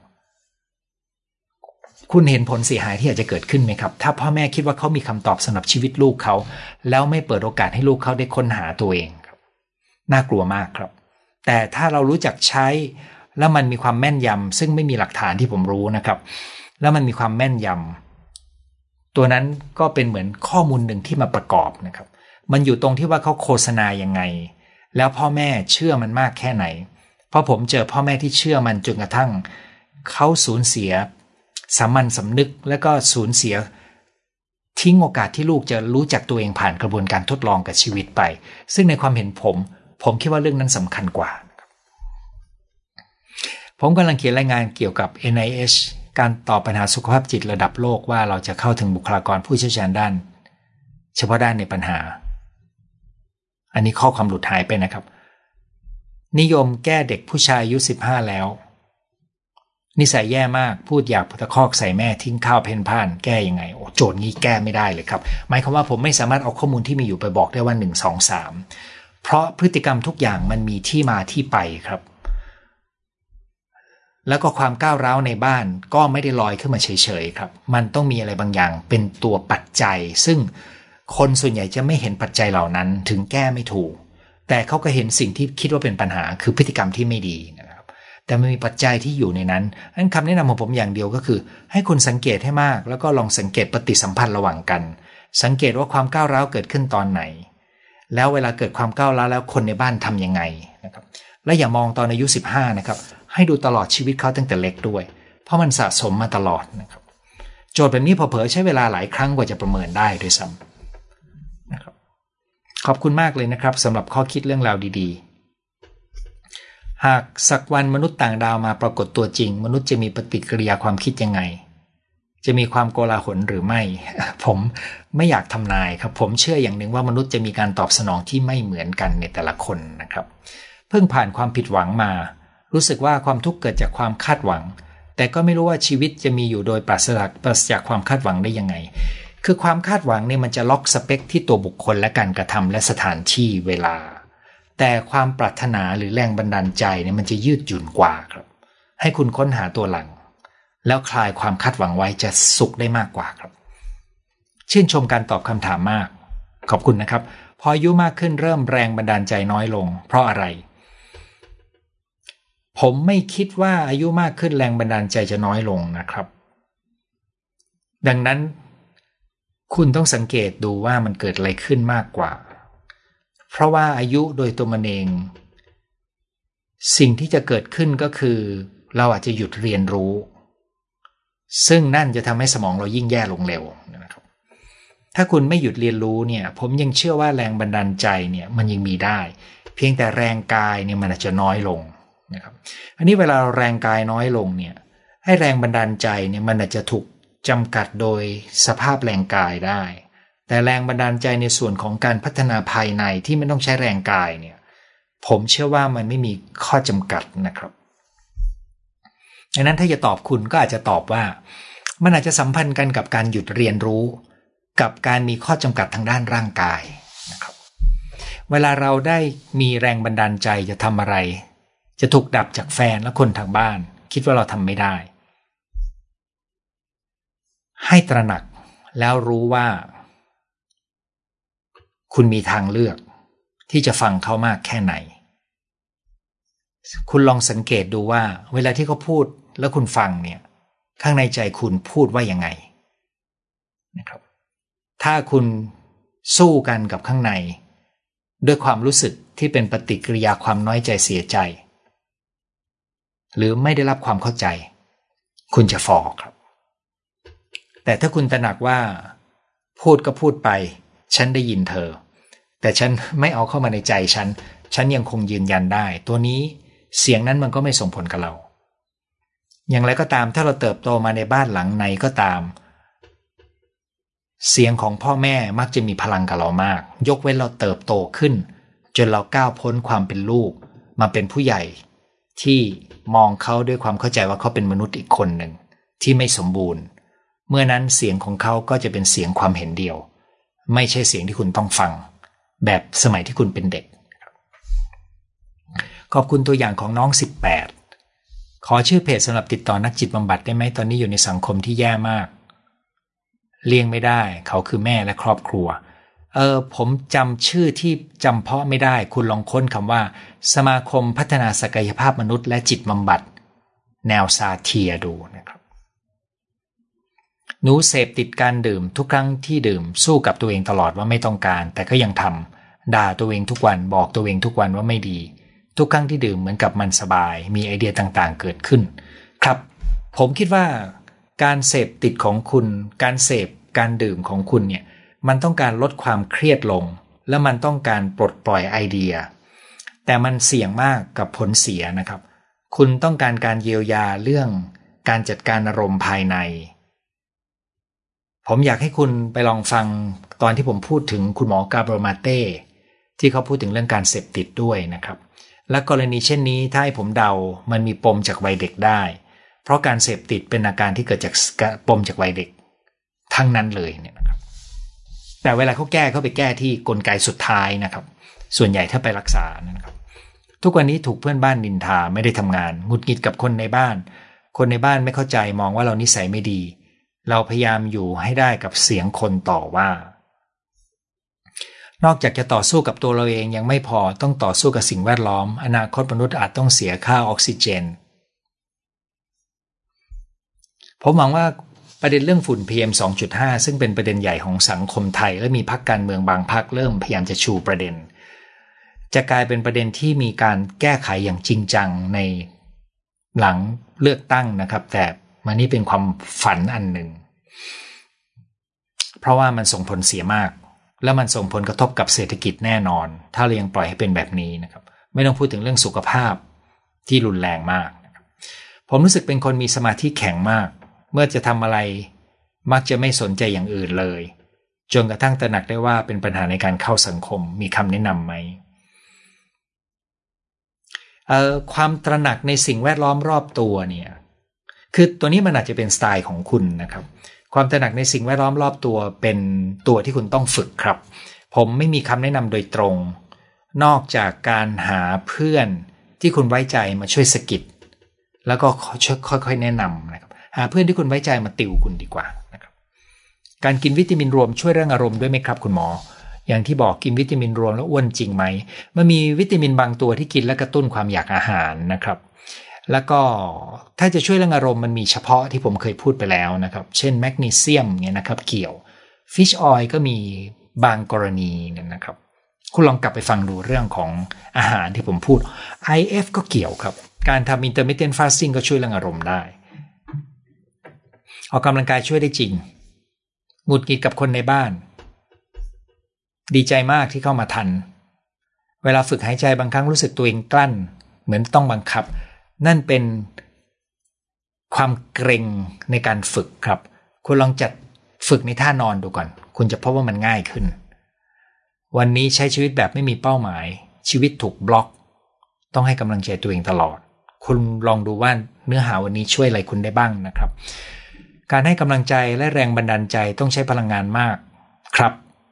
S1: คุณเห็นผลเสียหายที่อาจจะเกิดขึ้นไหมครับถ้าพ่อแม่คิดว่าเขามีคำตอบสำหรับชีวิตลูกเขาแล้วไม่เปิดโอกาสให้ลูกเขาได้ค้นหาตัวเองครับน่ากลัวมากครับแต่ถ้าเรารู้จักใช้แล้วมันมีความแม่นยำซึ่งไม่มีหลักฐานที่ผมรู้นะครับแล้วมันมีความแม่นยำตัวนั้นก็เป็นเหมือนข้อมูลหนึ่งที่มาประกอบนะครับมันอยู่ตรงที่ว่าเขาโฆษณายังไงแล้วพ่อแม่เชื่อมันมากแค่ไหนเพราะผมเจอพ่อแม่ที่เชื่อมันจนกระทั่งเขาสูญเสียสามัญสำนึกและก็สูญเสียทิ้งโอกาสที่ลูกจะรู้จักตัวเองผ่านกระบวนการทดลองกับชีวิตไปซึ่งในความเห็นผมคิดว่าเรื่องนั้นสำคัญกว่าผมกำลังเขียนรายงานเกี่ยวกับ NIH การตอบปัญหาสุขภาพจิตระดับโลกว่าเราจะเข้าถึงบุคลากรผู้เชี่ยวชาญด้านเฉพาะด้านในปัญหาอันนี้ข้อความหลุดหายไปนะครับนิยมแก้เด็กผู้ชายอายุ15แล้วนิสัยแย่มากพูดหยาบตะคอกใส่แม่ทิ้งข้าวเพ่นพ่านแก้ยังไงโอ้โจทย์นี้แก้ไม่ได้เลยครับหมายความว่าผมไม่สามารถเอาข้อมูลที่มีอยู่ไปบอกได้ว่า1 2 3เพราะพฤติกรรมทุกอย่างมันมีที่มาที่ไปครับแล้วก็ความก้าวร้าวในบ้านก็ไม่ได้ลอยขึ้นมาเฉยๆครับมันต้องมีอะไรบางอย่างเป็นตัวปัจจัยซึ่งคนส่วนใหญ่จะไม่เห็นปัจจัยเหล่านั้นถึงแก้ไม่ถูกแต่เขาก็เห็นสิ่งที่คิดว่าเป็นปัญหาคือพฤติกรรมที่ไม่ดีนะครับแต่มันมีปัจจัยที่อยู่ในนั้นคำแนะนำของผมอย่างเดียวก็คือให้คุณสังเกตให้มากแล้วก็ลองสังเกตปฏิสัมพันธ์ระหว่างกันสังเกตว่าความก้าวร้าวเกิดขึ้นตอนไหนแล้วเวลาเกิดความก้าวร้าวแล้วคนในบ้านทำยังไงนะครับและอย่ามองตอนอายุ15นะครับให้ดูตลอดชีวิตเขาตั้งแต่เล็กด้วยเพราะมันสะสมมาตลอดนะครับโจทย์แบบนี้เผลอๆใช้เวลาหลายครั้งกว่าจะประเมินได้ด้วยซ้ำนะครับขอบคุณมากเลยนะครับสำหรับข้อคิดเรื่องราวดีๆหากสักวันมนุษย์ต่างดาวมาปรากฏตัวจริงมนุษย์จะมีปฏิกิริยาความคิดยังไงจะมีความโกลาหลหรือไม่ผมไม่อยากทำนายครับผมเชื่ออย่างหนึ่งว่ามนุษย์จะมีการตอบสนองที่ไม่เหมือนกันในแต่ละคนนะครับเพิ่งผ่านความผิดหวังมารู้สึกว่าความทุกข์เกิดจากความคาดหวังแต่ก็ไม่รู้ว่าชีวิตจะมีอยู่โดยปราศจากความคาดหวังได้ยังไงคือความคาดหวังเนี่ยมันจะล็อกสเปคที่ตัวบุคคลและการกระทำและสถานที่เวลาแต่ความปรารถนาหรือแรงบันดาลใจเนี่ยมันจะยืดหยุ่นกว่าครับให้คุณค้นหาตัวหลังแล้วคลายความคาดหวังไว้จะสุขได้มากกว่าครับชื่นชมการตอบคำถามมากขอบคุณนะครับพออายุมากขึ้นเริ่มแรงบันดาลใจน้อยลงเพราะอะไรผมไม่คิดว่าอายุมากขึ้นแรงบันดาลใจจะน้อยลงนะครับดังนั้นคุณต้องสังเกตดูว่ามันเกิดอะไรขึ้นมากกว่าเพราะว่าอายุโดยตัวมันเองสิ่งที่จะเกิดขึ้นก็คือเราอาจจะหยุดเรียนรู้ซึ่งนั่นจะทำให้สมองเรายิ่งแย่ลงเร็วนะครับถ้าคุณไม่หยุดเรียนรู้เนี่ยผมยังเชื่อว่าแรงบันดาลใจเนี่ยมันยังมีได้เพียงแต่แรงกายเนี่ยมันอาจจะน้อยลงนะครับอันนี้เวลาแรงกายน้อยลงเนี่ยให้แรงบันดาลใจเนี่ยมันอาจจะถูกจำกัดโดยสภาพแรงกายได้แต่แรงบันดาลใจในส่วนของการพัฒนาภายในที่ไม่ต้องใช้แรงกายเนี่ยผมเชื่อว่ามันไม่มีข้อจำกัดนะครับดังนั้นถ้าจะตอบคุณก็อาจจะตอบว่ามันอาจจะสัมพันธ์กันกับการหยุดเรียนรู้กับการมีข้อจำกัดทางด้านร่างกายนะครับเวลาเราได้มีแรงบันดาลใจจะทำอะไรจะถูกดับจากแฟนและคนทางบ้านคิดว่าเราทำไม่ได้ให้ตระหนักแล้วรู้ว่าคุณมีทางเลือกที่จะฟังเขามากแค่ไหนคุณลองสังเกตดูว่าเวลาที่เขาพูดแล้วคุณฟังเนี่ยข้างในใจคุณพูดว่ายังไงนะครับถ้าคุณสู้กันกับข้างในด้วยความรู้สึกที่เป็นปฏิกิริยาความน้อยใจเสียใจหรือไม่ได้รับความเข้าใจคุณจะฝ่อครับแต่ถ้าคุณตระหนักว่าพูดก็พูดไปฉันได้ยินเธอแต่ฉันไม่เอาเข้ามาในใจฉันยังคงยืนยันได้ตัวนี้เสียงนั้นมันก็ไม่ส่งผลกับเราอย่างไรก็ตามถ้าเราเติบโตมาในบ้านหลังไหนก็ตามเสียงของพ่อแม่มักจะมีพลังกับเรามากยกเว้นเราเติบโตขึ้นจนเราก้าวพ้นความเป็นลูกมาเป็นผู้ใหญ่ที่มองเขาด้วยความเข้าใจว่าเขาเป็นมนุษย์อีกคนหนึ่งที่ไม่สมบูรณ์เมื่อนั้นเสียงของเขาก็จะเป็นเสียงความเห็นเดียวไม่ใช่เสียงที่คุณต้องฟังแบบสมัยที่คุณเป็นเด็กขอบคุณตัวอย่างของน้อง18 ขอชื่อเพจสำหรับติดต่อนักจิตบำบัดได้ไหมตอนนี้อยู่ในสังคมที่แย่มากเลี่ยงไม่ได้เขาคือแม่และครอบครัวผมจำชื่อที่จำเพาะไม่ได้คุณลองค้นคำว่าสมาคมพัฒนาศักยภาพมนุษย์และจิตบำบัดแนวซาเทียดูนะครับหนูเสพติดการดื่มทุกครั้งที่ดื่มสู้กับตัวเองตลอดว่าไม่ต้องการแต่ก็ยังทำด่าตัวเองทุกวันบอกตัวเองทุกวันว่าไม่ดีทุกครั้งที่ดื่มเหมือนกับมันสบายมีไอเดียต่างๆเกิดขึ้นครับผมคิดว่าการเสพติดของคุณการเสพการดื่มของคุณเนี่ยมันต้องการลดความเครียดลงและมันต้องการปลดปล่อยไอเดียแต่มันเสี่ยงมากกับผลเสียนะครับคุณต้องการการเยียวยาเรื่องการจัดการอารมณ์ภายในผมอยากให้คุณไปลองฟังตอนที่ผมพูดถึงคุณหมอกาโบรมาเต้ที่เขาพูดถึงเรื่องการเสพติดด้วยนะครับและกรณีเช่นนี้ถ้าให้ผมเดามันมีปมจากวัยเด็กได้เพราะการเสพติดเป็นอาการที่เกิดจากปมจากวัยเด็กทั้งนั้นเลยเนี่ยนะครับแต่เวลาเขาแก้เขาไปแก้ที่กลไกสุดท้ายนะครับส่วนใหญ่ถ้าไปรักษานะครับทุกวันนี้ถูกเพื่อนบ้านนินทาไม่ได้ทำงานหงุดหงิดกับคนในบ้านคนในบ้านไม่เข้าใจมองว่าเรานิสัยไม่ดีเราพยายามอยู่ให้ได้กับเสียงคนต่อว่านอกจากจะต่อสู้กับตัวเราเองยังไม่พอต้องต่อสู้กับสิ่งแวดล้อมอนาคตมนุษย์อาจต้องเสียค่าออกซิเจนผมหวังว่าประเด็นเรื่องฝุ่น PM 2.5 ซึ่งเป็นประเด็นใหญ่ของสังคมไทยและมีพรรคการเมืองบางพรรคเริ่มพยายามจะชูประเด็นจะกลายเป็นประเด็นที่มีการแก้ไขอย่างจริงจังในหลังเลือกตั้งนะครับแต่มันนี่เป็นความฝันอันหนึ่งเพราะว่ามันส่งผลเสียมากและมันส่งผลกระทบกับเศรษฐกิจแน่นอนถ้าเรายังปล่อยให้เป็นแบบนี้นะครับไม่ต้องพูดถึงเรื่องสุขภาพที่รุนแรงมากนะครับผมรู้สึกเป็นคนมีสมาธิแข็งมากเมื่อจะทำอะไรมักจะไม่สนใจอย่างอื่นเลยจนกระทั่งตระหนักได้ว่าเป็นปัญหาในการเข้าสังคมมีคำแนะนำไหมความตระหนักในสิ่งแวดล้อมรอบตัวเนี่ยคือตัวนี้มันอาจจะเป็นสไตล์ของคุณนะครับความตระหนักในสิ่งแวดล้อมรอบตัวเป็นตัวที่คุณต้องฝึกครับผมไม่มีคำแนะนำโดยตรงนอกจากการหาเพื่อนที่คุณไว้ใจมาช่วยสกิดแล้วก็ค่อยๆแนะนำนะครับหาเพื่อนที่คุณไว้ใจมาติวคุณดีกว่านะครับการกินวิตามินรวมช่วยเรื่องอารมณ์ด้วยไหมครับคุณหมออย่างที่บอกกินวิตามินรวมแล้วอ้วนจริงไหมมันมีวิตามินบางตัวที่กินแล้วกระตุ้นความอยากอาหารนะครับแล้วก็ถ้าจะช่วยเรื่องอารมณ์มันมีเฉพาะที่ผมเคยพูดไปแล้วนะครับเช่นแมกนีเซียมเนี่ยนะครับเกี่ยวฟิชออยล์ก็มีบางกรณีเนี่ยนะครับคุณลองกลับไปฟังดูเรื่องของอาหารที่ผมพูด IF ก็เกี่ยวครับการทำ intermittent fasting ก็ช่วยเรื่องอารมณ์ได้ออกกำลังกายช่วยได้จริงหงุดหงิดกับคนในบ้านดีใจมากที่เข้ามาทันเวลาฝึกหายใจบางครั้งรู้สึกตัวเองกลั้นเหมือนต้องบังคับนั่นเป็นความเกรงในการฝึกครับคุณลองจัดฝึกในท่านอนดูก่อนคุณจะพบว่ามันง่ายขึ้นวันนี้ใช้ชีวิตแบบไม่มีเป้าหมายชีวิตถูกบล็อกต้องให้กำลังใจตัวเองตลอดคุณลองดูว่าเนื้อหาวันนี้ช่วยอะไรคุณได้บ้างนะครับการให้กำลังใจและแรงบันดาลใจต้องใช้พลังงานมากครับ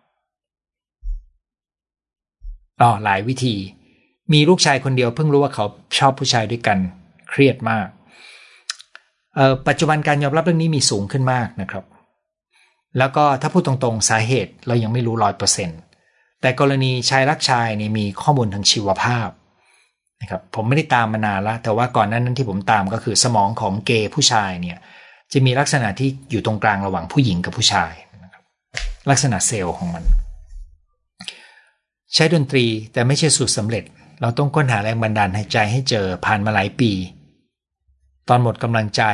S1: หลายวิธีมีลูกชายคนเดียวเพิ่งรู้ว่าเขาชอบผู้ชายด้วยกันเครียดมากปัจจุบันการยอมรับเรื่องนี้มีสูงขึ้นมากนะครับแล้วก็ถ้าพูดตรงๆสาเหตุเรายังไม่รู้ 100% แต่กรณีชายรักชายนี่มีข้อมูลทางชีวภาพนะครับผมไม่ได้ตามมานานแล้วแต่ว่าก่อนหน้านั้นที่ผมตามก็คือสมองของเกย์ผู้ชายเนี่ยจะมีลักษณะที่อยู่ตรงกลางระหว่างผู้หญิงกับผู้ชายนะครับลักษณะเซลล์ของมันใช้ดนตรีแต่ไม่ใช่สูตรสำเร็จเราต้องค้นหาแรงบันดาลใจให้เจอผ่านมาหลายปีตอนหมดกำลังใจ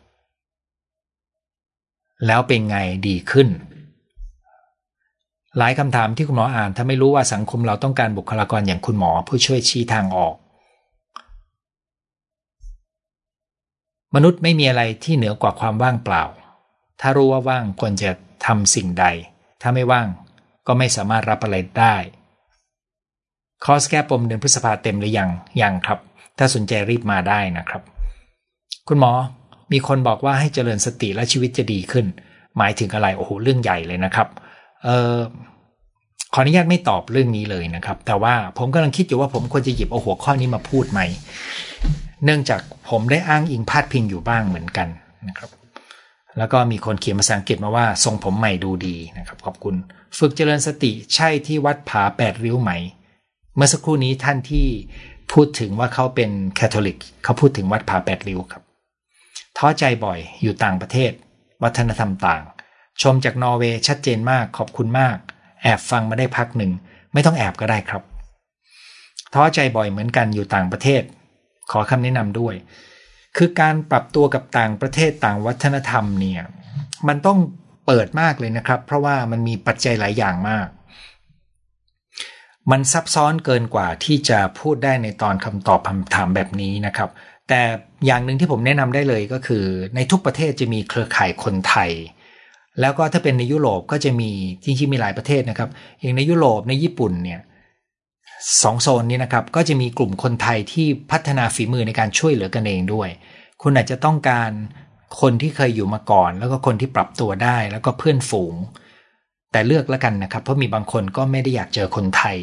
S1: แล้วเป็นไงดีขึ้นหลายคำถามที่คุณหมออ่านถ้าไม่รู้ว่าสังคมเราต้องการบุคลากรอย่างคุณหมอผู้ช่วยชี้ทางออกมนุษย์ไม่มีอะไรที่เหนือกว่าความว่างเปล่าถ้ารู้ว่าว่างควรจะทำสิ่งใดถ้าไม่ว่างก็ไม่สามารถรับอะไรได้คอร์สแก้ปมเดือนพฤษภาเต็มหรือยังครับถ้าสนใจรีบมาได้นะครับคุณหมอมีคนบอกว่าให้เจริญสติและชีวิตจะดีขึ้นหมายถึงอะไรโอ้โหเรื่องใหญ่เลยนะครับขออนุญาตไม่ตอบเรื่องนี้เลยนะครับแต่ว่าผมกำลังคิดอยู่ว่าผมควรจะหยิบเอาหัวข้อนี้มาพูดไหมเนื่องจากผมได้อ้างอิงพาดพิงอยู่บ้างเหมือนกันนะครับแล้วก็มีคนเขียนภาษาอังกฤษมาว่าทรงผมใหม่ดูดีนะครับขอบคุณฝึกเจริญสติใช่ที่วัดผา8ริ้วไหมเมื่อสักครู่นี้ท่านที่พูดถึงว่าเขาเป็นแคทอลิกเขาพูดถึงวัดผา8ริ้วครับท้อใจบ่อยอยู่ต่างประเทศวัฒนธรรมต่างชมจากนอร์เวย์ชัดเจนมากขอบคุณมากแอบฟังมาได้พักหนึ่งไม่ต้องแอบก็ได้ครับท้อใจบ่อยเหมือนกันอยู่ต่างประเทศขอคำแนะนำด้วยคือการปรับตัวกับต่างประเทศต่างวัฒนธรรมเนี่ยมันต้องเปิดมากเลยนะครับเพราะว่ามันมีปัจจัยหลายอย่างมากมันซับซ้อนเกินกว่าที่จะพูดได้ในตอนคำตอบคำถามแบบนี้นะครับแต่อย่างหนึ่งที่ผมแนะนำได้เลยก็คือในทุกประเทศจะมีเครือข่ายคนไทยแล้วก็ถ้าเป็นในยุโรปก็จะมีจริงๆมีหลายประเทศนะครับอย่างในยุโรปในญี่ปุ่นเนี่ย2โซนนี้นะครับก็จะมีกลุ่มคนไทยที่พัฒนาฝีมือในการช่วยเหลือกันเองด้วยคุณอาจจะต้องการคนที่เคยอยู่มาก่อนแล้วก็คนที่ปรับตัวได้แล้วก็เพื่อนฝูงแต่เลือกแล้วกันนะครับเพราะมีบางคนก็ไม่ได้อยากเจอคนไทย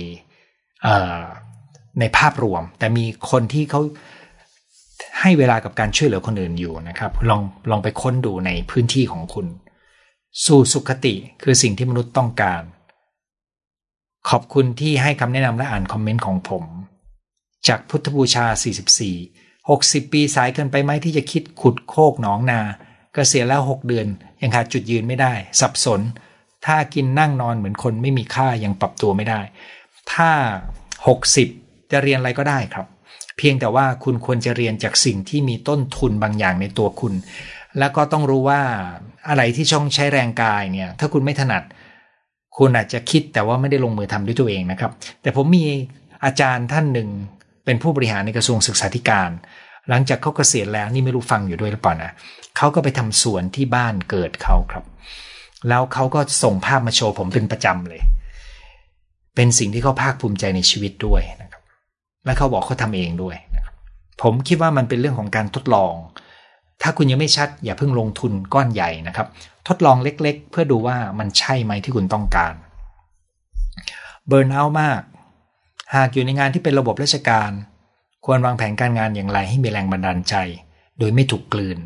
S1: ในภาพรวมแต่มีคนที่เขาให้เวลากับการช่วยเหลือคนอื่นอยู่นะครับลองไปค้นดูในพื้นที่ของคุณสู่สุขติคือสิ่งที่มนุษย์ต้องการขอบคุณที่ให้คำแนะนำและอ่านคอมเมนต์ของผมจากพุทธบูชา44 60ปีสายเกินไปไหมที่จะคิดขุดโคกหนองนาเกษียณแล้ว6เดือนยังหาจุดยืนไม่ได้สับสนถ้ากินนั่งนอนเหมือนคนไม่มีค่ายังปรับตัวไม่ได้ถ้า60จะเรียนอะไรก็ได้ครับเพียงแต่ว่าคุณควรจะเรียนจากสิ่งที่มีต้นทุนบางอย่างในตัวคุณแล้วก็ต้องรู้ว่าอะไรที่ช่องใช้แรงกายเนี่ยถ้าคุณไม่ถนัดคุณอาจจะคิดแต่ว่าไม่ได้ลงมือทำด้วยตัวเองนะครับแต่ผมมีอาจารย์ท่านหนึ่งเป็นผู้บริหารในกระทรวงศึกษาธิการหลังจากเขาเกษียณแล้วนี่ไม่รู้ฟังอยู่ด้วยหรือเปล่านะเขาก็ไปทำสวนที่บ้านเกิดเขาครับแล้วเขาก็ส่งภาพมาโชว์ผมเป็นประจำเลยเป็นสิ่งที่เขาภาคภูมิใจในชีวิตด้วยนะครับและเขาบอกเขาทำเองด้วยนะครับผมคิดว่ามันเป็นเรื่องของการทดลองถ้าคุณยังไม่ชัดอย่าเพิ่งลงทุนก้อนใหญ่นะครับทดลองเล็กๆเพื่อดูว่ามันใช่ไหมที่คุณต้องการเบิร์นเอาท์มากหากอยู่ในงานที่เป็นระบบราชการควรวางแผนการงานอย่างไรให้มีแรงบันดาลใจโดยไม่ถูกกลืน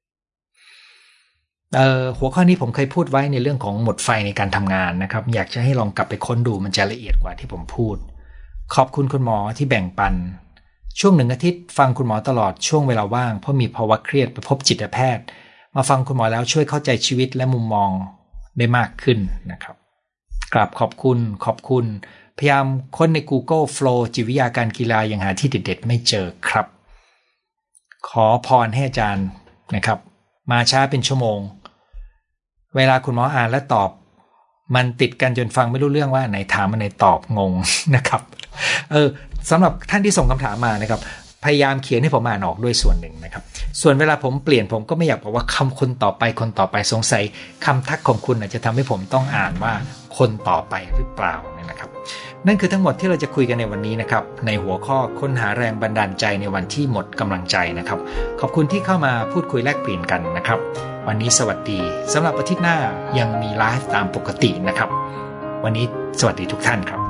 S1: หัวข้อนี้ผมเคยพูดไว้ในเรื่องของหมดไฟในการทำงานนะครับอยากจะให้ลองกลับไปค้นดูมันจะละเอียดกว่าที่ผมพูดขอบคุณคุณหมอที่แบ่งปันช่วง1 อาทิตย์ฟังคุณหมอตลอดช่วงเวลาว่างเพราะมีภาวะเครียดไปพบจิตแพทย์มาฟังคุณหมอแล้วช่วยเข้าใจชีวิตและมุมมองได้มากขึ้นนะครับกราบขอบคุณพยายามค้นใน Google Flow จิตวิทยาการกีฬายังหาที่เด็ดๆไม่เจอครับขอพรให้อาจารย์นะครับมาช้าเป็นชั่วโมงเวลาคุณหมออ่านและตอบมันติดกันจนฟังไม่รู้เรื่องว่าไหนถามอันไหนตอบงงนะครับสำหรับท่านที่ส่งคำถามมานะครับพยายามเขียนให้ผมอ่านออกด้วยส่วนหนึ่งนะครับส่วนเวลาผมเปลี่ยนผมก็ไม่อยากบอกว่าคนต่อไปสงสัยคำทักของคุณอาจจะทำให้ผมต้องอ่านว่าคนต่อไปหรือเปล่านะครับนั่นคือทั้งหมดที่เราจะคุยกันในวันนี้นะครับในหัวข้อค้นหาแรงบันดาลใจในวันที่หมดกำลังใจนะครับขอบคุณที่เข้ามาพูดคุยแลกเปลี่ยนกันนะครับวันนี้สวัสดีสำหรับอาทิตย์หน้ายังมีไลฟ์ตามปกตินะครับวันนี้สวัสดีทุกท่านครับ